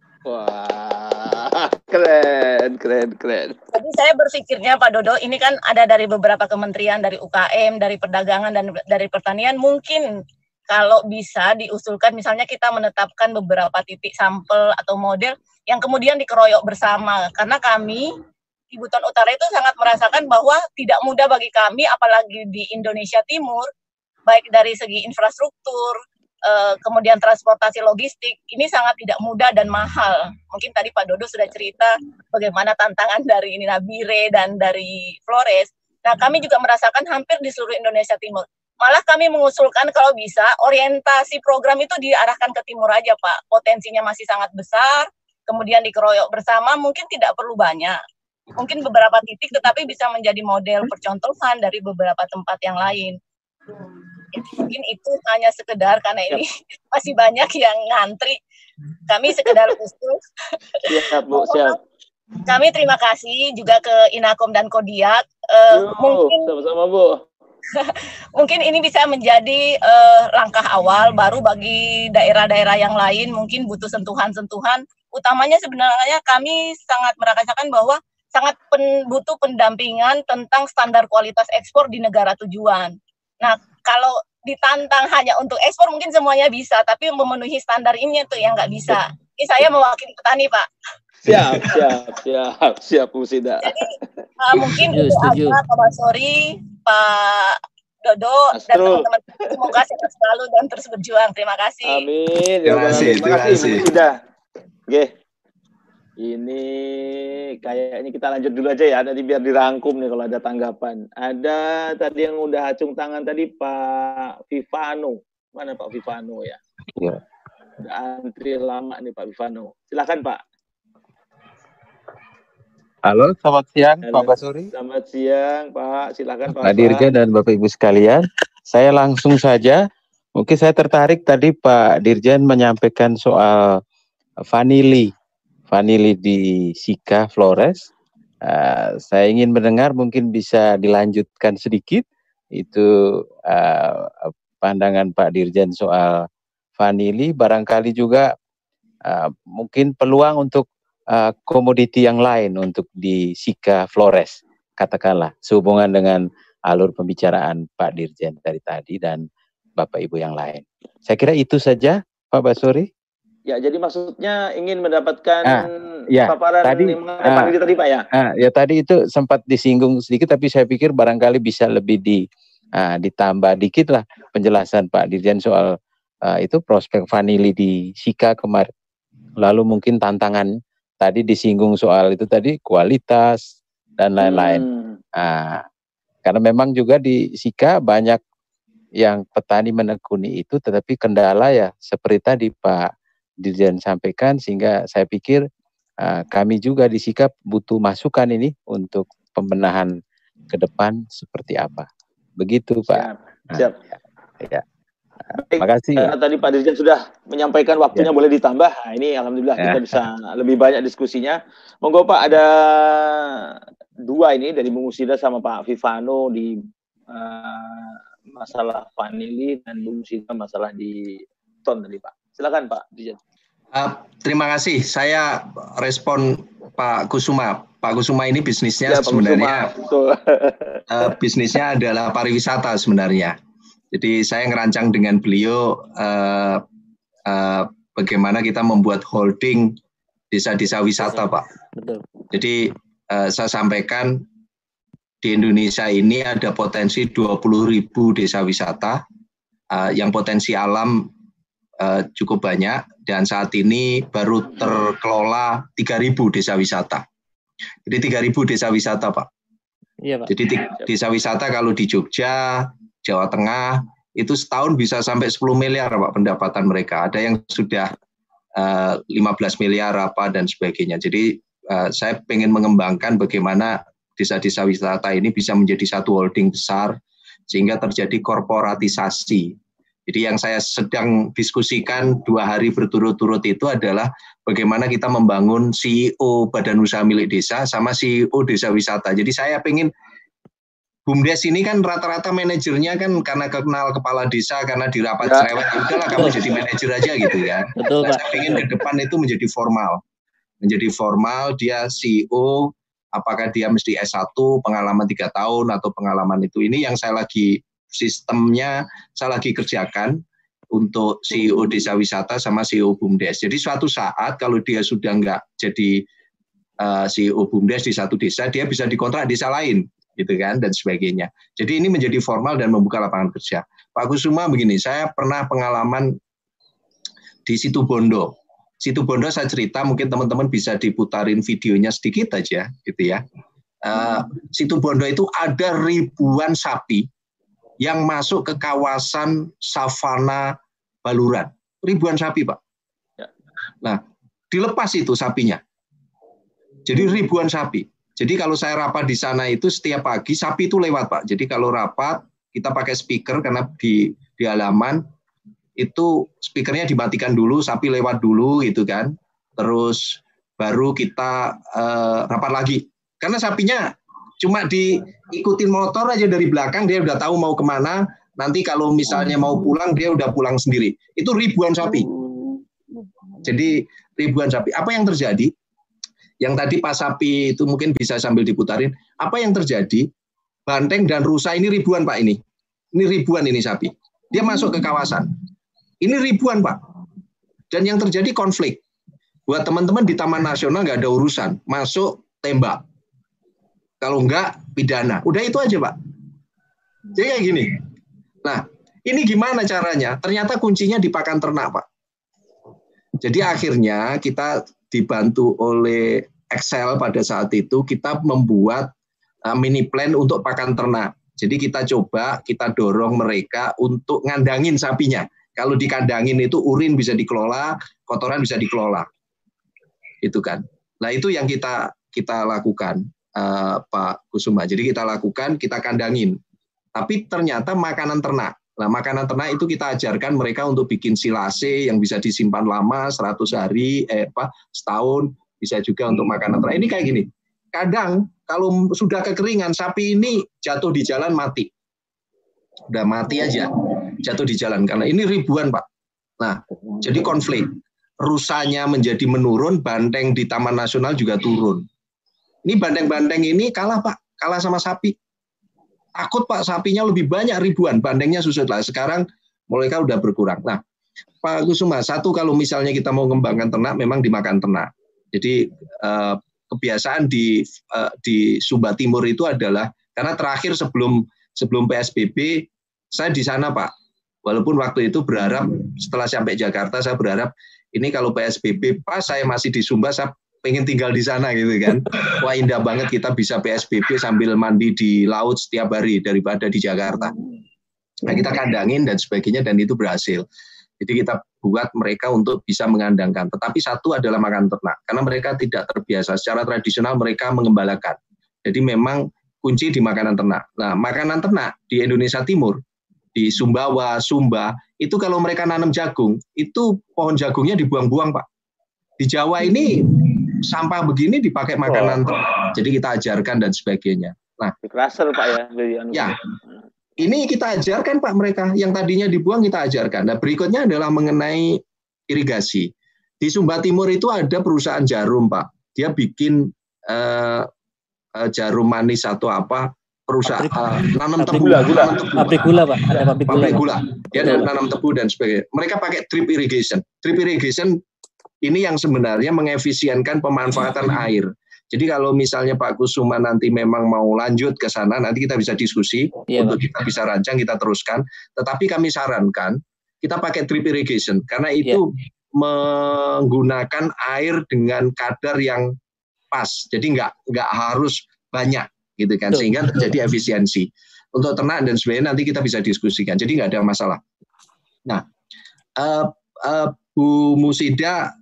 Wah, keren, keren, keren. Jadi saya berpikirnya Pak Dodo, ini kan ada dari beberapa kementerian, dari U K M, dari perdagangan, dan dari pertanian, mungkin kalau bisa diusulkan, misalnya kita menetapkan beberapa titik sampel atau model yang kemudian dikeroyok bersama. Karena kami di Buton Utara itu sangat merasakan bahwa tidak mudah bagi kami, apalagi di Indonesia Timur, baik dari segi infrastruktur, Uh, kemudian transportasi logistik, ini sangat tidak mudah dan mahal. Mungkin tadi Pak Dodo sudah cerita bagaimana tantangan dari ini Nabire dan dari Flores. Nah, kami juga merasakan hampir di seluruh Indonesia Timur. Malah kami mengusulkan kalau bisa orientasi program itu diarahkan ke timur aja, Pak. Potensinya masih sangat besar, kemudian dikeroyok bersama, mungkin tidak perlu banyak. Mungkin beberapa titik, tetapi bisa menjadi model percontohan dari beberapa tempat yang lain. Mungkin itu hanya sekedar karena ini masih banyak yang ngantri. Kami sekedar usul. Siap, Bu, siap. Kami terima kasih juga ke Inakom dan Kodiak. Uh, Yo, mungkin sama-sama, Bu. mungkin ini bisa menjadi uh, langkah awal baru bagi daerah-daerah yang lain. Mungkin butuh sentuhan-sentuhan. Utamanya sebenarnya kami sangat merasakan bahwa sangat pen, butuh pendampingan tentang standar kualitas ekspor di negara tujuan. Nah, kalau ditantang hanya untuk ekspor mungkin semuanya bisa, tapi memenuhi standar ini itu yang nggak bisa. Ini saya mewakili petani, Pak. Siap, siap, siap, siap, Bu Sida. Jadi uh, mungkin itu apa, Pak Basori, Pak Dodo, Astro. Dan teman-teman, semoga sehat selalu dan terus berjuang. Terima kasih. Amin. Terima kasih, terima kasih. Bu Sida. Oke. Ini kayaknya kita lanjut dulu aja ya, nanti biar dirangkum nih kalau ada tanggapan. Ada tadi yang udah acung tangan tadi Pak Vivano. Mana Pak Vivano ya? Iya. Udah antri lama nih Pak Vivano. Silakan Pak. Halo, selamat siang Halo. Pak Basuri. Selamat siang Pak, silakan Pak. Pak Dirjen dan Bapak Ibu sekalian. Saya langsung saja, mungkin saya tertarik tadi Pak Dirjen menyampaikan soal vanili. Vanili di Sika Flores. Uh, saya ingin mendengar mungkin bisa dilanjutkan sedikit itu uh, pandangan Pak Dirjen soal vanili. Barangkali juga uh, mungkin peluang untuk uh, komoditi yang lain untuk di Sika Flores, katakanlah sehubungan dengan alur pembicaraan Pak Dirjen dari tadi dan Bapak Ibu yang lain. Saya kira itu saja Pak Basuri. Ya, jadi maksudnya ingin mendapatkan ah, ya, paparan tadi, mengenai ah, vanili tadi Pak ya? Ah, ya tadi itu sempat disinggung sedikit, tapi saya pikir barangkali bisa lebih di ah, ditambah dikit lah penjelasan Pak Dirjen soal ah, itu prospek vanili di Sika kemarin. Lalu mungkin tantangan tadi disinggung soal itu tadi kualitas dan lain-lain. Hmm. Ah, karena memang juga di Sika banyak yang petani menekuni itu, tetapi kendala ya seperti tadi Pak Dirjen sampaikan, sehingga saya pikir uh, kami juga di Sikap butuh masukan ini untuk pembenahan ke depan seperti apa. Begitu Pak. Siap. Nah, ya. Ya. Terima kasih. Karena tadi Pak Dirjen sudah menyampaikan waktunya ya. Boleh ditambah. Nah, ini alhamdulillah ya. Kita bisa lebih banyak diskusinya. Monggo Pak, ada dua ini dari Bung Sida sama Pak Vivano di uh, masalah vanili dan Bung Sida masalah di ton tadi Pak. Silakan Pak Dirjen. Uh, terima kasih. Saya respon Pak Kusuma. Pak Kusuma ini bisnisnya ya, sebenarnya uh, bisnisnya adalah pariwisata sebenarnya. Jadi saya ngerancang dengan beliau uh, uh, bagaimana kita membuat holding desa-desa wisata, Pak. Betul. Jadi uh, saya sampaikan di Indonesia ini ada potensi dua puluh ribu desa wisata uh, yang potensi alam uh, cukup banyak, dan saat ini baru terkelola tiga ribu desa wisata. Jadi tiga ribu desa wisata, Pak. Iya, Pak. Jadi desa wisata kalau di Jogja, Jawa Tengah, itu setahun bisa sampai sepuluh miliar, Pak, pendapatan mereka. Ada yang sudah uh, lima belas miliar apa dan sebagainya. Jadi uh, saya pengen mengembangkan bagaimana desa-desa wisata ini bisa menjadi satu holding besar sehingga terjadi korporatisasi. Jadi yang saya sedang diskusikan dua hari berturut-turut itu adalah bagaimana kita membangun C E O Badan Usaha Milik Desa sama C E O Desa Wisata. Jadi saya pengen BUMDes ini kan rata-rata manajernya kan karena kenal kepala desa, karena di rapat ya. cerewet, udahlah kamu jadi manajer aja gitu kan. Betul, nah, Pak. Saya pengen ke depan itu menjadi formal. Menjadi formal, dia C E O, apakah dia mesti S satu, pengalaman tiga tahun, atau pengalaman itu. Ini yang saya lagi, sistemnya saya lagi kerjakan untuk C E O Desa Wisata sama C E O BUMDes. Jadi suatu saat kalau dia sudah nggak jadi uh, C E O BUMDes di satu desa, dia bisa dikontrak desa lain, gitu kan, dan sebagainya. Jadi ini menjadi formal dan membuka lapangan kerja. Pak Kusuma begini, saya pernah pengalaman di Situbondo. Situbondo saya cerita, mungkin teman-teman bisa diputarin videonya sedikit aja, gitu ya. Uh, Situbondo itu ada ribuan sapi yang masuk ke kawasan savana Baluran. Ribuan sapi, Pak. Nah, dilepas itu sapinya. Jadi ribuan sapi. Jadi kalau saya rapat di sana itu setiap pagi sapi itu lewat, Pak. Jadi kalau rapat kita pakai speaker karena di di halaman itu speakernya dimatikan dulu, sapi lewat dulu gitu kan. Terus baru kita uh, rapat lagi. Karena sapinya cuma diikutin motor aja dari belakang, dia udah tahu mau kemana. Nanti kalau misalnya mau pulang dia udah pulang sendiri. Itu ribuan sapi. Jadi ribuan sapi. Apa yang terjadi? Yang tadi Pak Sapi itu mungkin bisa sambil diputarin. Apa yang terjadi? Banteng dan rusa ini ribuan, Pak, ini. Ini ribuan ini sapi. Dia masuk ke kawasan. Ini ribuan, Pak. Dan yang terjadi konflik. Buat teman-teman di Taman Nasional nggak ada urusan. Masuk, tembak. Kalau enggak, pidana. Udah itu aja, Pak. Jadi kayak gini. Nah, ini gimana caranya? Ternyata kuncinya di pakan ternak, Pak. Jadi akhirnya kita dibantu oleh Excel pada saat itu, kita membuat uh, mini plan untuk pakan ternak. Jadi kita coba, kita dorong mereka untuk ngandangin sapinya. Kalau dikandangin itu urin bisa dikelola, kotoran bisa dikelola. Itu kan. Nah itu yang kita kita lakukan, uh, Pak Kusuma. Jadi kita lakukan, kita kandangin. Tapi ternyata makanan ternak. Nah makanan ternak itu kita ajarkan mereka untuk bikin silase yang bisa disimpan lama, seratus hari, eh, apa, setahun. Bisa juga untuk makanan ternak. Ini kayak gini, kadang kalau sudah kekeringan, sapi ini jatuh di jalan mati. Udah mati aja, jatuh di jalan. Karena ini ribuan, Pak. Nah, jadi konflik. Rusanya menjadi menurun, banteng di Taman Nasional juga turun. Ini banteng-banteng ini kalah, Pak. Kalah sama sapi. Takut, Pak, sapinya lebih banyak ribuan, bantengnya susut lah. Sekarang mereka udah berkurang. Nah, Pak Kusuma, satu kalau misalnya kita mau mengembangkan ternak, memang dimakan ternak. Jadi eh, kebiasaan di eh, di Sumba Timur itu adalah karena terakhir sebelum sebelum P S B B saya di sana, Pak. Walaupun waktu itu berharap setelah sampai Jakarta saya berharap ini kalau P S B B pas saya masih di Sumba, saya pengen tinggal di sana gitu kan. Wah indah banget kita bisa P S B B sambil mandi di laut setiap hari daripada di Jakarta. Nah, kita kandangin dan sebagainya dan itu berhasil. Jadi kita buat mereka untuk bisa mengandangkan. Tetapi satu adalah makan ternak. Karena mereka tidak terbiasa. Secara tradisional mereka mengembalakan. Jadi memang kunci di makanan ternak. Nah, makanan ternak di Indonesia Timur, di Sumbawa, Sumba, itu kalau mereka nanam jagung, itu pohon jagungnya dibuang-buang, Pak. Di Jawa ini sampah begini dipakai makanan ternak. Jadi kita ajarkan dan sebagainya. Nah, Kerasel, Pak ya. Ya. Ini kita ajarkan, Pak, mereka. Yang tadinya dibuang kita ajarkan. Nah, berikutnya adalah mengenai irigasi. Di Sumba Timur itu ada perusahaan jarum, Pak. Dia bikin uh, uh, jarum manis atau apa, perusahaan uh, nanam tebu. Gula, gula. Pabrik gula, Pak. Ada pabrik gula. Pabrik gula. Dia ada nanam tebu dan sebagainya. Mereka pakai drip irrigation. Drip irrigation ini yang sebenarnya mengefisienkan pemanfaatan air. Jadi kalau misalnya Pak Kusuma nanti memang mau lanjut ke sana, nanti kita bisa diskusi ya, untuk Pak. Kita bisa rancang, kita teruskan. Tetapi kami sarankan kita pakai drip irrigation karena itu ya. Menggunakan air dengan kadar yang pas. Jadi nggak nggak harus banyak gitu kan, sehingga terjadi efisiensi. Untuk ternak dan sebagainya nanti kita bisa diskusikan. Jadi nggak ada masalah. Nah, uh, uh, Bu Musida.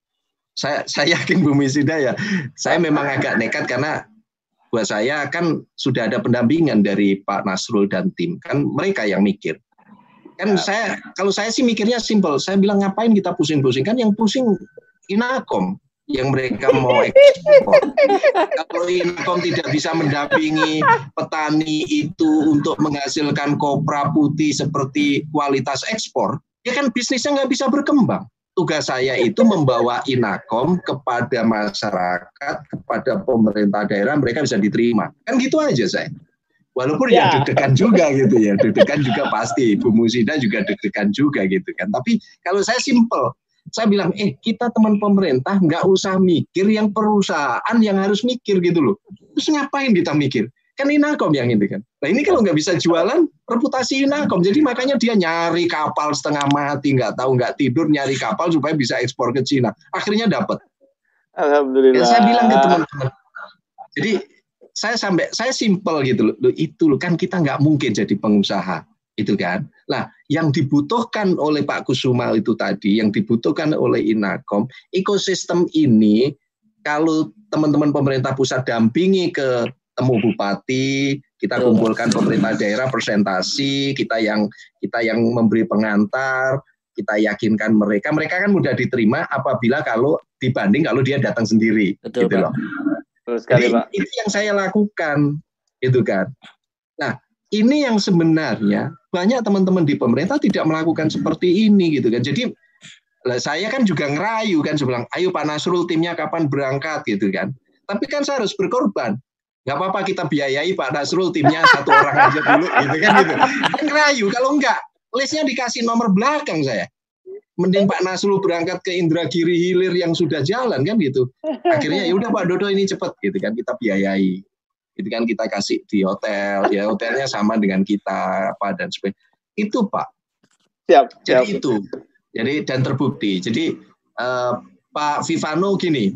Saya, saya yakin Bu Misida ya, saya memang agak nekat karena buat saya kan sudah ada pendampingan dari Pak Nasrul dan tim, kan mereka yang mikir. Kan saya, kalau saya sih mikirnya simpel, saya bilang ngapain kita pusing-pusing, kan yang pusing Inakom, yang mereka mau ekspor. Kalau Inakom tidak bisa mendampingi petani itu untuk menghasilkan kopra putih seperti kualitas ekspor, ya kan bisnisnya nggak bisa berkembang. Tugas saya itu membawa Inakom kepada masyarakat, kepada pemerintah daerah, mereka bisa diterima. Kan gitu aja saya. Walaupun ya, ya deg-degan juga gitu ya, deg-degan juga pasti. Bu Musida juga deg-degan juga gitu kan. Tapi kalau saya simpel, saya bilang, eh kita teman pemerintah nggak usah mikir yang perusahaan yang harus mikir gitu loh. Terus ngapain kita mikir? Kan Inakom yang ini kan. Nah ini kalau nggak bisa jualan, reputasi Inakom. Jadi makanya dia nyari kapal setengah mati, nggak tahu, nggak tidur, nyari kapal supaya bisa ekspor ke Cina. Akhirnya dapat. Alhamdulillah. Ya, saya bilang ke teman-teman. Jadi saya sampai, saya simpel gitu loh. Itu loh, kan kita nggak mungkin jadi pengusaha. Itu kan. Nah, yang dibutuhkan oleh Pak Kusuma itu tadi, yang dibutuhkan oleh Inakom, ekosistem ini, kalau teman-teman pemerintah pusat dampingi ke temu bupati, kita kumpulkan pemerintah daerah presentasi, kita yang kita yang memberi pengantar, kita yakinkan mereka, mereka kan mudah diterima apabila kalau dibanding kalau dia datang sendiri. Betul, gitu loh. Betul sekali, Jadi, Pak. itu yang saya lakukan, itu kan. Nah, ini yang sebenarnya banyak teman-teman di pemerintah tidak melakukan seperti ini, gitu kan. Jadi lah, saya kan juga ngerayu kan, saya bilang, ayo Pak Nasrul timnya kapan berangkat, gitu kan. Tapi kan saya harus berkorban. Nggak apa-apa kita biayai Pak Nasrul timnya satu orang aja dulu gitu kan gitu. Kan ngerayu, kalau enggak listnya dikasih nomor belakang saya. Mending Pak Nasrul berangkat ke Indragiri Hilir yang sudah jalan kan gitu. Akhirnya ya udah Pak Dodo ini cepet gitu kan, kita biayai. Itu kan kita kasih di hotel, ya hotelnya sama dengan kita apa dan sebagainya. Itu Pak. Siap, Jadi siap. itu. Jadi dan terbukti. Jadi uh, Pak Vivano gini.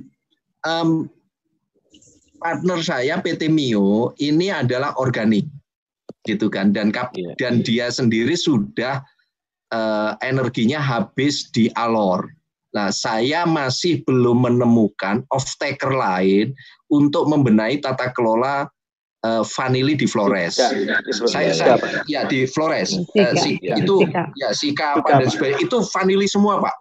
Um, partner saya P T Mio ini adalah organik, gitu kan, dan kap, yeah. dan dia sendiri sudah uh, energinya habis di Alor. Nah, saya masih belum menemukan off-taker lain untuk membenahi tata kelola uh, vanili di Flores. Ya, di Flores. Saya, saya, ya di Flores. Uh, si, ya. Itu ya Sika apa dan sebagainya. Itu vanili semua Pak.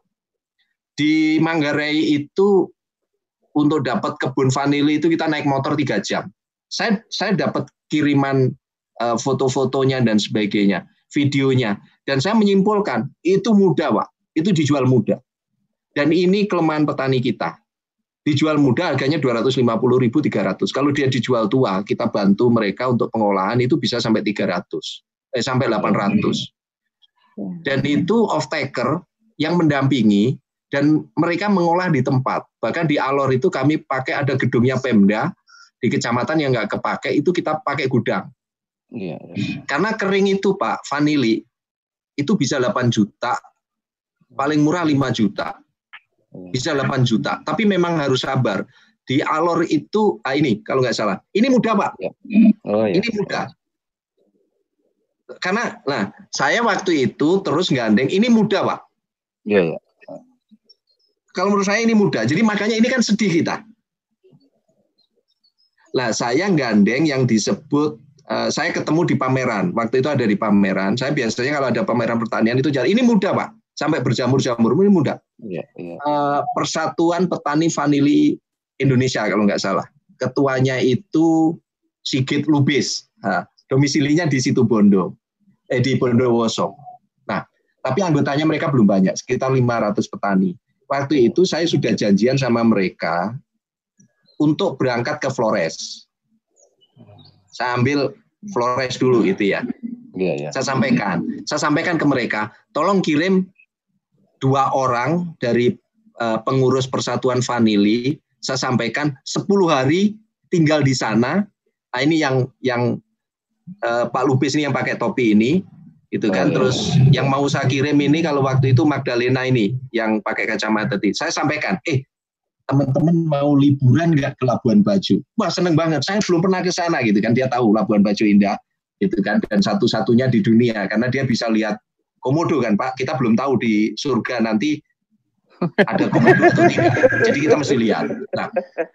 Di Manggarai itu untuk dapat kebun vanili itu kita naik motor tiga jam. Saya saya dapat kiriman uh, foto-fotonya dan sebagainya, videonya, dan saya menyimpulkan itu mudah Pak, itu dijual mudah. Dan ini kelemahan petani kita. Dijual mudah harganya dua ratus lima puluh ribu, tiga ratus. Kalau dia dijual tua, kita bantu mereka untuk pengolahan itu bisa sampai tiga ratus, eh sampai delapan ratus. Dan itu off-taker yang mendampingi. Dan mereka mengolah di tempat. Bahkan di Alor itu kami pakai ada gedungnya Pemda, di kecamatan yang nggak kepake, itu kita pakai gudang. Iya, iya. Karena kering itu Pak, vanili, itu bisa delapan juta, paling murah lima juta. Bisa delapan juta, tapi memang harus sabar. Di Alor itu, ah ini kalau nggak salah, ini mudah Pak. Oh, iya. Ini mudah. Karena, nah, saya waktu itu terus gandeng, ini mudah Pak. Iya, iya. Kalau menurut saya ini mudah, jadi makanya ini kan sedih kita. Lah saya gandeng yang disebut, uh, saya ketemu di pameran, waktu itu ada di pameran, saya biasanya kalau ada pameran pertanian itu jalan, ini mudah Pak, sampai berjamur-jamur, ini mudah. Iya, iya. Uh, Persatuan Petani Vanili Indonesia kalau nggak salah, ketuanya itu Sigit Lubis, nah, domisilinya di Situbondo, eh di Bondowoso. Nah, tapi anggotanya mereka belum banyak, sekitar lima ratus petani. Waktu itu saya sudah janjian sama mereka untuk berangkat ke Flores. Saya ambil Flores dulu gitu ya. Iya, iya. Saya sampaikan, saya sampaikan ke mereka, tolong kirim dua orang dari uh, pengurus Persatuan Vanili saya sampaikan sepuluh hari tinggal di sana. Nah, ini yang yang uh, Pak Lubis ini yang pakai topi ini, itu kan. Terus yang mau saya kirim ini kalau waktu itu Magdalena ini yang pakai kacamata tadi. Saya sampaikan, eh teman-teman mau liburan nggak ke Labuan Bajo? Wah seneng banget, saya belum pernah ke sana gitu kan. Dia tahu Labuan Bajo indah gitu kan, dan satu-satunya di dunia karena dia bisa lihat komodo kan Pak. Kita belum tahu di surga nanti ada komodo atau tidak. Jadi kita mesti lihat. Nah,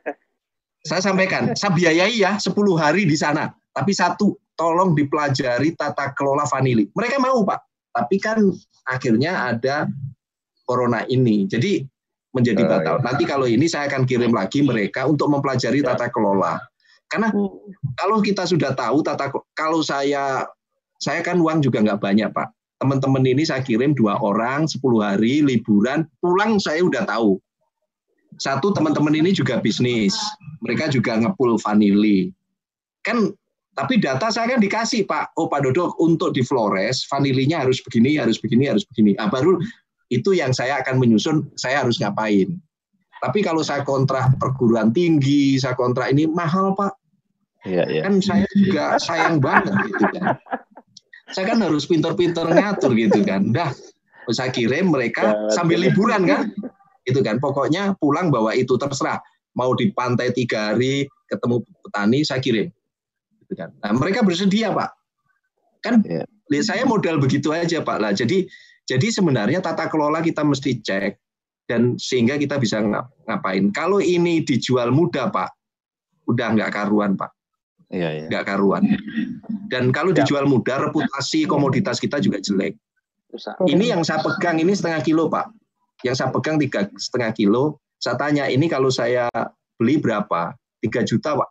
saya sampaikan, saya biayai ya sepuluh hari di sana. Tapi satu, tolong dipelajari tata kelola vanili. Mereka mau Pak, tapi kan akhirnya ada corona ini. Jadi menjadi batal. Nanti kalau ini saya akan kirim lagi mereka untuk mempelajari tata kelola. Karena kalau kita sudah tahu tata kalau saya saya kan uang juga nggak banyak Pak. Teman-teman ini saya kirim dua orang sepuluh hari liburan, pulang saya udah tahu. Satu, teman-teman ini juga bisnis. Mereka juga ngepul vanili. Kan tapi data saya kan dikasih Pak. Oh Pak Dodo untuk di Flores vanilinya harus begini, harus begini, harus begini. Ah, baru itu yang saya akan menyusun, saya harus ngapain. Tapi kalau saya kontrak perguruan tinggi, saya kontrak ini mahal Pak. Ya, ya. Kan saya juga sayang banget gitu kan. Saya kan harus pinter-pinter ngatur gitu kan. Dah, saya kirim mereka sambil liburan kan. Gitu kan. Pokoknya pulang bawa itu terserah. Mau di pantai tiga hari ketemu petani, saya kirim. Gitu kan. Nah, mereka bersedia Pak. Kan ya. Saya modal begitu aja Pak lah. Jadi Jadi sebenarnya tata kelola kita mesti cek dan sehingga kita bisa ngapain. Kalau ini dijual mudah Pak, udah nggak karuan Pak, iya, iya. nggak karuan. Dan kalau ya. dijual mudah, reputasi komoditas kita juga jelek. Ini yang saya pegang ini setengah kilo Pak, yang saya pegang tiga setengah kilo. Saya tanya ini kalau saya beli berapa? Tiga juta Pak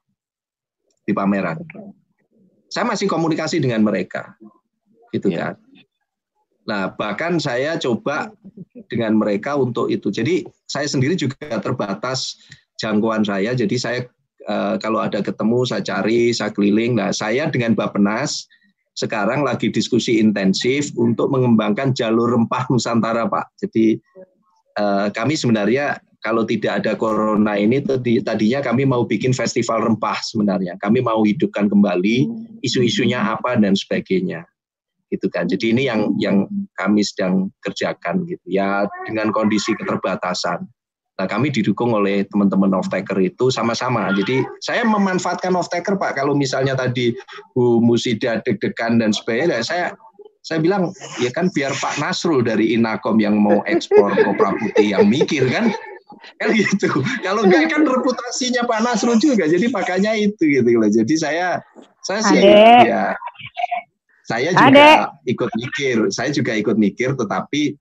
di pameran. Saya masih komunikasi dengan mereka, gitu ya. kan. Nah, bahkan saya coba dengan mereka untuk itu. Jadi saya sendiri juga terbatas jangkauan saya. Jadi saya e, kalau ada ketemu saya cari, saya keliling. Nah, saya dengan Bappenas sekarang lagi diskusi intensif untuk mengembangkan jalur rempah Nusantara, Pak. Jadi e, kami sebenarnya kalau tidak ada corona ini tadi, tadinya kami mau bikin festival rempah sebenarnya. Kami mau hidupkan kembali isu-isunya apa dan sebagainya. Gitu kan. Jadi ini yang yang kami sedang kerjakan gitu ya dengan kondisi keterbatasan. Nah, kami didukung oleh teman-teman off-taker itu sama-sama. Jadi saya memanfaatkan off-taker Pak. Kalau misalnya tadi Bu Musida deg-degan dan sebagainya, saya saya bilang ya kan biar Pak Nasrul dari Inakom yang mau ekspor kopra putih yang mikir kan. Kan gitu. Kalau enggak kan reputasinya Pak Nasrul juga. Jadi makanya itu gitu loh. Jadi saya saya sih Adek. ya Saya juga Adek. ikut mikir, saya juga ikut mikir, tetapi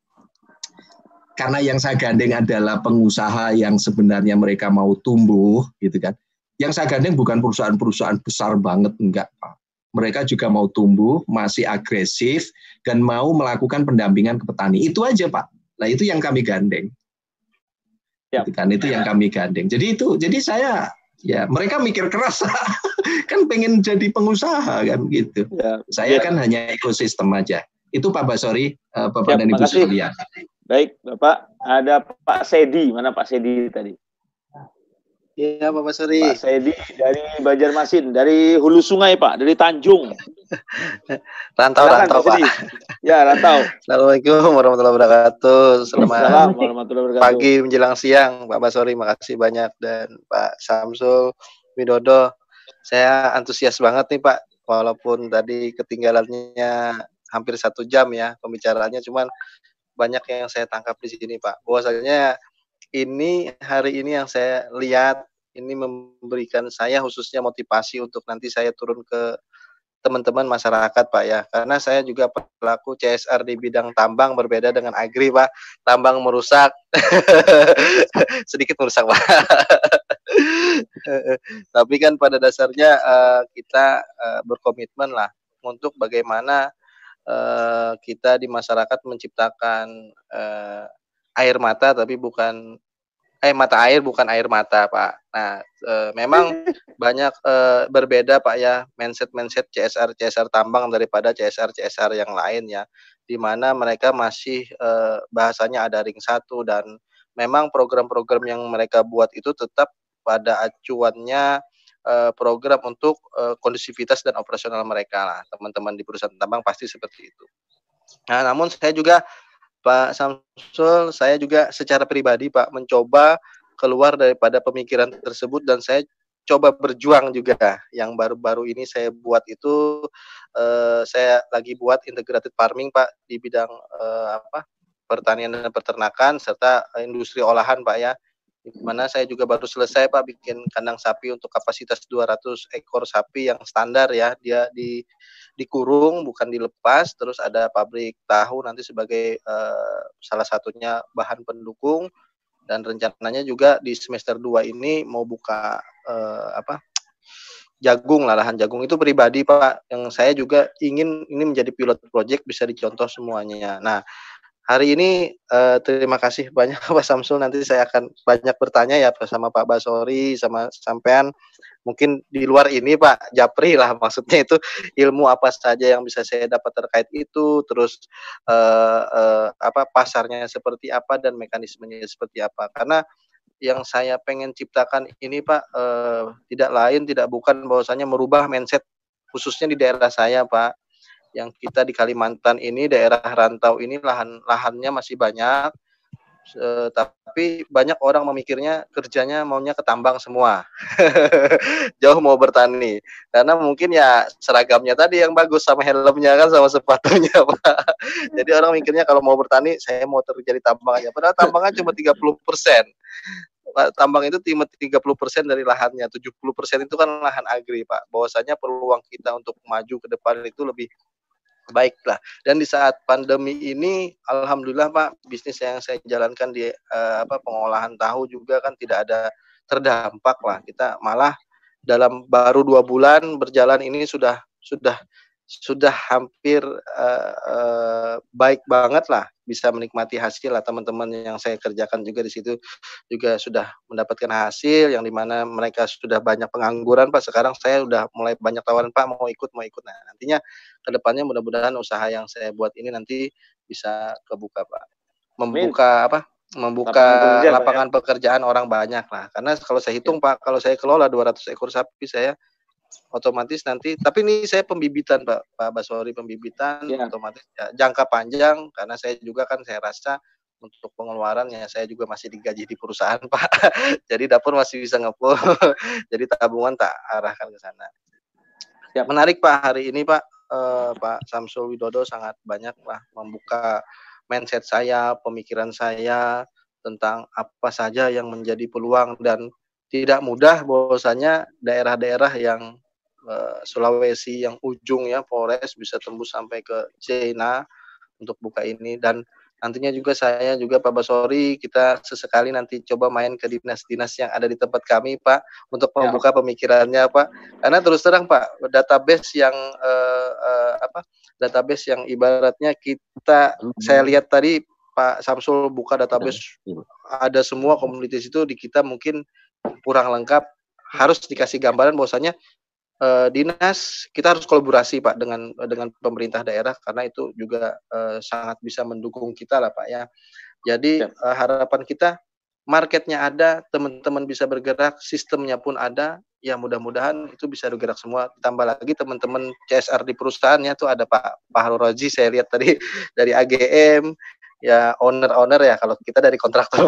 karena yang saya gandeng adalah pengusaha yang sebenarnya mereka mau tumbuh, gitu kan. Yang saya gandeng bukan perusahaan-perusahaan besar banget, enggak, Pak. Mereka juga mau tumbuh, masih agresif, dan mau melakukan pendampingan ke petani. Itu aja, Pak. Nah, itu yang kami gandeng. Ya. Gitu kan, itu yang kami gandeng. Jadi itu, jadi saya ya mereka mikir keras kan pengen jadi pengusaha kan gitu. Ya, saya ya. kan hanya ekosistem aja. Itu Pak Basori, uh, Bapak ya, dan Ibu sekalian. Baik, Bapak. Ada Pak Sedi. Mana Pak Sedi tadi? Iya, Pak Basori. Pak Sedi dari Banjarmasin, dari hulu sungai Pak, dari Tanjung. Rantau, Silakan, rantau Pak. Ya, rantau. Assalamualaikum warahmatullahi wabarakatuh. Selamat warahmatullahi wabarakatuh. Pagi menjelang siang, Pak Basori. Makasih banyak dan Pak Samsul Widodo. Saya antusias banget nih Pak, walaupun tadi ketinggalannya hampir satu jam ya pembicaraannya, cuman banyak yang saya tangkap di sini Pak. Bahwasanya ini hari ini yang saya lihat ini memberikan saya khususnya motivasi untuk nanti saya turun ke teman-teman masyarakat Pak ya, karena saya juga pelaku C S R di bidang tambang, berbeda dengan agri Pak. Tambang merusak sedikit merusak Pak. Tapi kan pada dasarnya uh, kita uh, berkomitmen lah untuk bagaimana uh, kita di masyarakat menciptakan uh, air mata, tapi bukan eh mata air bukan air mata Pak. Nah e, memang banyak e, berbeda Pak ya mindset-mindset C S R C S R tambang daripada C S R C S R yang lain ya, di mana mereka masih e, bahasanya ada ring satu dan memang program-program yang mereka buat itu tetap pada acuannya uh, program untuk uh, kondusivitas dan operasional mereka lah. Teman-teman di perusahaan tambang pasti seperti itu. Nah, namun saya juga Pak Samsul, saya juga secara pribadi Pak mencoba keluar daripada pemikiran tersebut dan saya coba berjuang juga. Yang baru-baru ini saya buat itu uh, saya lagi buat integrated farming Pak di bidang uh, apa pertanian dan peternakan serta industri olahan Pak ya. Di mana saya juga baru selesai Pak bikin kandang sapi untuk kapasitas dua ratus ekor sapi yang standar ya, dia di dikurung bukan dilepas, terus ada pabrik tahu nanti sebagai uh, salah satunya bahan pendukung, dan rencananya juga di semester dua ini mau buka uh, apa jagung lah, lahan jagung itu pribadi Pak, yang saya juga ingin ini menjadi pilot project bisa dicontoh semuanya. Nah, hari ini uh, terima kasih banyak Pak Samsul, nanti saya akan banyak bertanya ya sama Pak Basori sama sampean. Mungkin di luar ini Pak Japri lah, maksudnya itu ilmu apa saja yang bisa saya dapat terkait itu, terus uh, uh, apa pasarnya seperti apa dan mekanismenya seperti apa. Karena yang saya pengen ciptakan ini Pak uh, tidak lain tidak bukan bahwasanya merubah mindset khususnya di daerah saya Pak. Yang kita di Kalimantan ini daerah rantau ini lahan lahannya masih banyak, e, tapi banyak orang memikirnya kerjanya maunya ke tambang semua, jauh mau bertani, karena mungkin ya seragamnya tadi yang bagus sama helmnya kan sama sepatunya Pak. Jadi orang mikirnya kalau mau bertani saya mau terjadi tambang aja, padahal tambangnya cuma tiga puluh persen. Tambang itu cuma tiga puluh persen dari lahannya, tujuh puluh persen itu kan lahan agri Pak. Bahwasanya peluang kita untuk maju ke depan itu lebih baiklah. Dan di saat pandemi ini alhamdulillah Pak, bisnis yang saya jalankan di uh, apa pengolahan tahu juga kan tidak ada terdampak lah. Kita malah dalam baru dua bulan berjalan ini sudah sudah sudah hampir uh, uh, baik banget lah, bisa menikmati hasil lah. Teman-teman yang saya kerjakan juga di situ juga sudah mendapatkan hasil yang dimana mereka sudah banyak pengangguran Pak. Sekarang saya udah mulai banyak tawaran Pak mau ikut mau ikut. Nah nantinya kedepannya mudah-mudahan usaha yang saya buat ini nanti bisa kebuka Pak, membuka apa membuka lapangan, kerja, lapangan ya? Pekerjaan orang banyak lah. Karena kalau saya hitung Pak, kalau saya kelola dua ratus ekor sapi saya otomatis nanti, tapi ini saya pembibitan Pak, Pak Basori pembibitan ya. Otomatis ya, jangka panjang, karena saya juga kan saya rasa untuk pengeluarannya saya juga masih digaji di perusahaan Pak, jadi dapur masih bisa ngefull, jadi tabungan tak arahkan ke sana. Ya menarik Pak hari ini Pak, eh, Pak Samsul Widodo sangat banyak lah membuka mindset saya, pemikiran saya tentang apa saja yang menjadi peluang dan tidak mudah bahwasanya daerah-daerah yang uh, Sulawesi yang ujung ya Polres bisa tembus sampai ke China untuk buka ini, dan nantinya juga saya juga Pak Basori kita sesekali nanti coba main ke dinas-dinas yang ada di tempat kami Pak untuk membuka ya. Pemikirannya Pak, karena terus terang Pak database yang uh, uh, apa database yang ibaratnya kita hmm. saya lihat tadi Pak Samsul buka database hmm. ada semua komunitas itu di kita mungkin kurang lengkap, harus dikasih gambaran bahwasanya eh, dinas kita harus kolaborasi Pak dengan dengan pemerintah daerah, karena itu juga eh, sangat bisa mendukung kita lah Pak ya. Jadi ya. eh, harapan kita marketnya ada, teman-teman bisa bergerak, sistemnya pun ada, ya mudah-mudahan itu bisa bergerak semua. Tambah lagi teman-teman C S R di perusahaannya tuh ada Pak Pak Roji, saya lihat tadi dari A G M. Ya owner-owner ya, kalau kita dari kontraktor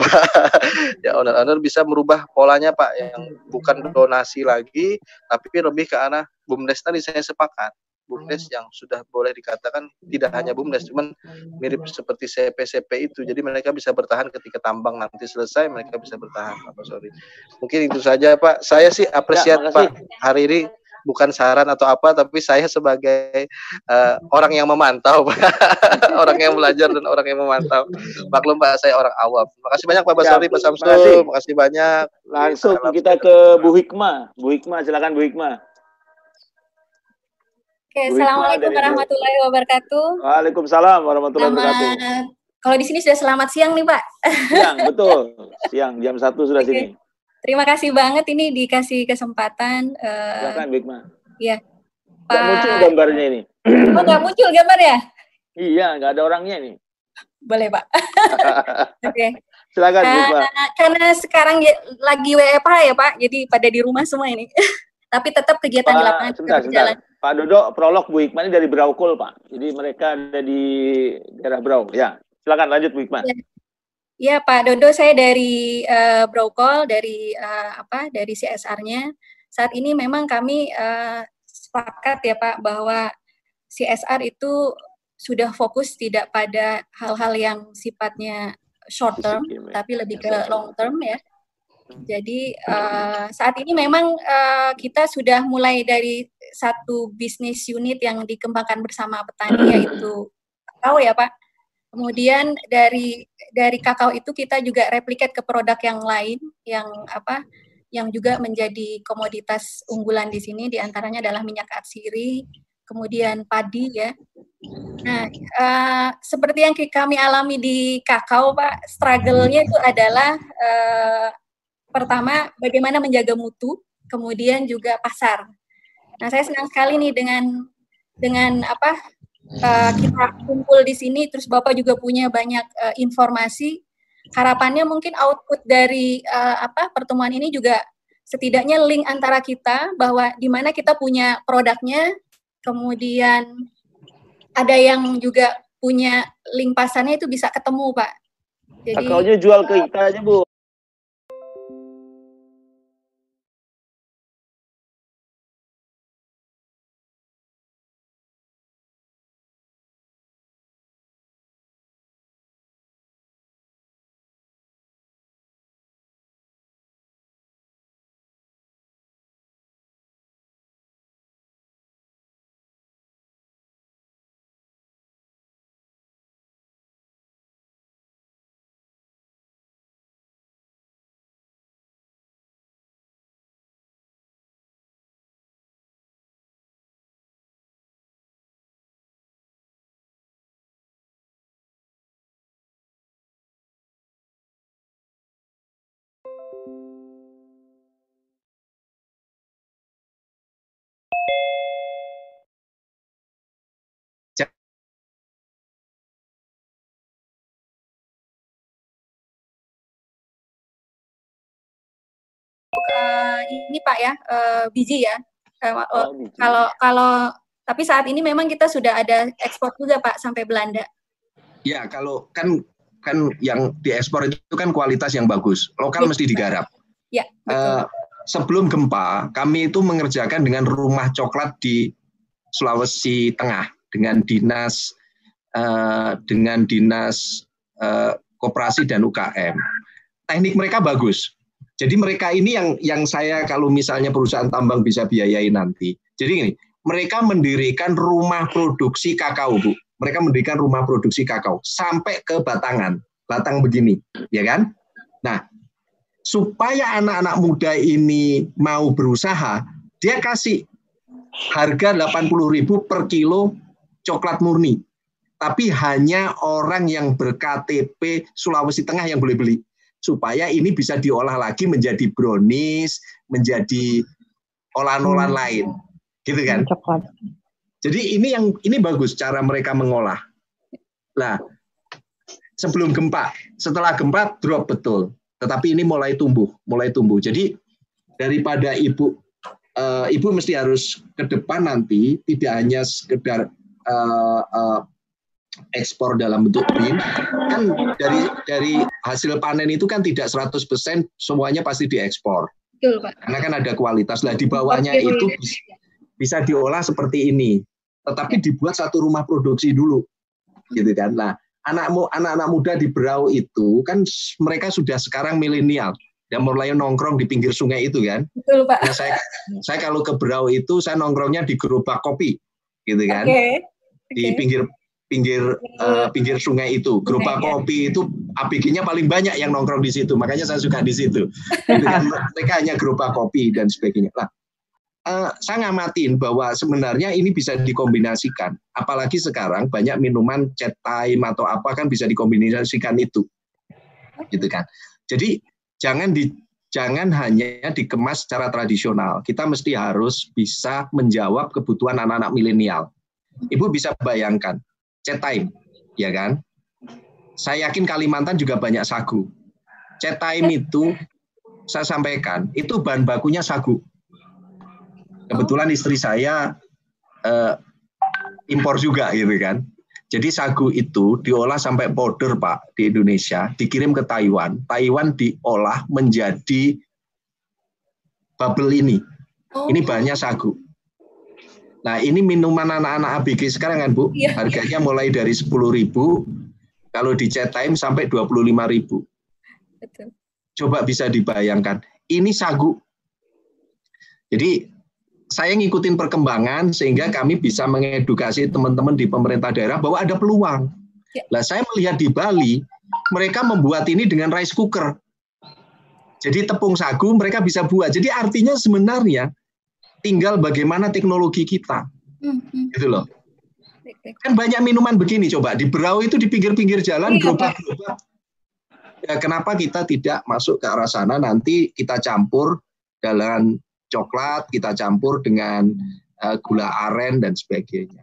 ya owner-owner bisa merubah polanya Pak, yang bukan donasi lagi tapi lebih ke arah BUMDes tadi. Saya sepakat BUMDes yang sudah boleh dikatakan tidak hanya BUMDes, cuman mirip seperti C P C P itu, jadi mereka bisa bertahan ketika tambang nanti selesai, mereka bisa bertahan Pak Sorry. Mungkin itu saja Pak, saya sih apresiat ya, Pak hari ini. Bukan saran atau apa, tapi saya sebagai uh, orang yang memantau, orang yang belajar dan orang yang memantau. Maklum Pak, saya orang awam. Makasih banyak Pak Basori, Pak Samsul. Makasih banyak. Langsung Salam kita ke Bu Hikmah. Bu Hikmah, silakan Bu Hikmah. Oke, assalamualaikum warahmatullahi wabarakatuh. Waalaikumsalam warahmatullahi wabarakatuh. Kalau di sini sudah selamat siang nih Pak. Siang, betul. Siang, jam satu sudah sini. Terima kasih banget ini dikasih kesempatan. Uh, Silakan, Bikma. Iya. Pak... Gak muncul gambarnya ini. Oh, nggak muncul gambar ya? Iya, nggak ada orangnya ini. Boleh, Pak. Oke. Okay. Silakan, Bu, Pak. Uh, karena sekarang ya, lagi W F H ya Pak, jadi pada di rumah semua ini. Tapi tetap kegiatan Pak, di lapangan sebentar, berjalan. sebentar. Pak Dodo, prolog Bu Hikmah ini dari Braukul, Pak. Jadi mereka ada di daerah Brau. Ya, silakan lanjut Bu Hikmah. Ya, ya Pak Dodo, saya dari uh, Braukol, dari uh, apa? Dari C S R-nya. Saat ini memang kami uh, sepakat ya Pak bahwa C S R itu sudah fokus tidak pada hal-hal yang sifatnya short term, tapi lebih ke long term ya. Jadi uh, saat ini memang uh, kita sudah mulai dari satu bisnis unit yang dikembangkan bersama petani, yaitu kakao ya Pak. Kemudian dari dari kakao itu kita juga replikat ke produk yang lain yang apa yang juga menjadi komoditas unggulan di sini, diantaranya adalah minyak atsiri, kemudian padi ya. Nah, uh, seperti yang kami alami di kakao Pak, struggle-nya itu adalah uh, pertama, bagaimana menjaga mutu, kemudian juga pasar. Nah, saya senang sekali nih dengan dengan apa uh, kita kumpul di sini, terus Bapak juga punya banyak uh, informasi. Harapannya mungkin output dari uh, apa pertemuan ini juga setidaknya link antara kita bahwa di mana kita punya produknya, kemudian ada yang juga punya link pasarnya itu bisa ketemu Pak. Jadi kakaonya jual ke kita aja Bu. Uh, ini Pak ya, uh, biji ya. Uh, uh, oh, kalau kalau tapi saat ini memang kita sudah ada ekspor juga Pak sampai Belanda. Ya, kalau kan kan yang diekspor itu kan kualitas yang bagus, lokal ya, mesti digarap. Ya. Uh, sebelum gempa, kami itu mengerjakan dengan rumah coklat di Sulawesi Tengah dengan dinas uh, dengan dinas uh, koperasi dan U K M. Teknik mereka bagus. Jadi mereka ini yang yang saya kalau misalnya perusahaan tambang bisa biayai nanti. Jadi gini, mereka mendirikan rumah produksi kakao, Bu. Mereka mendirikan rumah produksi kakao sampai ke batangan, batang begini, ya kan? Nah, supaya anak-anak muda ini mau berusaha, dia kasih harga delapan puluh ribu per kilo coklat murni. Tapi hanya orang yang ber-K T P Sulawesi Tengah yang boleh beli. Supaya ini bisa diolah lagi menjadi brownies, menjadi olahan-olahan hmm. lain, gitu kan? Coklat. Jadi ini yang ini bagus cara mereka mengolah. Nah, sebelum gempa, setelah gempa drop betul, tetapi ini mulai tumbuh, mulai tumbuh. Jadi daripada ibu, uh, ibu mesti harus ke depan nanti tidak hanya sekedar uh, uh, ekspor dalam bentuk bin, kan dari dari hasil panen itu kan tidak seratus persen semuanya pasti diekspor. Betul, Pak. Karena kan ada kualitas. Lah di bawahnya itu bisa, bisa diolah seperti ini. Tetapi dibuat satu rumah produksi dulu. Gitu kan. Nah, anak anak-anak muda di Berau itu kan mereka sudah sekarang milenial dan mulai nongkrong di pinggir sungai itu kan. Betul, Pak. Nah, saya saya kalau ke Berau itu saya nongkrongnya di gerobak kopi. Gitu kan. Okay. Di pinggir pinggir uh, pinggir sungai itu, gerobak okay, kopi ya. Itu A P G-nya paling banyak yang nongkrong di situ, makanya saya suka di situ. Gitu kan, mereka hanya gerobak kopi dan sebagainya. Nah, uh, saya ngamatin bahwa sebenarnya ini bisa dikombinasikan, apalagi sekarang banyak minuman chat time atau apa kan bisa dikombinasikan itu, gitu kan. Jadi jangan di jangan hanya dikemas secara tradisional, kita mesti harus bisa menjawab kebutuhan anak-anak milenial. Ibu bisa bayangkan. Chat time, ya kan? Saya yakin Kalimantan juga banyak sagu. Cetime itu saya sampaikan, itu bahan bakunya sagu. Kebetulan istri saya eh, impor juga gitu kan. Jadi sagu itu diolah sampai powder Pak di Indonesia, dikirim ke Taiwan. Taiwan diolah menjadi bubble ini. Ini bahannya sagu. Nah ini minuman anak-anak A B G sekarang kan Bu, ya, harganya ya. Mulai dari sepuluh ribu, kalau di Cetime sampai dua puluh lima ribu. Betul. Coba bisa dibayangkan, ini sagu. Jadi saya ngikutin perkembangan sehingga kami bisa mengedukasi teman-teman di pemerintah daerah bahwa ada peluang. Ya. Nah, saya melihat di Bali, mereka membuat ini dengan rice cooker. Jadi tepung sagu mereka bisa buat. Jadi artinya sebenarnya tinggal bagaimana teknologi kita. Hmm. Gitu loh. Kan banyak minuman begini, coba di Berau itu di pinggir-pinggir jalan, gerobak-gerobak. Ya, kenapa kita tidak masuk ke arah sana, nanti kita campur dengan coklat, kita campur dengan uh, gula aren dan sebagainya.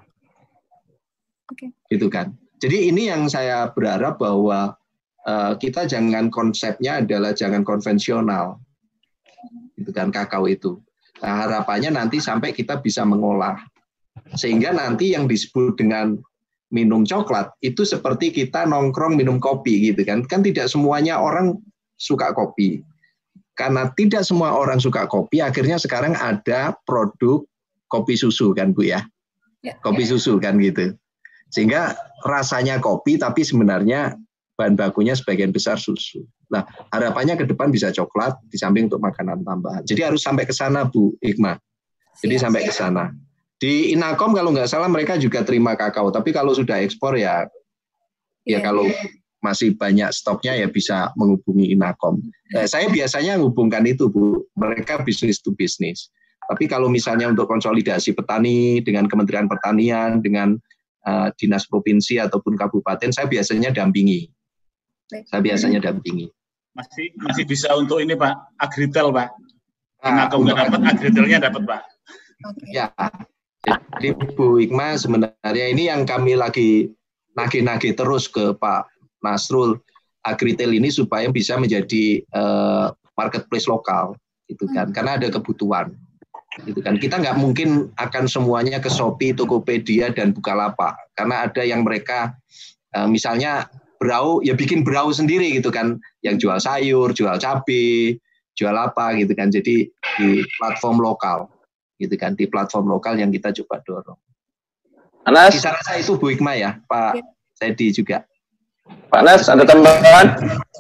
Okay. Gitu kan. Jadi ini yang saya berharap bahwa uh, kita jangan konsepnya adalah jangan konvensional. Gitu kan kakao itu. Nah, harapannya nanti sampai kita bisa mengolah. Sehingga nanti yang disebut dengan minum coklat itu seperti kita nongkrong minum kopi gitu kan. Kan tidak semuanya orang suka kopi. Karena tidak semua orang suka kopi, akhirnya sekarang ada produk kopi susu kan Bu ya, ya kopi ya. Susu kan gitu. Sehingga rasanya kopi, tapi sebenarnya bahan bakunya sebagian besar susu. Nah harapannya ke depan bisa coklat, di samping untuk makanan tambahan. Jadi harus sampai ke sana Bu Hikmah. Jadi siap, sampai ke sana. Di Inakom kalau nggak salah mereka juga terima kakao, tapi kalau sudah ekspor ya, ya, ya kalau masih banyak stoknya ya bisa menghubungi Inakom. Nah, saya biasanya menghubungkan itu Bu, mereka bisnis to bisnis. Tapi kalau misalnya untuk konsolidasi petani dengan Kementerian Pertanian, dengan uh, dinas provinsi ataupun kabupaten, saya biasanya dampingi. Saya biasanya dampingi. Masih masih bisa untuk ini Pak, agritel Pak. Inakom nggak dapat, agritelnya dapat Pak. Okay. Ya, jadi Bu Hikmah sebenarnya ini yang kami lagi nagih-nagih terus ke Pak Nasrul, agritel ini supaya bisa menjadi uh, marketplace lokal, gitu kan? Karena ada kebutuhan, gitu kan? Kita nggak mungkin akan semuanya ke Shopee, Tokopedia dan Bukalapak, karena ada yang mereka, uh, misalnya Berau, ya bikin Berau sendiri, gitu kan? Yang jual sayur, jual cabai, jual apa, gitu kan? Jadi di platform lokal, gitu kan? Di platform lokal yang kita coba dorong. Anas, bisa rasa itu Bu Hikmah ya, Pak Sedi juga. Pak Nas, ada tambahan?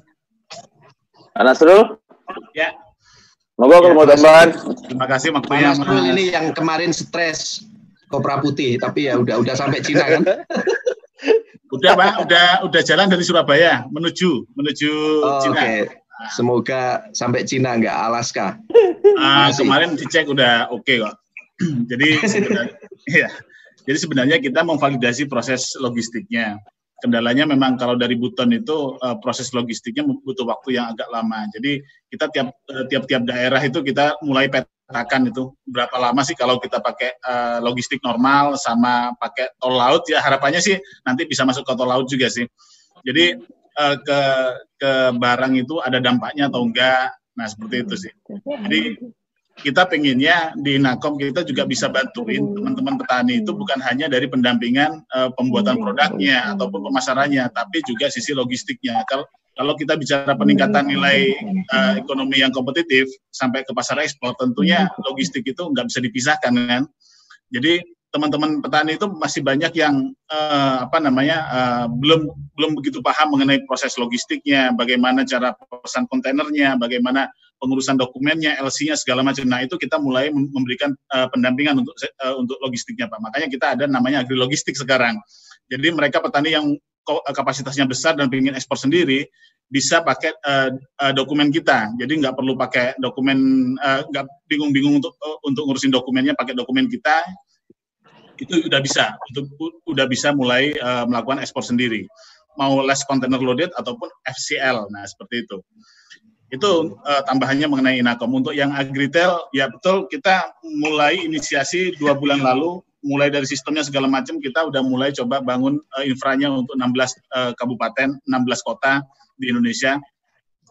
Pak Nasrul? Ya. Monggo kalau mau tambahan. Terima kasih Pak Nasrul ini yang kemarin stres kopra putih, tapi ya udah udah sampai Cina kan? Udah Pak, udah udah jalan dari Surabaya menuju menuju oh, Cina. Oke, okay. Semoga sampai Cina nggak Alaska. Uh, kemarin dicek udah oke okay kok. Jadi sebenarnya, ya, jadi sebenarnya kita memvalidasi proses logistiknya. Kendalanya memang kalau dari Buton itu uh, proses logistiknya butuh waktu yang agak lama. Jadi kita tiap uh, tiap-tiap daerah itu kita mulai petakan itu berapa lama sih kalau kita pakai uh, logistik normal sama pakai tol laut, ya harapannya sih nanti bisa masuk ke tol laut juga sih. Jadi uh, ke ke barang itu ada dampaknya atau enggak. Nah seperti itu sih. Jadi kita pengennya di Inakom kita juga bisa bantuin teman-teman petani itu bukan hanya dari pendampingan uh, pembuatan produknya ataupun pemasarannya, tapi juga sisi logistiknya. Kalau kalau kita bicara peningkatan nilai uh, ekonomi yang kompetitif sampai ke pasar ekspor, tentunya logistik itu nggak bisa dipisahkan kan. Jadi teman-teman petani itu masih banyak yang uh, apa namanya uh, belum belum begitu paham mengenai proses logistiknya, bagaimana cara pesan kontainernya, bagaimana pengurusan dokumennya, L C-nya segala macam. Nah itu kita mulai memberikan uh, pendampingan untuk uh, untuk logistiknya Pak. Makanya kita ada namanya agri logistik sekarang. Jadi mereka petani yang kapasitasnya besar dan ingin ekspor sendiri bisa pakai uh, uh, dokumen kita. Jadi nggak perlu pakai dokumen, uh, nggak bingung-bingung untuk uh, untuk ngurusin dokumennya, pakai dokumen kita. Itu udah bisa, untuk udah bisa mulai uh, melakukan ekspor sendiri. Mau less container loaded ataupun F C L. Nah seperti itu. Itu uh, tambahannya mengenai Inakom. Untuk yang agritel, ya betul kita mulai inisiasi dua bulan lalu, mulai dari sistemnya segala macam, kita udah mulai coba bangun uh, infranya untuk enam belas uh, kabupaten, enam belas kota di Indonesia.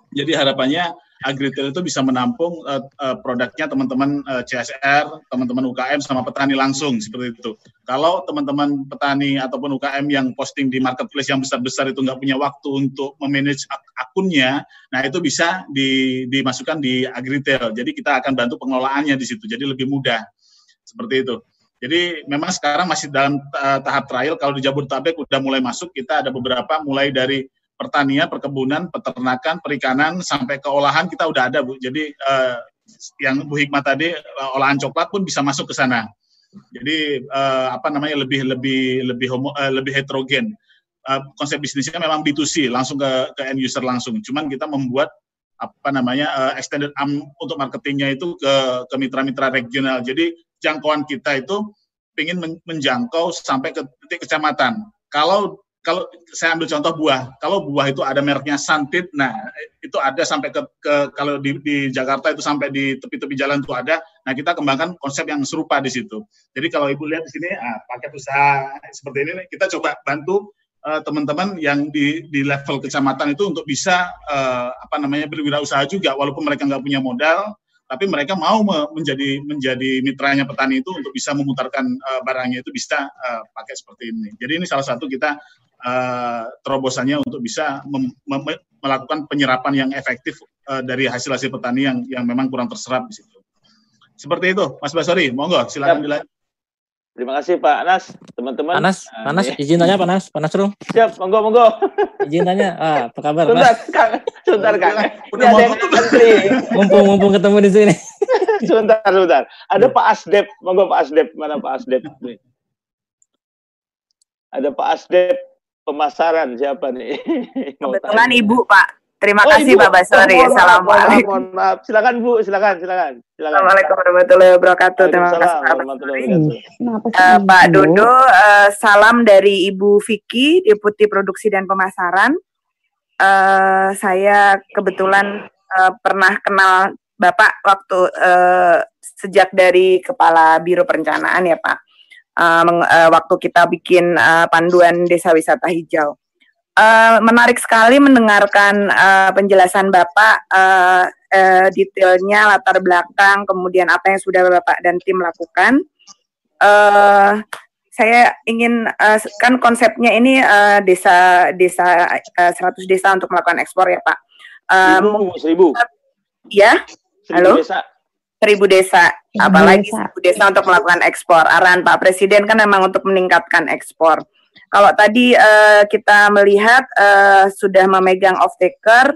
Jadi harapannya Agritel itu bisa menampung uh, uh, produknya teman-teman uh, C S R, teman-teman U K M sama petani langsung seperti itu. Kalau teman-teman petani ataupun U K M yang posting di marketplace yang besar-besar itu nggak punya waktu untuk memanage ak akunnya, nah itu bisa di, dimasukkan di Agritel. Jadi kita akan bantu pengelolaannya di situ. Jadi lebih mudah seperti itu. Jadi memang sekarang masih dalam uh, tahap trial. Kalau di Jabodetabek udah mulai masuk, kita ada beberapa mulai dari pertanian, perkebunan, peternakan, perikanan, sampai ke olahan kita udah ada, Bu. Jadi uh, yang Bu Hikmah tadi, uh, olahan coklat pun bisa masuk ke sana. Jadi uh, apa namanya lebih lebih lebih homo, uh, lebih heterogen. Uh, konsep bisnisnya memang B two C, langsung ke ke end user langsung. Cuman kita membuat apa namanya uh, extended arm untuk marketingnya itu ke ke mitra-mitra regional. Jadi jangkauan kita itu ingin menjangkau sampai ke titik kecamatan. Kalau Kalau saya ambil contoh buah, kalau buah itu ada mereknya Santit, nah itu ada sampai ke, ke kalau di, di Jakarta itu sampai di tepi-tepi jalan itu ada. Nah kita kembangkan konsep yang serupa di situ. Jadi kalau Ibu lihat di sini, ah, paket usaha seperti ini, kita coba bantu uh, teman-teman yang di, di level kecamatan itu untuk bisa uh, apa namanya berwirausaha juga, walaupun mereka nggak punya modal, tapi mereka mau menjadi menjadi mitranya petani itu untuk bisa memutarkan uh, barangnya itu bisa uh, pakai seperti ini. Jadi ini salah satu kita Uh, terobosannya untuk bisa mem mem melakukan penyerapan yang efektif uh, dari hasil-hasil petani yang yang memang kurang terserap di situ. Seperti itu, Mas Basori, monggo silakan dilanjut. Terima kasih Pak Anas, teman-teman. Panas, uh, Panas, izin tanya Panas, Panas dong. Siap, monggo, monggo. Izin tanya, ah, apa kabar? Sebentar, Kang. Sebentar, Kang. Ini ada yang antri. Mumpung, mumpung ketemu di sini. Sebentar, sebentar. Ada Pak Asdep, monggo Pak Asdep, mana Pak Asdep? Ada Pak Asdep. Pemasaran siapa nih? Kebetulan Ibu Pak. Terima oh, kasih Ibu. Pak Basori. Oh, Assalamualaikum. Mohon maaf. Silakan Bu, silakan, silakan. silakan. Assalamualaikum warahmatullahi wabarakatuh. Terima kasih Pak Basori. Uh, Pak Dodo, uh, salam dari Ibu Vicky, Deputi Produksi dan Pemasaran. Uh, saya kebetulan uh, pernah kenal Bapak waktu uh, sejak dari Kepala Biro Perencanaan ya Pak. Uh, meng, uh, waktu kita bikin uh, panduan desa wisata hijau. Uh, menarik sekali mendengarkan uh, penjelasan Bapak, uh, uh, detailnya, latar belakang, kemudian apa yang sudah Bapak dan tim lakukan. Uh, saya ingin, uh, kan konsepnya ini uh, desa desa uh, seratus desa untuk melakukan ekspor ya Pak. Uh, seribu, seribu. Ya, seribu halo? Desa. Seribu desa, apalagi seribu desa untuk melakukan ekspor. Arahan Pak Presiden kan memang untuk meningkatkan ekspor. Kalau tadi uh, kita melihat uh, sudah memegang off-taker,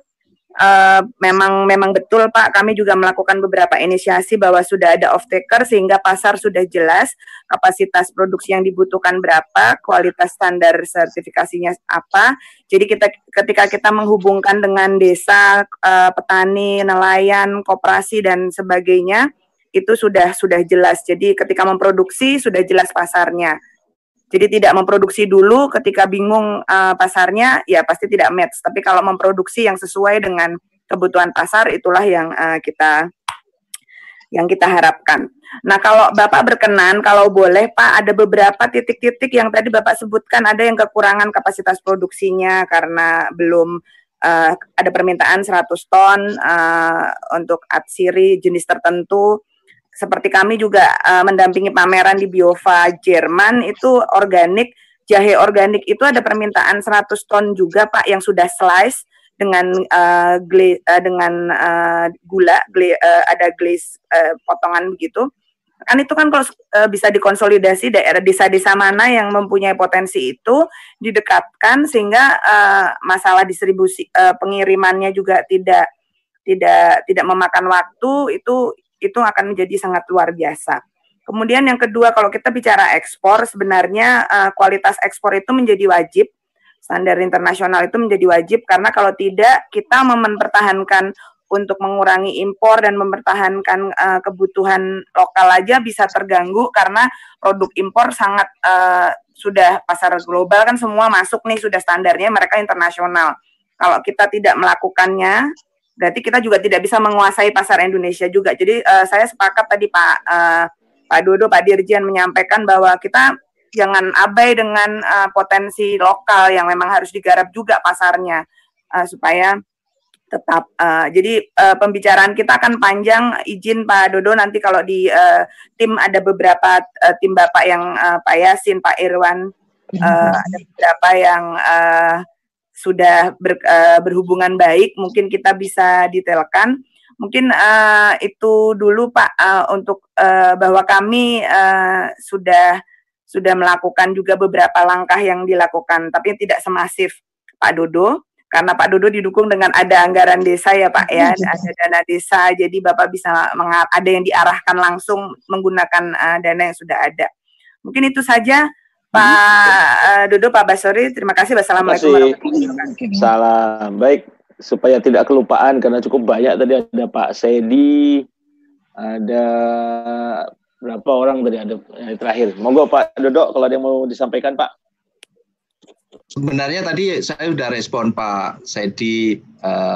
uh, memang memang betul Pak, kami juga melakukan beberapa inisiasi bahwa sudah ada off-taker sehingga pasar sudah jelas kapasitas produksi yang dibutuhkan berapa, kualitas standar sertifikasinya apa. Jadi kita ketika kita menghubungkan dengan desa, uh, petani, nelayan, koperasi dan sebagainya, itu sudah sudah jelas. Jadi ketika memproduksi sudah jelas pasarnya. Jadi tidak memproduksi dulu ketika bingung uh, pasarnya, ya pasti tidak match. Tapi kalau memproduksi yang sesuai dengan kebutuhan pasar, itulah yang uh, kita yang kita harapkan. Nah, kalau Bapak berkenan, kalau boleh Pak, ada beberapa titik-titik yang tadi Bapak sebutkan, ada yang kekurangan kapasitas produksinya karena belum uh, ada permintaan seratus ton uh, untuk atsiri jenis tertentu. Seperti kami juga uh, mendampingi pameran di Biova Jerman, itu organik, jahe organik itu ada permintaan seratus ton juga Pak, yang sudah slice dengan uh, gle, uh, dengan uh, gula, gle, uh, ada glaze uh, potongan begitu. Kan itu kan kalau uh, bisa dikonsolidasi daerah desa-desa mana yang mempunyai potensi itu didekatkan sehingga uh, masalah distribusi uh, pengirimannya juga tidak tidak tidak memakan waktu, itu itu akan menjadi sangat luar biasa. Kemudian yang kedua, kalau kita bicara ekspor, sebenarnya uh, kualitas ekspor itu menjadi wajib, standar internasional itu menjadi wajib, karena kalau tidak kita mempertahankan untuk mengurangi impor dan mempertahankan uh, kebutuhan lokal aja bisa terganggu karena produk impor sangat uh, sudah pasar global kan semua masuk nih, sudah standarnya mereka internasional. Kalau kita tidak melakukannya, berarti kita juga tidak bisa menguasai pasar Indonesia juga. Jadi uh, saya sepakat tadi Pak uh, Pak Dodo, Pak Dirjen menyampaikan bahwa kita jangan abai dengan uh, potensi lokal yang memang harus digarap juga pasarnya uh, supaya tetap. Uh, jadi uh, pembicaraan kita akan panjang. Izin Pak Dodo nanti kalau di uh, tim ada beberapa uh, tim Bapak yang uh, Pak Yasin, Pak Irwan, uh, ada beberapa yang uh, sudah ber, uh, berhubungan baik. Mungkin kita bisa detailkan. Mungkin uh, itu dulu Pak uh, untuk uh, bahwa kami uh, sudah sudah melakukan juga beberapa langkah yang dilakukan, tapi tidak semasif Pak Dodo. Karena Pak Dodo didukung dengan ada anggaran desa ya Pak ya, ada dana desa, jadi Bapak bisa mengar- ada yang diarahkan langsung menggunakan uh, dana yang sudah ada. Mungkin itu saja Pak uh, Dodo, Pak Basori, terima kasih. Wassalamualaikum warahmatullahi wabarakatuh. Salam. Baik, supaya tidak kelupaan karena cukup banyak tadi ada Pak Sedi, ada berapa orang tadi ada yang terakhir. Monggo Pak Dodo kalau ada yang mau disampaikan Pak. Sebenarnya tadi saya sudah respon Pak Sedi, uh,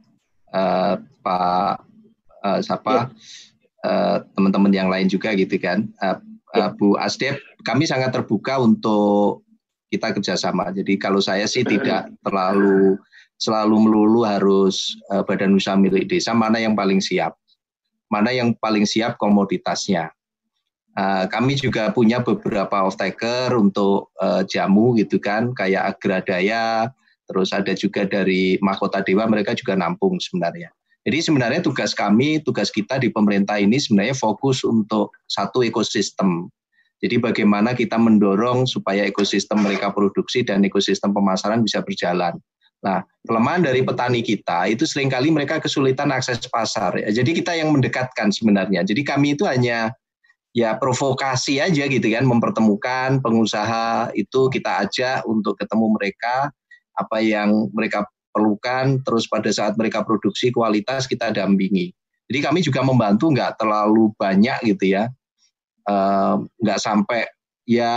uh, Pak uh, siapa, uh, teman-teman yang lain juga gitu kan, uh, uh, Bu Asdep, kami sangat terbuka untuk kita kerjasama. Jadi kalau saya sih tidak terlalu selalu melulu harus uh, badan usaha milik desa, mana yang paling siap, mana yang paling siap komoditasnya. Uh, kami juga punya beberapa off-taker untuk uh, jamu gitu kan, kayak Agradaya, terus ada juga dari Mahkota Dewa, mereka juga nampung sebenarnya. Jadi sebenarnya tugas kami, tugas kita di pemerintah ini sebenarnya fokus untuk satu ekosistem. Jadi bagaimana kita mendorong supaya ekosistem mereka produksi dan ekosistem pemasaran bisa berjalan. Nah, kelemahan dari petani kita itu seringkali mereka kesulitan akses pasar. Ya. Jadi kita yang mendekatkan sebenarnya. Jadi kami itu hanya ya provokasi aja gitu kan, mempertemukan pengusaha itu kita ajak untuk ketemu mereka, apa yang mereka perlukan, terus pada saat mereka produksi kualitas kita dampingi. Jadi kami juga membantu nggak terlalu banyak gitu ya, uh, nggak sampai ya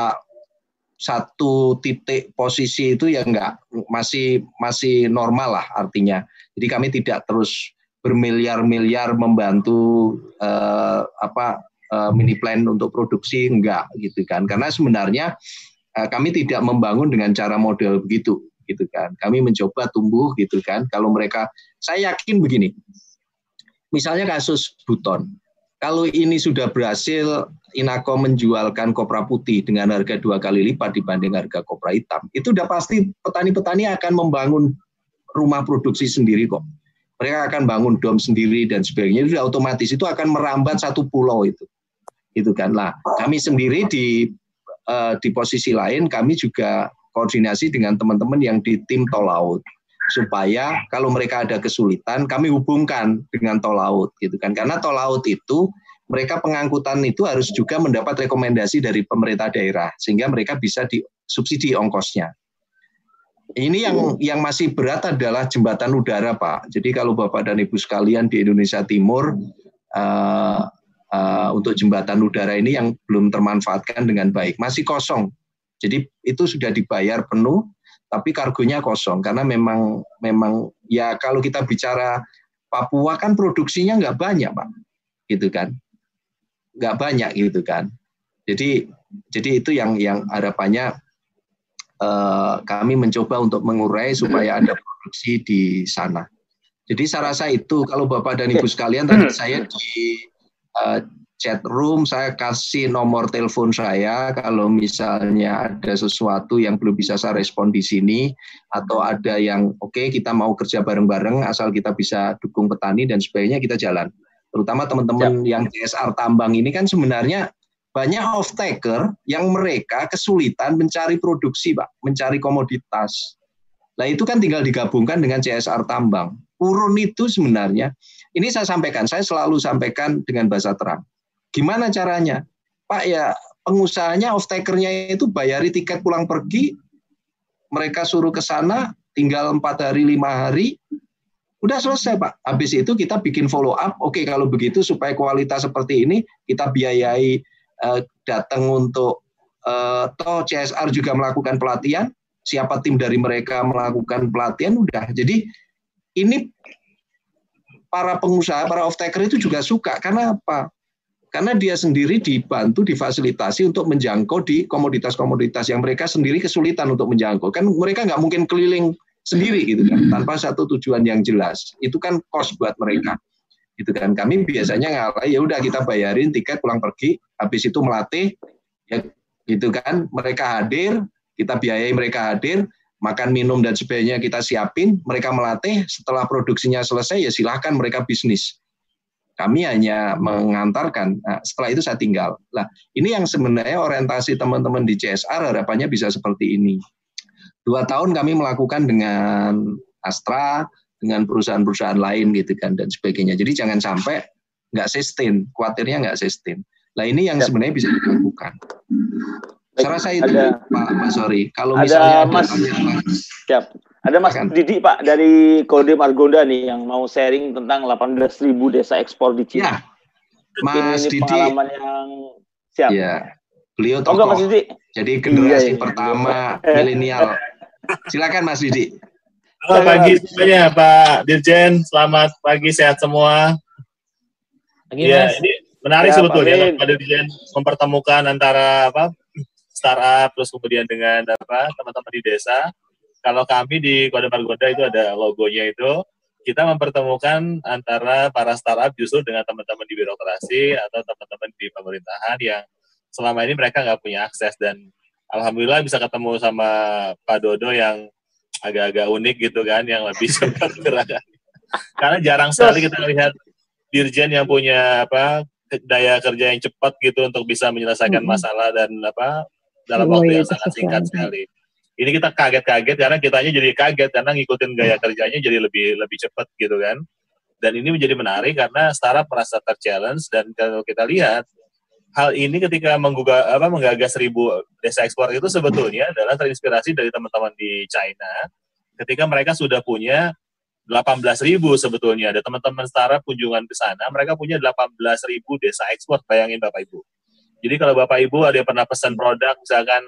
satu titik posisi itu ya nggak, masih masih normal lah artinya. Jadi kami tidak terus bermiliar-miliar membantu uh, apa mini plan untuk produksi, enggak gitu kan, karena sebenarnya uh, kami tidak membangun dengan cara model begitu gitu kan, kami mencoba tumbuh gitu kan. Kalau mereka, saya yakin begini, misalnya kasus Buton, kalau ini sudah berhasil Inako menjualkan kopra putih dengan harga dua kali lipat dibanding harga kopra hitam, itu udah pasti petani-petani akan membangun rumah produksi sendiri kok. Mereka akan bangun dom sendiri dan sebagainya, itu otomatis itu akan merambat satu pulau itu. Itu kan lah. Kami sendiri di uh, di posisi lain kami juga koordinasi dengan teman-teman yang di tim tol laut supaya kalau mereka ada kesulitan kami hubungkan dengan tol laut gitu kan, karena tol laut itu mereka pengangkutan itu harus juga mendapat rekomendasi dari pemerintah daerah sehingga mereka bisa disubsidi ongkosnya. Ini yang yang masih berat adalah jembatan udara Pak. Jadi kalau Bapak dan Ibu sekalian di Indonesia Timur uh, Uh, untuk jembatan udara ini yang belum termanfaatkan dengan baik, masih kosong. Jadi itu sudah dibayar penuh, tapi kargonya kosong karena memang memang ya kalau kita bicara Papua kan produksinya nggak banyak Pak, gitu kan, nggak banyak gitu kan. Jadi jadi itu yang yang harapannya uh, kami mencoba untuk mengurai supaya ada produksi di sana. Jadi saya rasa itu kalau Bapak dan Ibu sekalian tadi saya di Uh, chat room saya kasih nomor telepon saya kalau misalnya ada sesuatu yang belum bisa saya respon di sini atau ada yang oke okay, kita mau kerja bareng-bareng asal kita bisa dukung petani dan sebagainya, kita jalan. Terutama teman-teman ya. Yang C S R tambang ini kan sebenarnya banyak off-taker yang mereka kesulitan mencari produksi Pak, mencari komoditas. Nah itu kan tinggal digabungkan dengan C S R tambang. Urun itu sebenarnya, ini saya sampaikan, saya selalu sampaikan dengan bahasa terang. Gimana caranya? Pak ya pengusahanya, off-takernya itu bayari tiket pulang pergi, mereka suruh ke sana, tinggal empat hari, lima hari, udah selesai Pak. Habis itu kita bikin follow up, oke kalau begitu supaya kualitas seperti ini, kita biayai uh, datang untuk, uh, toh C S R juga melakukan pelatihan, siapa tim dari mereka melakukan pelatihan, udah. Jadi ini para pengusaha, para off-taker itu juga suka. Karena apa? Karena dia sendiri dibantu, difasilitasi untuk menjangkau di komoditas-komoditas yang mereka sendiri kesulitan untuk menjangkau. Kan mereka nggak mungkin keliling sendiri gitu kan, tanpa satu tujuan yang jelas. Itu kan cost buat mereka. Gitu kan. Kami biasanya ngalah, ya udah kita bayarin tiket pulang pergi, habis itu melatih, ya gitu kan. Mereka hadir, kita biayai mereka hadir, makan minum dan sebagainya kita siapin, mereka melatih. Setelah produksinya selesai, ya silahkan mereka bisnis. Kami hanya mengantarkan. Nah, setelah itu saya tinggal. Nah, ini yang sebenarnya orientasi teman-teman di C S R harapannya bisa seperti ini. Dua tahun kami melakukan dengan Astra, dengan perusahaan-perusahaan lain gitu kan dan sebagainya. Jadi jangan sampai nggak sustain, khawatirnya nggak sustain. Nah ini yang ya. Sebenarnya bisa dilakukan. Saya rasa itu ada, Pak Mas Sorry. Kalau ada misalnya Mas, ada, siap. Ada Mas kan? Didi Pak dari Kodim Margonda nih yang mau sharing tentang delapan belas ribu desa ekspor di Cina. Ya. Mas ini Didi. Pengalaman yang siap. Ya. Beliau tokoh. Oh, enggak, Mas Didi. Jadi generasi iya, iya. pertama milenial. Silakan Mas Didi. Selamat pagi semuanya Pak Dirjen, selamat pagi, sehat semua. Pagi, ya, Mas. ini menarik ya, sebetulnya Pak Dirjen mempertemukan antara apa startup terus kemudian dengan apa teman-teman di desa. Kalau kami di Kodam Margonda itu ada logonya itu, kita mempertemukan antara para startup justru dengan teman-teman di birokrasi atau teman-teman di pemerintahan yang selama ini mereka nggak punya akses, dan alhamdulillah bisa ketemu sama Pak Dodo yang agak-agak unik gitu kan, yang lebih cepat gerakannya. Karena jarang sekali kita lihat dirjen yang punya apa daya kerja yang cepat gitu untuk bisa menyelesaikan masalah dan apa dalam oh, waktu iya, yang sangat singkat sekali. Ini kita kaget-kaget karena kitanya jadi kaget karena ngikutin gaya kerjanya jadi lebih lebih cepat gitu kan. Dan ini menjadi menarik karena startup merasa ter-challenge, dan kalau kita lihat hal ini ketika menggugah, apa, menggagas seribu desa ekspor itu sebetulnya adalah terinspirasi dari teman-teman di China ketika mereka sudah punya delapan belas ribu sebetulnya. Ada teman-teman startup kunjungan ke sana, mereka punya delapan belas ribu desa ekspor, bayangin Bapak Ibu. Jadi kalau Bapak Ibu ada yang pernah pesan produk, misalkan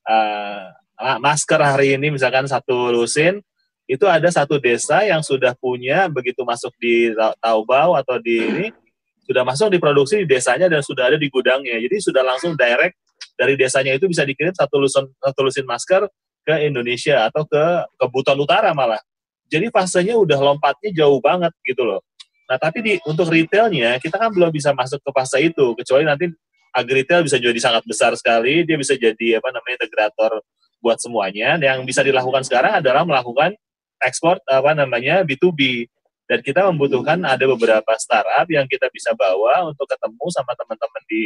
uh, masker hari ini misalkan satu lusin, itu ada satu desa yang sudah punya, begitu masuk di Taobao atau di ini, sudah masuk diproduksi di desanya dan sudah ada di gudangnya. Jadi sudah langsung direct dari desanya itu bisa dikirim satu lusin, satu lusin masker ke Indonesia atau ke ke Buton Utara malah. Jadi fasenya udah lompatnya jauh banget gitu loh. Nah tapi di untuk retailnya kita kan belum bisa masuk ke fase itu, kecuali nanti agri-retail bisa jadi sangat besar sekali, dia bisa jadi apa namanya integrator buat semuanya. Yang bisa dilakukan sekarang adalah melakukan ekspor apa namanya B to B. Dan kita membutuhkan ada beberapa startup yang kita bisa bawa untuk ketemu sama teman-teman di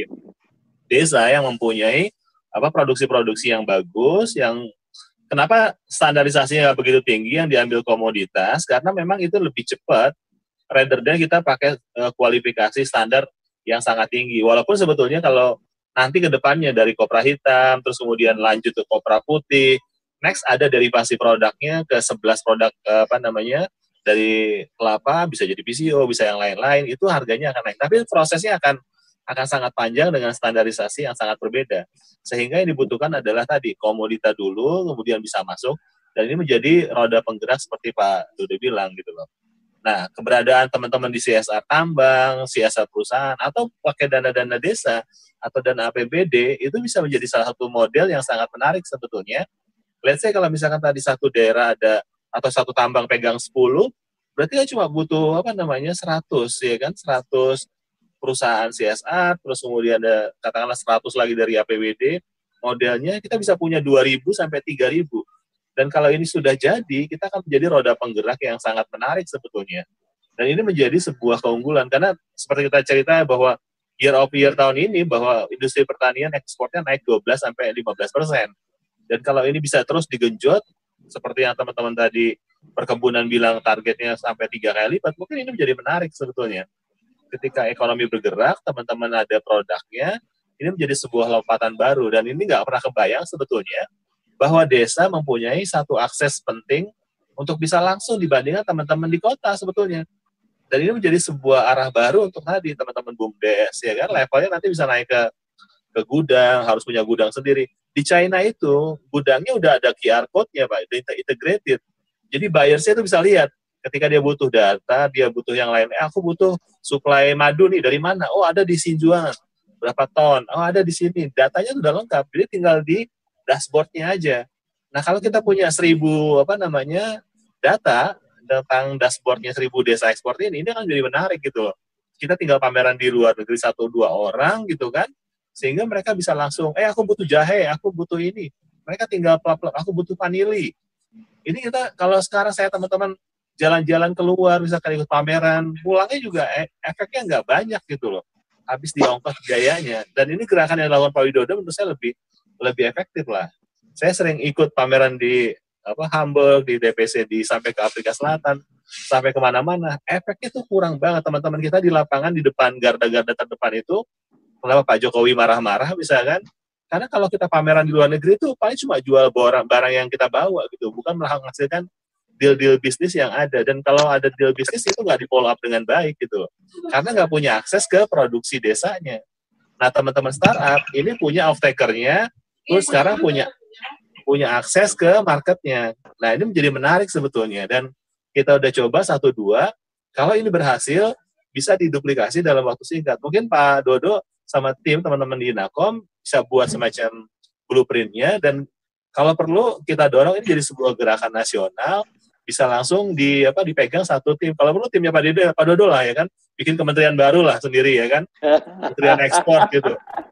desa yang mempunyai apa produksi-produksi yang bagus, yang kenapa standarisasinya nggak begitu tinggi, yang diambil komoditas, karena memang itu lebih cepat rather than kita pakai uh, kualifikasi standar yang sangat tinggi. Walaupun sebetulnya kalau nanti ke depannya dari kopra hitam, terus kemudian lanjut ke kopra putih, next ada derivasi produknya ke sebelas produk uh, apa namanya, dari kelapa bisa jadi P C O, bisa yang lain-lain, itu harganya akan naik. Tapi prosesnya akan akan sangat panjang dengan standarisasi yang sangat berbeda. Sehingga yang dibutuhkan adalah tadi komoditas dulu, kemudian bisa masuk, dan ini menjadi roda penggerak seperti Pak Dodo bilang gitu loh. Nah, keberadaan teman-teman di C S R tambang, C S R perusahaan, atau pakai dana-dana desa atau dana A P B D, itu bisa menjadi salah satu model yang sangat menarik sebetulnya. Let's say kalau misalkan tadi satu daerah ada atau satu tambang pegang sepuluh, berarti kan cuma butuh apa namanya seratus ya kan, seratus perusahaan C S R, terus kemudian ada katakanlah seratus lagi dari A P B D, modelnya kita bisa punya dua ribu sampai tiga ribu. Dan kalau ini sudah jadi, kita akan menjadi roda penggerak yang sangat menarik sebetulnya. Dan ini menjadi sebuah keunggulan, karena seperti kita cerita bahwa year of year tahun ini, bahwa industri pertanian ekspornya naik dua belas sampai lima belas persen. Dan kalau ini bisa terus digenjot, seperti yang teman-teman tadi perkebunan bilang targetnya sampai tiga kali lipat, mungkin ini menjadi menarik sebetulnya. Ketika ekonomi bergerak, teman-teman ada produknya, ini menjadi sebuah lompatan baru. Dan ini nggak pernah kebayang sebetulnya, bahwa desa mempunyai satu akses penting untuk bisa langsung dibandingkan teman-teman di kota sebetulnya. Dan ini menjadi sebuah arah baru untuk tadi teman-teman BUMDes, ya kan, levelnya nanti bisa naik ke ke gudang, harus punya gudang sendiri. Di China itu, gudangnya udah ada Q R code-nya, Pak, integrated. Jadi buyer-nya itu bisa lihat, ketika dia butuh data, dia butuh yang lain, eh, aku butuh suplai madu nih, dari mana? Oh, ada di Xinjuang, berapa ton? Oh, ada di sini. Datanya sudah lengkap, jadi tinggal di dashboard-nya aja. Nah, kalau kita punya seribu, apa namanya, data tentang dashboardnya seribu desa ekspor ini, ini akan jadi menarik gitu loh. Kita tinggal pameran di luar negeri satu dua orang gitu kan, sehingga mereka bisa langsung, eh aku butuh jahe, aku butuh ini. Mereka tinggal pelap-pelap, aku butuh vanili. Ini kita, kalau sekarang saya teman-teman jalan-jalan keluar, misalkan ikut pameran, pulangnya juga e- efeknya nggak banyak gitu loh. Habis di ongkos biayanya. Dan ini gerakan yang dilakukan Pak Widodo menurut saya lebih lebih efektif lah. Saya sering ikut pameran di apa Hamburg, di D P C, di sampai ke Afrika Selatan, sampai kemana-mana. Efeknya tuh kurang banget. Teman-teman kita di lapangan, di depan garda-garda terdepan itu, kenapa Pak Jokowi marah-marah misalkan? Karena kalau kita pameran di luar negeri itu paling cuma jual barang, barang yang kita bawa gitu, bukan menghasilkan deal-deal bisnis yang ada. Dan kalau ada deal bisnis itu nggak di-follow up dengan baik gitu, karena nggak punya akses ke produksi desanya. Nah teman-teman startup ini punya off-taker-nya, terus sekarang punya punya akses ke marketnya. Nah ini menjadi menarik sebetulnya, dan kita udah coba satu dua, kalau ini berhasil bisa diduplikasi dalam waktu singkat. Mungkin Pak Dodo sama tim teman-teman di Nakom bisa buat semacam blueprint-nya, dan kalau perlu kita dorong ini jadi sebuah gerakan nasional, bisa langsung di apa dipegang satu tim. Kalau perlu timnya Pak Dodo, Pak Dodo lah ya kan, bikin kementerian baru lah sendiri ya kan, kementerian ekspor gitu.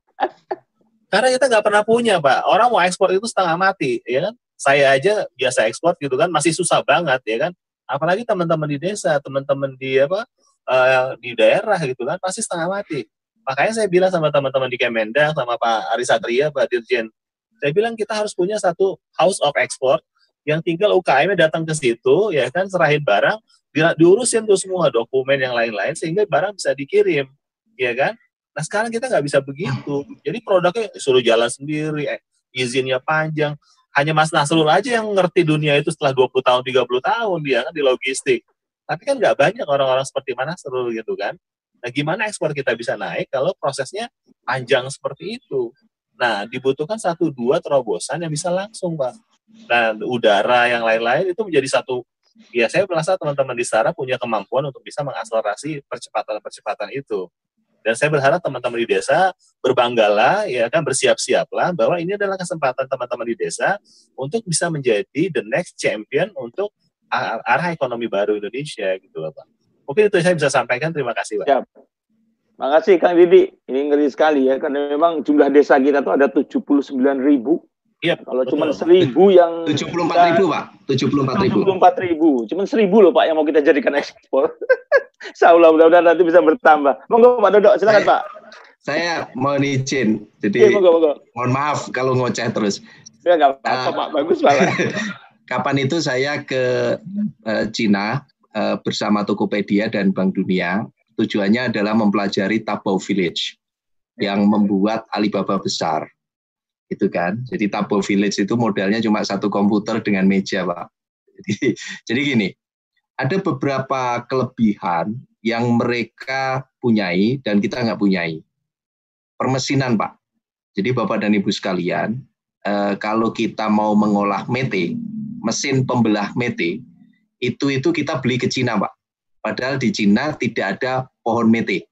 Karena kita nggak pernah punya, Pak. Orang mau ekspor itu setengah mati, ya kan? Saya aja biasa ekspor gitu kan, masih susah banget, ya kan? Apalagi teman-teman di desa, teman-teman di apa uh, di daerah gitu kan, pasti setengah mati. Makanya saya bilang sama teman-teman di Kemendak, sama Pak Ari Satria, Pak Dirjen, saya bilang kita harus punya satu house of export yang tinggal U K M-nya datang ke situ, ya kan, serahin barang, di- diurusin tuh semua dokumen yang lain-lain sehingga barang bisa dikirim, ya kan? Nah sekarang kita nggak bisa begitu. Jadi produknya suruh jalan sendiri, eh, izinnya panjang. Hanya Mas Nasrul aja yang ngerti dunia itu setelah dua puluh tahun, tiga puluh tahun dia kan di logistik. Tapi kan nggak banyak orang-orang seperti Mas Nasrul gitu kan. Nah gimana ekspor kita bisa naik kalau prosesnya panjang seperti itu? Nah dibutuhkan satu dua terobosan yang bisa langsung, Pak. Nah udara yang lain-lain itu menjadi satu. Ya saya merasa teman-teman di Startup punya kemampuan untuk bisa mengakselerasi percepatan-percepatan itu. Dan saya berharap teman-teman di desa berbanggalah, ya kan, bersiap-siaplah bahwa ini adalah kesempatan teman-teman di desa untuk bisa menjadi the next champion untuk arah ekonomi baru Indonesia gitu loh, Pak. Mungkin itu saya bisa sampaikan. Terima kasih, Pak. Siap. Terima kasih Kang Didi. Ini ngeri sekali ya, karena memang jumlah desa kita tuh ada tujuh puluh sembilan ribu. Iya. Kalau cuma seribu yang tujuh puluh empat ribu, Pak. tujuh puluh empat ribu. tujuh puluh empat ribu. Cuma seribu loh, Pak, yang mau kita jadikan ekspor. Insyaallah mudah-mudahan nanti bisa bertambah. Monggo Pak Dodo, silakan Pak. Saya mohon izin. Jadi Iya, monggo, monggo. mohon maaf kalau ngoceh terus. Ya nggak apa-apa, Pak. Bagus banget. Kapan itu saya ke uh, Cina uh, bersama Tokopedia dan Bank Dunia. Tujuannya adalah mempelajari Taobao Village yang membuat Alibaba besar. Itu kan. Jadi Taobao Village itu modalnya cuma satu komputer dengan meja, Pak. Jadi, jadi gini, ada beberapa kelebihan yang mereka punyai dan kita nggak punyai. Permesinan, Pak. Jadi Bapak dan Ibu sekalian, eh, kalau kita mau mengolah mete, mesin pembelah mete, itu itu kita beli ke Cina, Pak. Padahal di Cina tidak ada pohon mete.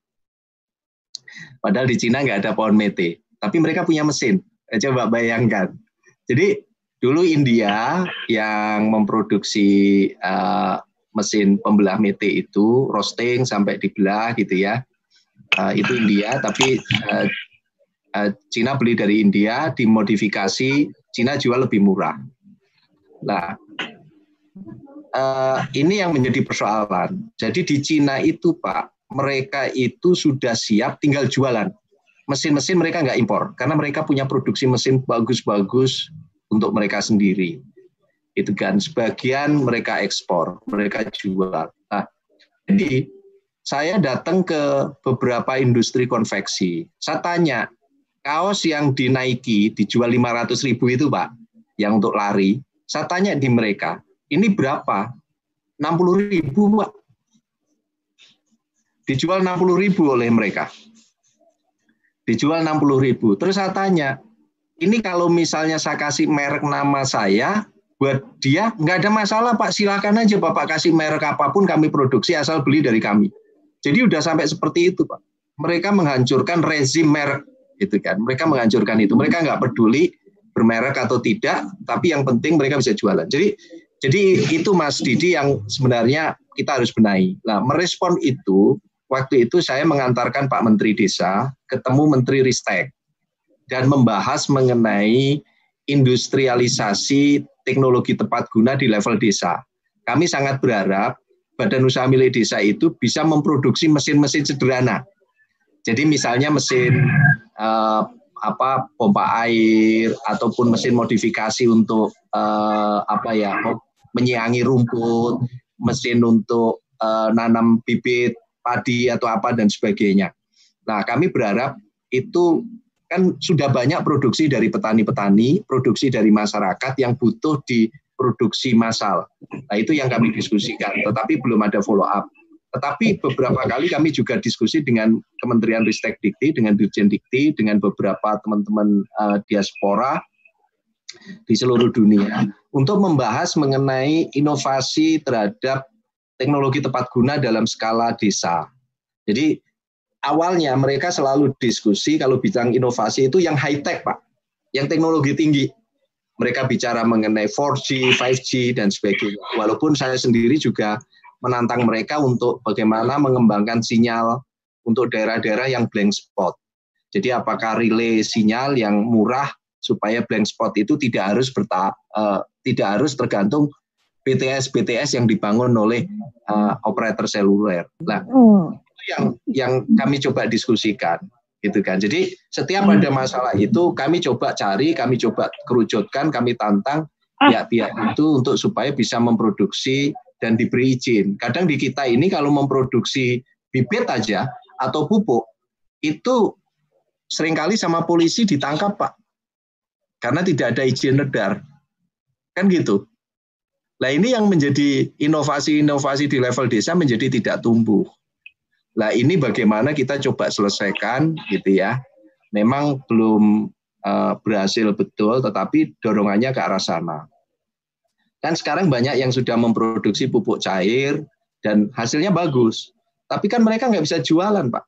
Padahal di Cina nggak ada pohon mete. Tapi mereka punya mesin. Coba bayangkan. Jadi dulu India yang memproduksi uh, mesin pembelah mete itu, roasting sampai dibelah gitu ya. Uh, itu India, tapi uh, uh, Cina beli dari India, dimodifikasi, Cina jual lebih murah. Nah, uh, ini yang menjadi persoalan. Jadi di Cina itu, Pak, mereka itu sudah siap tinggal jualan. Mesin-mesin mereka nggak impor, karena mereka punya produksi mesin bagus-bagus untuk mereka sendiri. Itu kan, sebagian mereka ekspor, mereka jual. Nah, jadi saya datang ke beberapa industri konveksi. Saya tanya, kaos yang di Nike dijual lima ratus ribu itu, Pak, yang untuk lari. Saya tanya di mereka, ini berapa? enam puluh ribu, Pak. Dijual enam puluh ribu oleh mereka. Dijual enam puluh ribu. Terus saya tanya, ini kalau misalnya saya kasih merek nama saya, buat dia nggak ada masalah, Pak. Silakan aja Bapak kasih merek apapun, kami produksi asal beli dari kami. Jadi udah sampai seperti itu, Pak. Mereka menghancurkan rezim merek, gitu kan. Mereka menghancurkan itu. Mereka nggak peduli bermerek atau tidak, tapi yang penting mereka bisa jualan. Jadi Jadi itu Mas Didi yang sebenarnya kita harus benahi. Nah, merespon itu, waktu itu saya mengantarkan Pak Menteri Desa ketemu Menteri Ristek dan membahas mengenai industrialisasi teknologi tepat guna di level desa. Kami sangat berharap Badan Usaha Milik Desa itu bisa memproduksi mesin-mesin sederhana. Jadi misalnya mesin eh, apa pompa air ataupun mesin modifikasi untuk eh, apa ya menyiangi rumput, mesin untuk uh, nanam bibit padi atau apa dan sebagainya. Nah, kami berharap itu kan sudah banyak produksi dari petani-petani, produksi dari masyarakat yang butuh diproduksi massal. Nah, itu yang kami diskusikan, tetapi belum ada follow up. Tetapi beberapa kali kami juga diskusi dengan Kementerian Ristek Dikti, dengan Dirjen Dikti, dengan beberapa teman-teman uh, diaspora di seluruh dunia untuk membahas mengenai inovasi terhadap teknologi tepat guna dalam skala desa. Jadi awalnya mereka selalu diskusi kalau bidang inovasi itu yang high tech Pak, yang teknologi tinggi. Mereka bicara mengenai four G, five G dan sebagainya. Walaupun saya sendiri juga menantang mereka untuk bagaimana mengembangkan sinyal untuk daerah-daerah yang blank spot. Jadi apakah relay sinyal yang murah supaya blank spot itu tidak harus berta, uh, tidak harus tergantung B T S B T S yang dibangun oleh uh, operator seluler. Nah, hmm. itu yang yang kami coba diskusikan, gitu kan. Jadi setiap ada masalah itu kami coba cari, kami coba kerucutkan, kami tantang pihak-pihak itu untuk supaya bisa memproduksi dan diberi izin. Kadang di kita ini kalau memproduksi bibit aja atau pupuk itu seringkali sama polisi ditangkap Pak. Karena tidak ada izin edar. Kan gitu. Nah ini yang menjadi inovasi-inovasi di level desa menjadi tidak tumbuh. Nah ini bagaimana kita coba selesaikan gitu ya. Memang belum uh, berhasil betul, tetapi dorongannya ke arah sana. Kan sekarang banyak yang sudah memproduksi pupuk cair dan hasilnya bagus. Tapi kan mereka nggak bisa jualan Pak.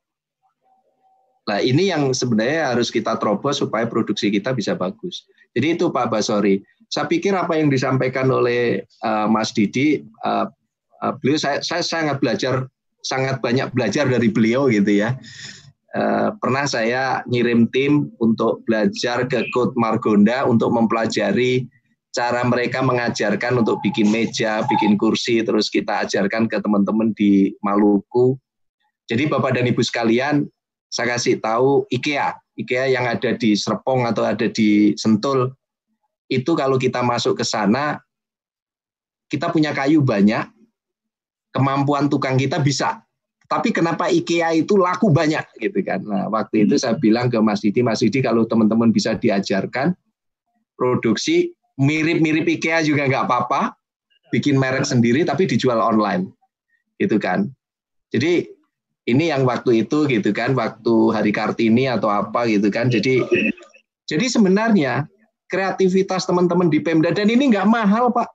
Nah ini yang sebenarnya harus kita terobos supaya produksi kita bisa bagus. Jadi itu Pak Basori. Saya pikir apa yang disampaikan oleh uh, Mas Didi, uh, uh, beliau saya, saya sangat belajar, sangat banyak belajar dari beliau gitu ya. Uh, pernah saya ngirim tim untuk belajar ke Kut Margonda untuk mempelajari cara mereka mengajarkan untuk bikin meja, bikin kursi, terus kita ajarkan ke teman-teman di Maluku. Jadi Bapak dan Ibu sekalian, saya kasih tahu IKEA, IKEA yang ada di Serpong atau ada di Sentul, itu kalau kita masuk ke sana, kita punya kayu banyak, kemampuan tukang kita bisa. Tapi kenapa IKEA itu laku banyak, gitu kan? Nah, waktu itu saya bilang ke Mas Didi, Mas Didi kalau teman-teman bisa diajarkan produksi mirip-mirip IKEA juga nggak apa-apa, bikin merek sendiri tapi dijual online, gitu kan? Jadi ini yang waktu itu gitu kan, waktu Hari Kartini atau apa gitu kan. Jadi jadi sebenarnya kreativitas teman-teman di Pemda, dan ini nggak mahal Pak.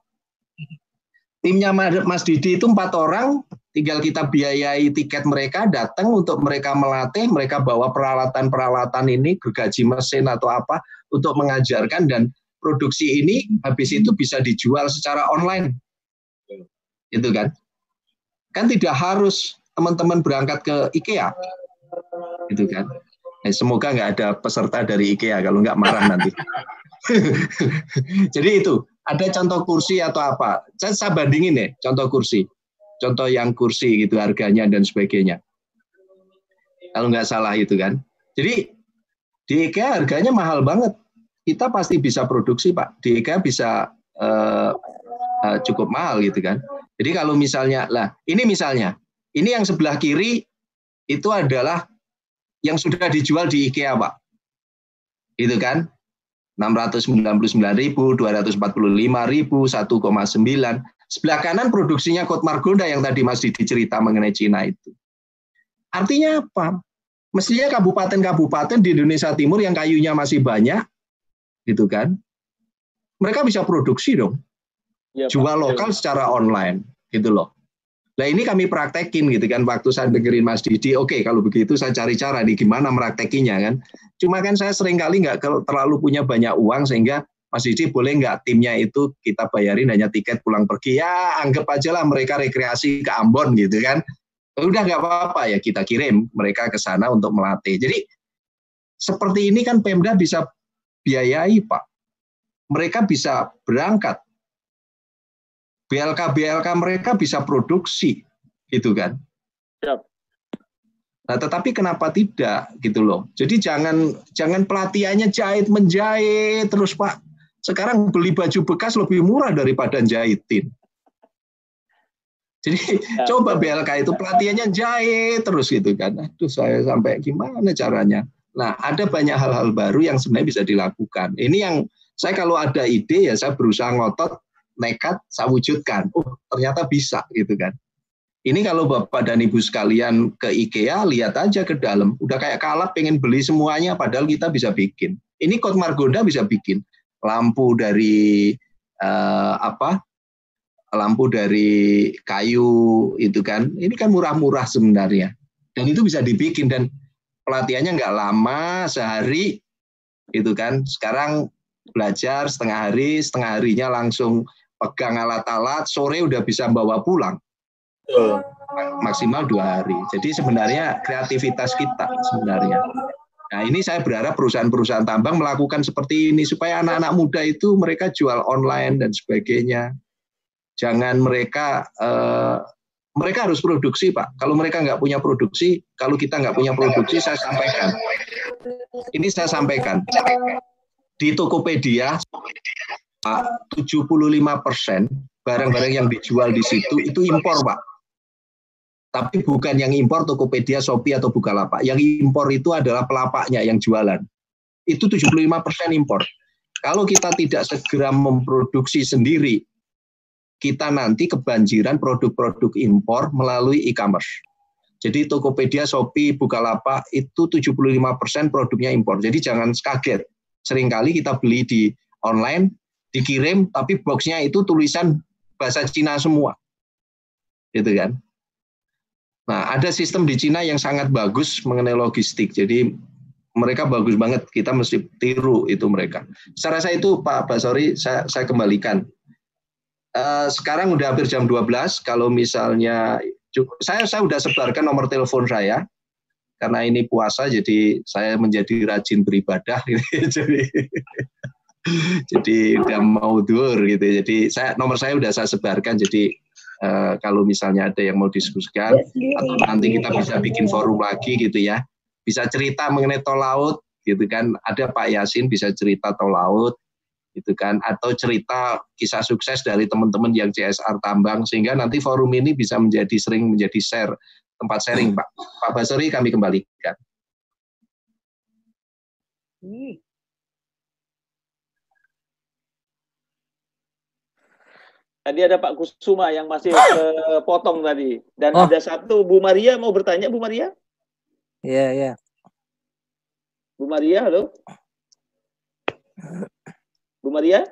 Timnya Mas Didi itu empat orang, tinggal kita biayai tiket mereka, datang untuk mereka melatih, mereka bawa peralatan-peralatan ini, gergaji mesin atau apa, untuk mengajarkan, dan produksi ini habis itu bisa dijual secara online. Itu kan. Kan tidak harus teman-teman berangkat ke IKEA, gitu kan? Eh, semoga nggak ada peserta dari IKEA kalau nggak marah nanti. Jadi itu ada contoh kursi atau apa? Saya, saya bandingin ya, contoh kursi, contoh yang kursi gitu harganya dan sebagainya. Kalau nggak salah itu kan. Jadi di IKEA harganya mahal banget. Kita pasti bisa produksi Pak. Di IKEA bisa uh, uh, cukup mahal gitu kan. Jadi kalau misalnya, lah ini misalnya. Ini yang sebelah kiri itu adalah yang sudah dijual di IKEA, Pak. Itu kan? enam ratus sembilan puluh sembilan ribu, dua ratus empat puluh lima ribu, satu koma sembilan. Sebelah kanan produksinya Kut Margonda yang tadi Mas Didi cerita mengenai Cina itu. Artinya apa? Mestinya kabupaten-kabupaten di Indonesia Timur yang kayunya masih banyak, gitu kan? Mereka bisa produksi dong. Ya, jual Pak, lokal ya. Secara online, gitu loh. Nah ini kami praktekin gitu kan, waktu saya dengerin Mas Didi, oke okay, kalau begitu saya cari cara nih gimana meraktekinya kan. Cuma kan saya seringkali nggak terlalu punya banyak uang sehingga Mas Didi boleh nggak timnya itu kita bayarin hanya tiket pulang pergi, ya anggap aja lah mereka rekreasi ke Ambon gitu kan, udah nggak apa-apa ya kita kirim mereka ke sana untuk melatih. Jadi seperti ini kan Pemda bisa biayai Pak, mereka bisa berangkat, B L K B L K mereka bisa produksi gitu kan. Yep. Nah, tetapi kenapa tidak gitu loh. Jadi jangan jangan pelatihannya jahit menjahit terus Pak. Sekarang beli baju bekas lebih murah daripada jahitin. Jadi ya, coba B L K itu pelatihannya jahit terus gitu kan. Aduh saya sampai gimana caranya. Nah ada banyak hal-hal baru yang sebenarnya bisa dilakukan. Ini yang saya kalau ada ide ya saya berusaha ngotot, nekat, saya wujudkan. Oh ternyata bisa gitu kan. Ini kalau Bapak dan Ibu sekalian ke IKEA, lihat aja ke dalam. Udah kayak kalap pengen beli semuanya, padahal kita bisa bikin. Ini Kot Margonda bisa bikin. Lampu dari eh, apa? Lampu dari kayu itu kan. Ini kan murah-murah sebenarnya. Dan itu bisa dibikin dan pelatihannya nggak lama, sehari itu kan. Sekarang belajar setengah hari, setengah harinya langsung pegang alat-alat, sore udah bisa bawa pulang. Maksimal dua hari. Jadi sebenarnya kreativitas kita sebenarnya. Nah ini saya berharap perusahaan-perusahaan tambang melakukan seperti ini supaya anak-anak muda itu mereka jual online dan sebagainya. Jangan mereka eh, mereka harus produksi Pak. Kalau mereka nggak punya produksi, kalau kita nggak punya produksi, saya sampaikan. Ini saya sampaikan di Tokopedia tujuh puluh lima persen barang-barang yang dijual di situ itu impor Pak. Tapi bukan yang impor Tokopedia, Shopee, atau Bukalapak. Yang impor itu adalah pelapaknya yang jualan. Itu tujuh puluh lima persen impor. Kalau kita tidak segera memproduksi sendiri, kita nanti kebanjiran produk-produk impor melalui e-commerce. Jadi Tokopedia, Shopee, Bukalapak itu tujuh puluh lima persen produknya impor. Jadi jangan kaget. Seringkali kita beli di online, dikirim, tapi boxnya itu tulisan bahasa Cina semua. Gitu kan. Nah, ada sistem di Cina yang sangat bagus mengenai logistik. Jadi mereka bagus banget. Kita mesti tiru itu mereka. Saya rasa itu Pak Basori, saya, saya kembalikan. Uh, sekarang udah hampir jam dua belas. Kalau misalnya saya saya udah sebarkan nomor telepon saya karena ini puasa, jadi saya menjadi rajin beribadah. jadi jadi udah mau duhur gitu. Jadi saya nomor saya udah saya sebarkan. Jadi Uh, kalau misalnya ada yang mau diskusikan atau nanti kita bisa bikin forum lagi gitu ya, bisa cerita mengenai tol laut gitu kan, ada Pak Yasin bisa cerita tol laut gitu kan, atau cerita kisah sukses dari teman-teman yang C S R tambang, sehingga nanti forum ini bisa menjadi sering menjadi share, tempat sharing Pak. Pak Basori kami kembalikan. Tadi ada Pak Kusuma yang masih kepotong tadi. Dan oh. ada satu, Bu Maria mau bertanya, Bu Maria? Iya, yeah, iya. Yeah. Bu Maria, halo? Bu Maria?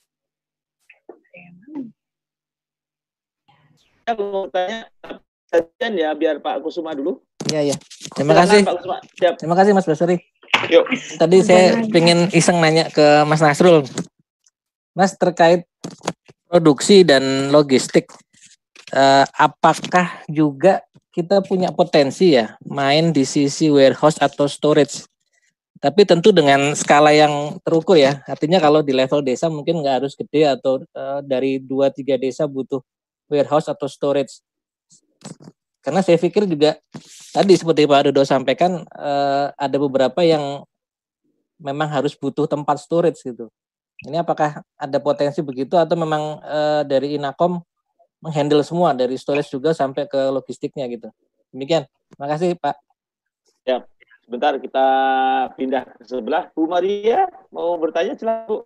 Saya mau bertanya, sajian ya, biar Pak Kusuma dulu. Iya, iya. Terima kasih. Pak Kusuma. Siap. Terima kasih, Mas Basori. Yuk. Tadi saya pengen iseng nanya ke Mas Nasrul. Mas, terkait produksi dan logistik, eh, apakah juga kita punya potensi ya main di sisi warehouse atau storage? Tapi tentu dengan skala yang terukur ya. Artinya kalau di level desa mungkin nggak harus gede atau eh, dari dua tiga desa butuh warehouse atau storage. Karena saya pikir juga tadi seperti Pak Dodo sampaikan eh, ada beberapa yang memang harus butuh tempat storage gitu. Ini apakah ada potensi begitu atau memang e, dari Inakom menghandle semua dari storage juga sampai ke logistiknya gitu. Demikian. Terima kasih Pak. Ya, sebentar kita pindah ke sebelah. Bu Maria mau bertanya silakan Bu.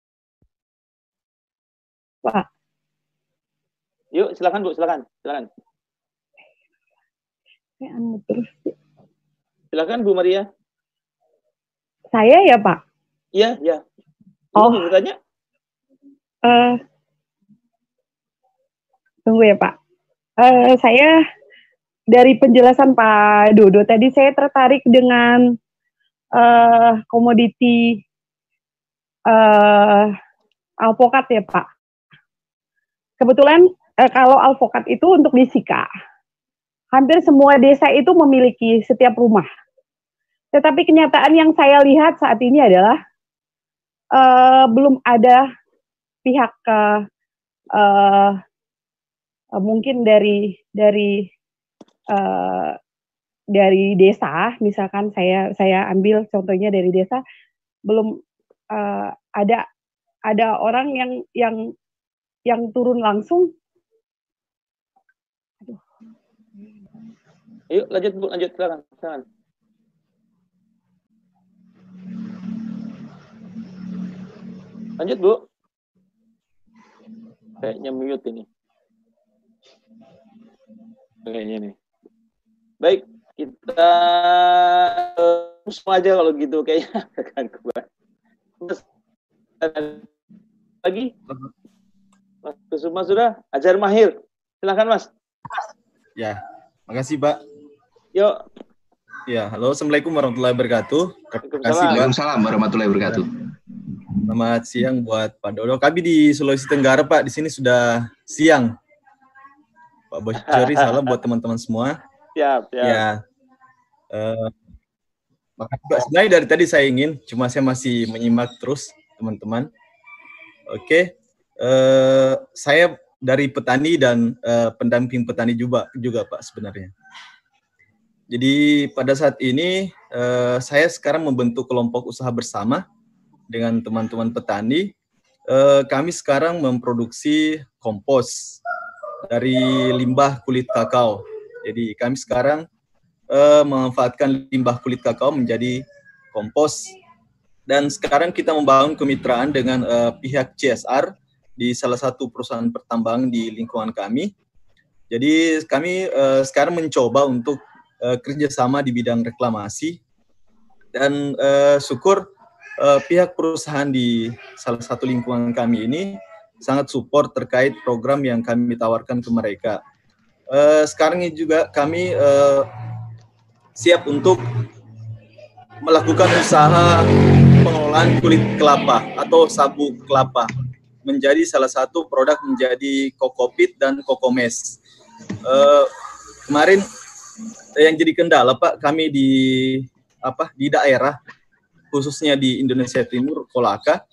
Pak. Yuk silakan Bu, silakan. Silakan. Silakan Bu Maria. Saya ya Pak? Iya, iya. Oh, bertanya? Uh, tunggu ya Pak. Uh, saya dari penjelasan Pak Dodo tadi saya tertarik dengan uh, komoditi uh, alpokat ya Pak. Kebetulan uh, kalau alpokat itu untuk di Sika, hampir semua desa itu memiliki setiap rumah. Tetapi kenyataan yang saya lihat saat ini adalah uh, belum ada pihak uh, uh, mungkin dari dari uh, dari desa, misalkan saya saya ambil contohnya dari desa, belum uh, ada ada orang yang yang yang turun langsung. Aduh. Yuk lanjut Bu, lanjut silakan, silakan. Lanjut Bu. Kayaknya mute ini. Kayaknya nih. Baik, kita semua aja kalau gitu kayaknya gangguan. Lagi, Mas Kusuma sudah, Ajar Mahir, silakan Mas. Ya, makasih Pak. Yuk. Ya, halo, assalamualaikum warahmatullahi wabarakatuh. Waalaikumsalam warahmatullahi wabarakatuh. Selamat siang buat Pak Dodo. Kami di Sulawesi Tenggara Pak, di sini sudah siang. Pak Bosyori, salam buat teman-teman semua. Siap, siap. Ya. Uh, makasih Pak. Sebenarnya dari tadi saya ingin, cuma saya masih menyimak terus teman-teman. Oke, uh, saya dari petani dan uh, pendamping petani juga, juga Pak sebenarnya. Jadi pada saat ini uh, saya sekarang membentuk kelompok usaha bersama dengan teman-teman petani. Uh, kami sekarang memproduksi kompos dari limbah kulit kakao. Jadi kami sekarang uh, memanfaatkan limbah kulit kakao menjadi kompos. Dan sekarang kita membangun kemitraan dengan uh, pihak C S R di salah satu perusahaan pertambangan di lingkungan kami. Jadi kami uh, sekarang mencoba untuk uh, kerjasama di bidang reklamasi. Dan uh, syukur uh, pihak perusahaan di salah satu lingkungan kami ini sangat support terkait program yang kami tawarkan ke mereka. Uh, sekarang ini juga kami uh, siap untuk melakukan usaha pengelolaan kulit kelapa atau sabu kelapa menjadi salah satu produk menjadi kokopit dan kokomes. Uh, kemarin yang jadi kendala Pak kami di apa di daerah khususnya di Indonesia Timur Kolaka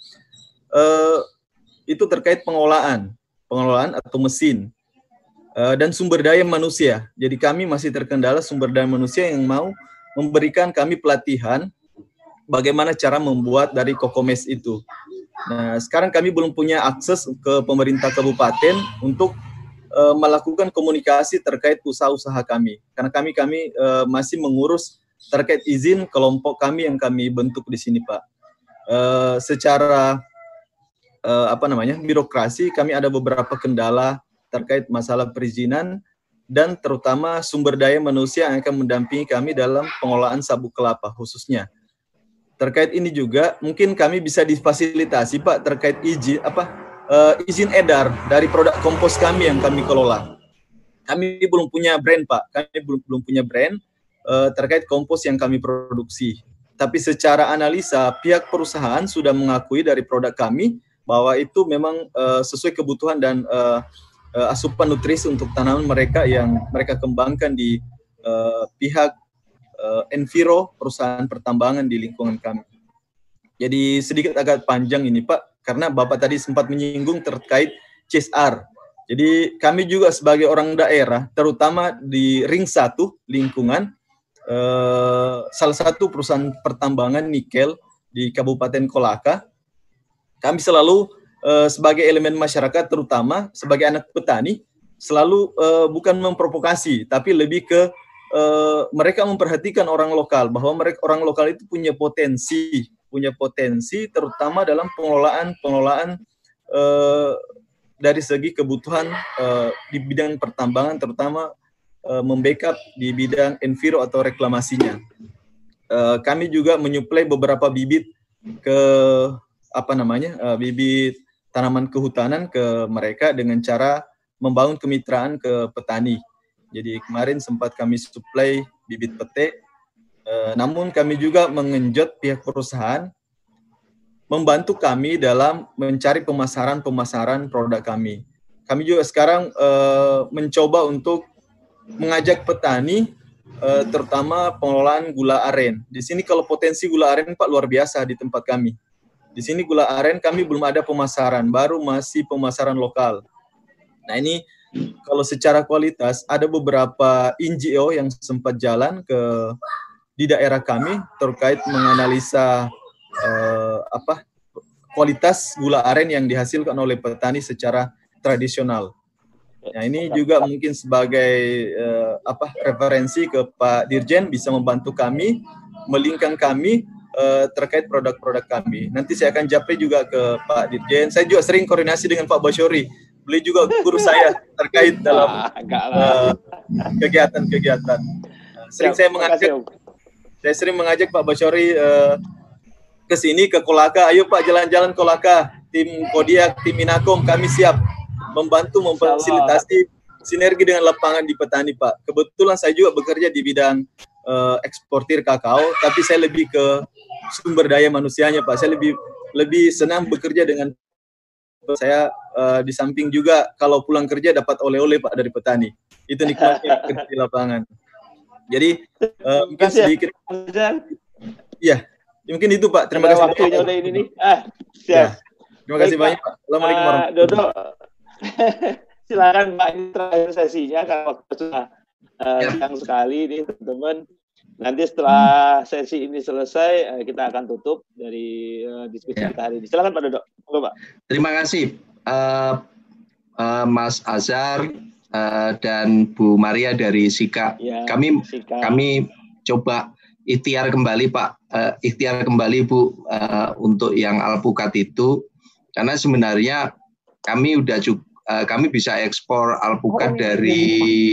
uh, itu terkait pengelolaan pengelolaan atau mesin uh, dan sumber daya manusia. Jadi kami masih terkendala sumber daya manusia yang mau memberikan kami pelatihan bagaimana cara membuat dari kokomes itu. Nah, sekarang kami belum punya akses ke pemerintah kabupaten untuk uh, melakukan komunikasi terkait usaha-usaha kami. Karena kami kami uh, masih mengurus terkait izin kelompok kami yang kami bentuk di sini, Pak. Uh, secara uh, apa namanya birokrasi, kami ada beberapa kendala terkait masalah perizinan dan terutama sumber daya manusia yang akan mendampingi kami dalam pengelolaan sabuk kelapa khususnya. Terkait ini juga mungkin kami bisa difasilitasi Pak terkait izin apa uh, izin edar dari produk kompos kami yang kami kelola. Kami belum punya brand Pak, kami belum belum punya brand uh, terkait kompos yang kami produksi. Tapi secara analisa pihak perusahaan sudah mengakui dari produk kami bahwa itu memang uh, sesuai kebutuhan dan uh, uh, asupan nutrisi untuk tanaman mereka yang mereka kembangkan di uh, pihak Uh, Enviro, perusahaan pertambangan di lingkungan kami. Jadi sedikit agak panjang ini Pak, karena Bapak tadi sempat menyinggung terkait C S R. Jadi kami juga sebagai orang daerah, terutama di ring satu lingkungan, uh, salah satu perusahaan pertambangan nikel di Kabupaten Kolaka, kami selalu uh, sebagai elemen masyarakat, terutama sebagai anak petani, selalu uh, bukan memprovokasi, tapi lebih ke Uh, mereka memperhatikan orang lokal bahwa mereka orang lokal itu punya potensi, punya potensi terutama dalam pengelolaan pengelolaan uh, dari segi kebutuhan uh, di bidang pertambangan, terutama uh, membackup di bidang enviro atau reklamasinya. Uh, kami juga menyuplai beberapa bibit ke apa namanya uh, bibit tanaman kehutanan ke mereka dengan cara membangun kemitraan ke petani. Jadi kemarin sempat kami suplai bibit pete, eh, namun kami juga mengenjot pihak perusahaan membantu kami dalam mencari pemasaran-pemasaran produk kami. Kami juga sekarang uh, mencoba untuk mengajak petani, uh, terutama pengelolaan gula aren. Di sini kalau potensi gula aren Pak luar biasa di tempat kami. Di sini gula aren kami belum ada pemasaran, baru masih pemasaran lokal. Nah ini kalau secara kualitas ada beberapa N G O yang sempat jalan ke di daerah kami terkait menganalisa uh, apa kualitas gula aren yang dihasilkan oleh petani secara tradisional. Nah ini juga mungkin sebagai uh, apa referensi ke Pak Dirjen bisa membantu kami, melingkan kami uh, terkait produk-produk kami. Nanti saya akan japri juga ke Pak Dirjen. Saya juga sering koordinasi dengan Pak Basyori. Beliau juga guru saya terkait dalam uh, kegiatan-kegiatan. Uh, sering saya mengajak, saya sering mengajak Pak Basyori uh, ke sini ke Kolaka. Ayo Pak jalan-jalan Kolaka. Tim Kodiak, tim Minakom, kami siap membantu memfasilitasi sinergi dengan lapangan di petani Pak. Kebetulan saya juga bekerja di bidang uh, eksportir kakao, tapi saya lebih ke sumber daya manusianya Pak. Saya lebih lebih senang bekerja dengan saya uh, di samping juga kalau pulang kerja dapat oleh-oleh Pak dari petani. Itu nikmatnya kerja di lapangan. Jadi uh, mungkin sedikit. Iya, mungkin itu Pak. Terima kasih. Waktunya udah ini nih. Ah, siap. Ya. Terima kasih Baik, banyak Pak. Assalamualaikum warahmatullahi wabarakatuh. Dodo. Silakan Mbak, ini terakhir sesinya karena waktu sudah uh, ya. siang sekali nih teman-teman. Nanti setelah sesi ini selesai uh, kita akan tutup dari uh, diskusi ya. kita hari ini. Silakan Pak Dodo. Halo, Pak. Terima kasih uh, uh, Mas Azhar uh, dan Bu Maria dari Sika. Ya, kami Sika. kami coba ikhtiar kembali Pak, uh, ikhtiar kembali Bu uh, untuk yang alpukat itu karena sebenarnya kami udah cukup Uh, kami bisa ekspor alpukat dari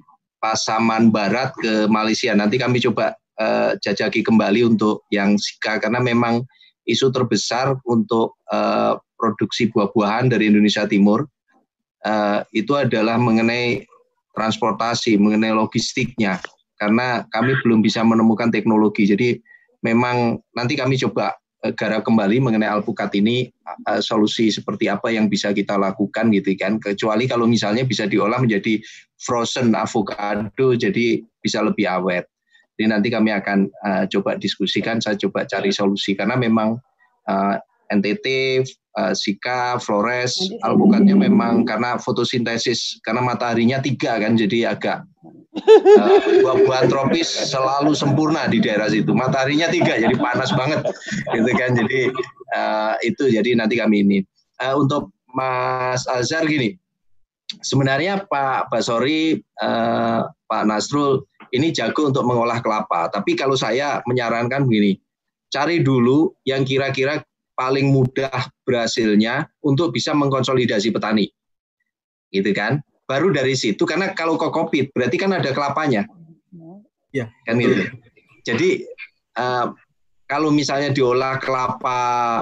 Pasaman Barat ke Malaysia. Nanti kami coba uh, jajaki kembali untuk yang Sika karena memang isu terbesar untuk uh, produksi buah-buahan dari Indonesia Timur uh, itu adalah mengenai transportasi, mengenai logistiknya. Karena kami belum bisa menemukan teknologi. Jadi memang nanti kami coba garap kembali mengenai alpukat ini uh, solusi seperti apa yang bisa kita lakukan gitu kan, kecuali kalau misalnya bisa diolah menjadi frozen avocado jadi bisa lebih awet. Jadi nanti kami akan uh, coba diskusikan, saya coba cari solusi karena memang uh, N T T, uh, Sika, Flores, alpukatnya memang karena fotosintesis karena mataharinya tiga kan jadi agak uh, buah-buahan tropis selalu sempurna di daerah situ. Mataharinya tiga, jadi panas banget, gitu kan. Jadi uh, itu jadi nanti kami ini uh, untuk Mas Azhar gini. Sebenarnya Pak Basori, uh, Pak Nasrul ini jago untuk mengolah kelapa. Tapi kalau saya menyarankan begini, cari dulu yang kira-kira paling mudah berhasilnya untuk bisa mengkonsolidasi petani, gitu kan. Baru dari situ, karena kalau kokopit berarti kan ada kelapanya, ya, kan gitu. Jadi uh, kalau misalnya diolah kelapa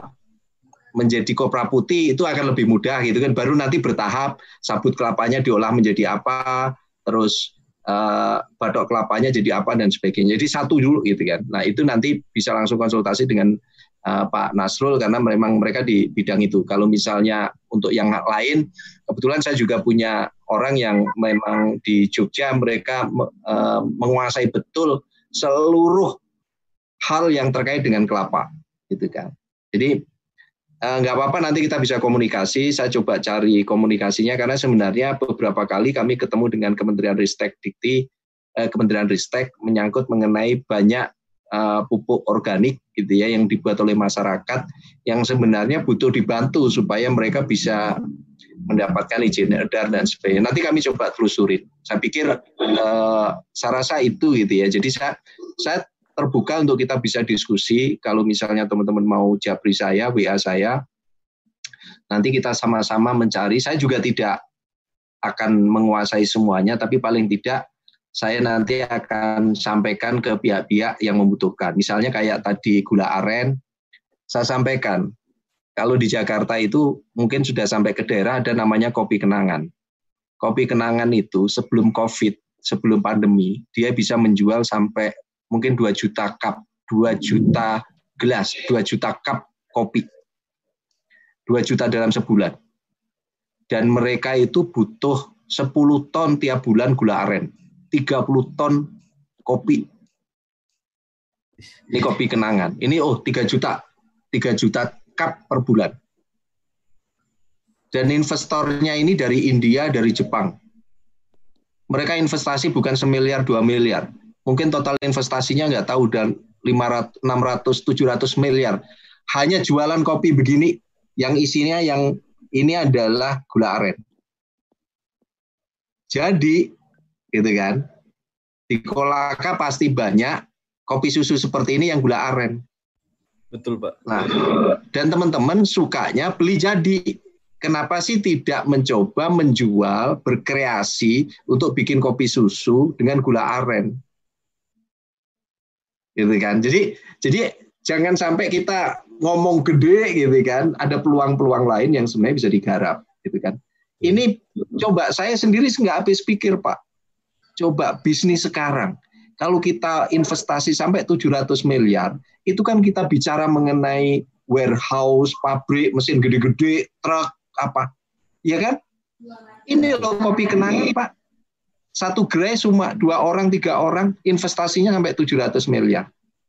menjadi kopra putih itu akan lebih mudah, gitu kan. Baru nanti bertahap sabut kelapanya diolah menjadi apa, terus uh, badok kelapanya jadi apa dan sebagainya. Jadi satu dulu, gitu kan. Nah itu nanti bisa langsung konsultasi dengan Uh, Pak Nasrul karena memang mereka di bidang itu. Kalau misalnya untuk yang lain, kebetulan saya juga punya orang yang memang di Jogja, mereka uh, menguasai betul seluruh hal yang terkait dengan kelapa, gitu kan. Jadi nggak uh, apa-apa nanti kita bisa komunikasi. Saya coba cari komunikasinya karena sebenarnya beberapa kali kami ketemu dengan Kementerian Ristek Dikti, uh, Kementerian Ristek menyangkut mengenai banyak Uh, pupuk organik gitu ya yang dibuat oleh masyarakat yang sebenarnya butuh dibantu supaya mereka bisa mendapatkan izin edar dan sebagainya. Nanti kami coba telusurin. Saya pikir uh, saya rasa itu gitu ya. Jadi saya saya terbuka untuk kita bisa diskusi. Kalau misalnya teman-teman mau japri saya, W A saya, nanti kita sama-sama mencari. Saya juga tidak akan menguasai semuanya, tapi paling tidak saya nanti akan sampaikan ke pihak-pihak yang membutuhkan. Misalnya kayak tadi gula aren, saya sampaikan. Kalau di Jakarta itu mungkin sudah sampai ke daerah ada namanya kopi kenangan. Kopi kenangan itu sebelum COVID, sebelum pandemi, dia bisa menjual sampai mungkin dua juta cup, dua juta gelas, dua juta cup kopi dua juta dalam sebulan. Dan mereka itu butuh sepuluh ton tiap bulan gula aren, tiga puluh ton kopi. Ini kopi kenangan. Ini oh tiga juta, tiga juta cup per bulan. Dan investornya ini dari India, dari Jepang. Mereka investasi bukan semiliar, dua miliar. Mungkin total investasinya nggak tahu, dan lima ratus, enam ratus, tujuh ratus miliar. Hanya jualan kopi begini, yang isinya yang ini adalah gula aren. Jadi, gitu kan, di Kolaka pasti banyak kopi susu seperti ini yang gula aren. Betul, Pak. Nah, dan teman-teman sukanya beli jadi. Kenapa sih tidak mencoba menjual, berkreasi untuk bikin kopi susu dengan gula aren? Gitu kan. Jadi jadi jangan sampai kita ngomong gede gitu kan, ada peluang-peluang lain yang sebenarnya bisa digarap gitu kan. Ini coba saya sendiri nggak habis pikir, Pak. Coba bisnis sekarang. Kalau kita investasi sampai tujuh ratus miliar, itu kan kita bicara mengenai warehouse, pabrik, mesin gede-gede, truk, apa. Ya kan? Ini loh kopi kenangan, Pak. Satu gerai cuma dua orang, tiga orang, investasinya sampai tujuh ratus miliar.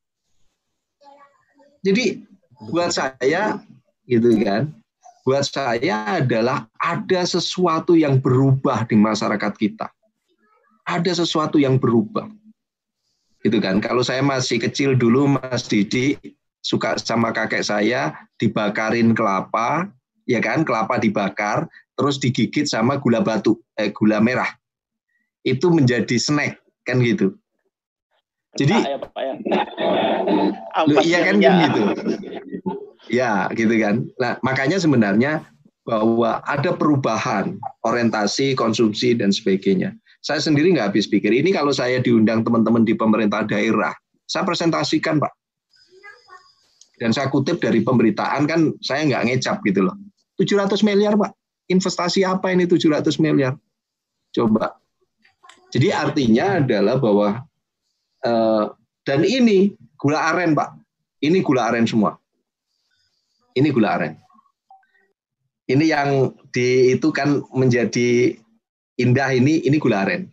Jadi buat saya, gitu kan, buat saya adalah ada sesuatu yang berubah di masyarakat kita. Ada sesuatu yang berubah. Gitu kan. Kalau saya masih kecil dulu, Mas Didi suka sama kakek saya dibakarin kelapa, ya kan, kelapa dibakar, terus digigit sama gula batu, eh, gula merah. Itu menjadi snack, kan gitu. Jadi, ya, Pak, ya. Loh, iya kan kan gitu. Ya, gitu kan. Nah, makanya sebenarnya bahwa ada perubahan orientasi, konsumsi, dan sebagainya. Saya sendiri nggak habis pikir. Ini kalau saya diundang teman-teman di pemerintah daerah, saya presentasikan, Pak. Dan saya kutip dari pemberitaan, kan saya nggak ngecap gitu loh. tujuh ratus miliar, Pak. Investasi apa ini tujuh ratus miliar? Coba. Jadi artinya adalah bahwa eh, dan ini gula aren, Pak. Ini gula aren semua. Ini gula aren. Ini yang di itu kan menjadi indah ini, ini gula aren.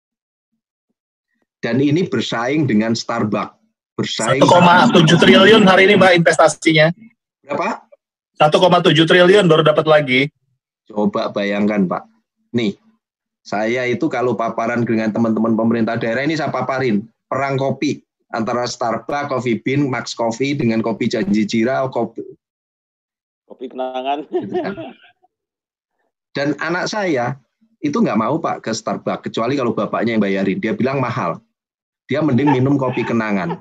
Dan ini bersaing dengan Starbucks. Bersaing satu koma tujuh triliun hari ini, Mbak, investasinya. Berapa? satu koma tujuh triliun baru dapat lagi. Coba bayangkan, Pak. Nih, saya itu kalau paparan dengan teman-teman pemerintah daerah ini saya paparin perang kopi antara Starbucks, Coffee Bean, Max Coffee dengan kopi Janji Jira, kopi kopi kenangan. Dan anak saya itu nggak mau, Pak, ke Starbucks kecuali kalau bapaknya yang bayarin. Dia bilang mahal. Dia mending minum kopi kenangan.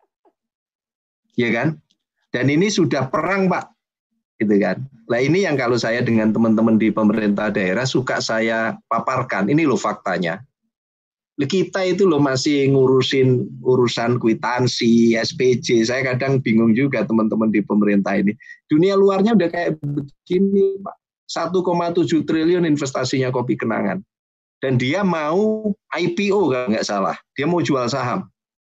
Iya kan? Dan ini sudah perang, Pak. Gitu kan. Nah, ini yang kalau saya dengan teman-teman di pemerintah daerah suka saya paparkan. Ini loh faktanya. Kita itu loh masih ngurusin urusan kwitansi, S P J. Saya kadang bingung juga teman-teman di pemerintah ini. Dunia luarnya udah kayak begini, Pak. satu koma tujuh triliun investasinya kopi kenangan. Dan dia mau I P O kalau nggak salah. Dia mau jual saham.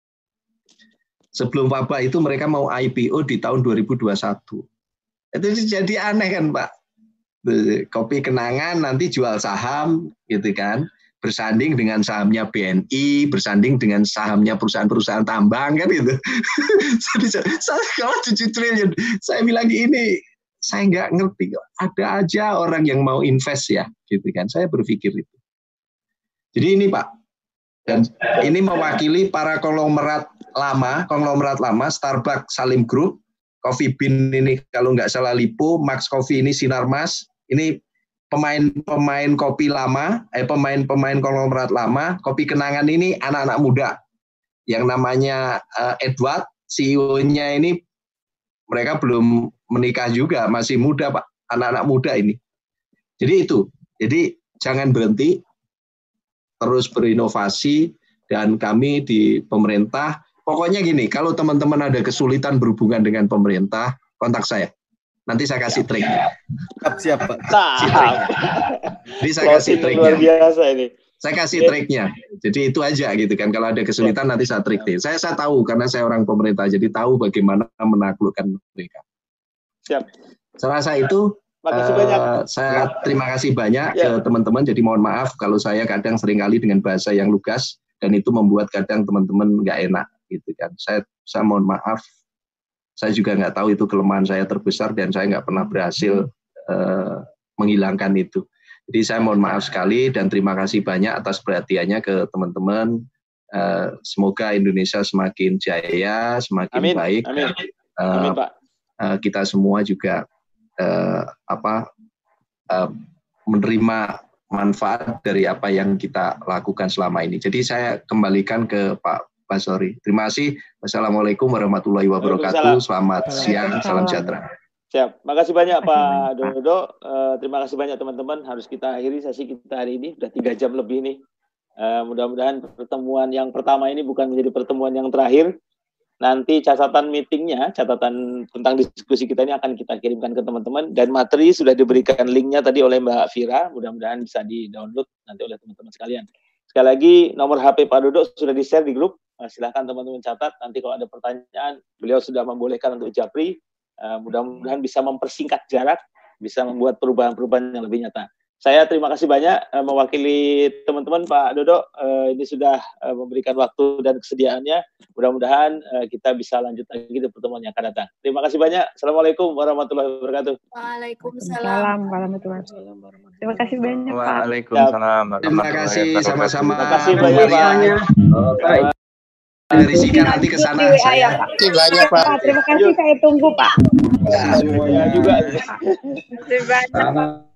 Sebelum wabah itu mereka mau I P O di tahun dua ribu dua puluh satu. Itu jadi aneh kan, Pak. Kopi kenangan nanti jual saham, gitu kan. Bersanding dengan sahamnya B N I, bersanding dengan sahamnya perusahaan-perusahaan tambang, kan gitu. Jadi saya kalau tujuh triliun, saya bilang ini, saya nggak ngerti. Ada aja orang yang mau invest ya, gitu kan. Saya berpikir itu. Jadi ini, Pak, dan ini mewakili para konglomerat lama, konglomerat lama, Starbucks, Salim Group, Coffee Bean ini kalau nggak salah Lipo, Max Coffee ini Sinarmas, ini pemain-pemain kopi lama, eh pemain-pemain konglomerat lama, kopi kenangan ini anak-anak muda, yang namanya uh, Edward, C E O-nya ini mereka belum menikah juga, masih muda, Pak, anak-anak muda ini. Jadi itu, jadi jangan berhenti, terus berinovasi, dan kami di pemerintah, pokoknya gini, kalau teman-teman ada kesulitan berhubungan dengan pemerintah, kontak saya. Nanti saya kasih trik. Siap, siap, Pak. Jadi saya kasih triknya. Luar biasa ini. Saya kasih triknya. Jadi itu aja gitu kan. Kalau ada kesulitan nanti saya trik. Saya saya tahu karena saya orang pemerintah, jadi tahu bagaimana menaklukkan mereka. Siap. Serasa itu Makasih uh, banyak. Saya terima kasih banyak ya. ke teman-teman. Jadi mohon maaf kalau saya kadang seringkali dengan bahasa yang lugas dan itu membuat kadang teman-teman nggak enak gitu kan. Saya saya mohon maaf. Saya juga nggak tahu itu kelemahan saya terbesar dan saya nggak pernah berhasil uh, menghilangkan itu. Jadi saya mohon maaf sekali dan terima kasih banyak atas perhatiannya ke teman-teman. Uh, semoga Indonesia semakin jaya, semakin Amin. baik. Amin. Uh, Amin, Pak. Uh, kita semua juga Uh, apa uh, menerima manfaat dari apa yang kita lakukan selama ini. Jadi saya kembalikan ke Pak Basori. Terima kasih. Wassalamualaikum warahmatullahi wabarakatuh. Selamat siang, salam sejahtera. Siap. Makasih banyak Pak Dodo. Uh, terima kasih banyak teman-teman. Harus kita akhiri sesi kita hari ini. Sudah tiga jam lebih nih. Uh, mudah-mudahan pertemuan yang pertama ini bukan menjadi pertemuan yang terakhir. Nanti catatan meetingnya, catatan tentang diskusi kita ini akan kita kirimkan ke teman-teman dan materi sudah diberikan linknya tadi oleh Mbak Vira, mudah-mudahan bisa di-download nanti oleh teman-teman sekalian. Sekali lagi nomor H P Pak Dodo sudah di-share di grup, silahkan teman-teman catat, nanti kalau ada pertanyaan, beliau sudah membolehkan untuk japri, mudah-mudahan bisa mempersingkat jarak, bisa membuat perubahan-perubahan yang lebih nyata. Saya terima kasih banyak uh, mewakili teman-teman Pak Dodo, uh, ini sudah uh, memberikan waktu dan kesediaannya. Mudah-mudahan uh, kita bisa lanjut lagi di pertemuan yang akan datang. Terima kasih banyak. Assalamualaikum warahmatullahi wabarakatuh. Waalaikumsalam warahmatullahi wabarakatuh. Terima kasih banyak Pak. Waalaikumsalam. Terima kasih sama-sama. Terima kasih banyak Pak. Dari Sika nanti ke sana saya. Terima kasih Pak. Terima kasih, saya tunggu Pak. Semuanya juga. Terima kasih.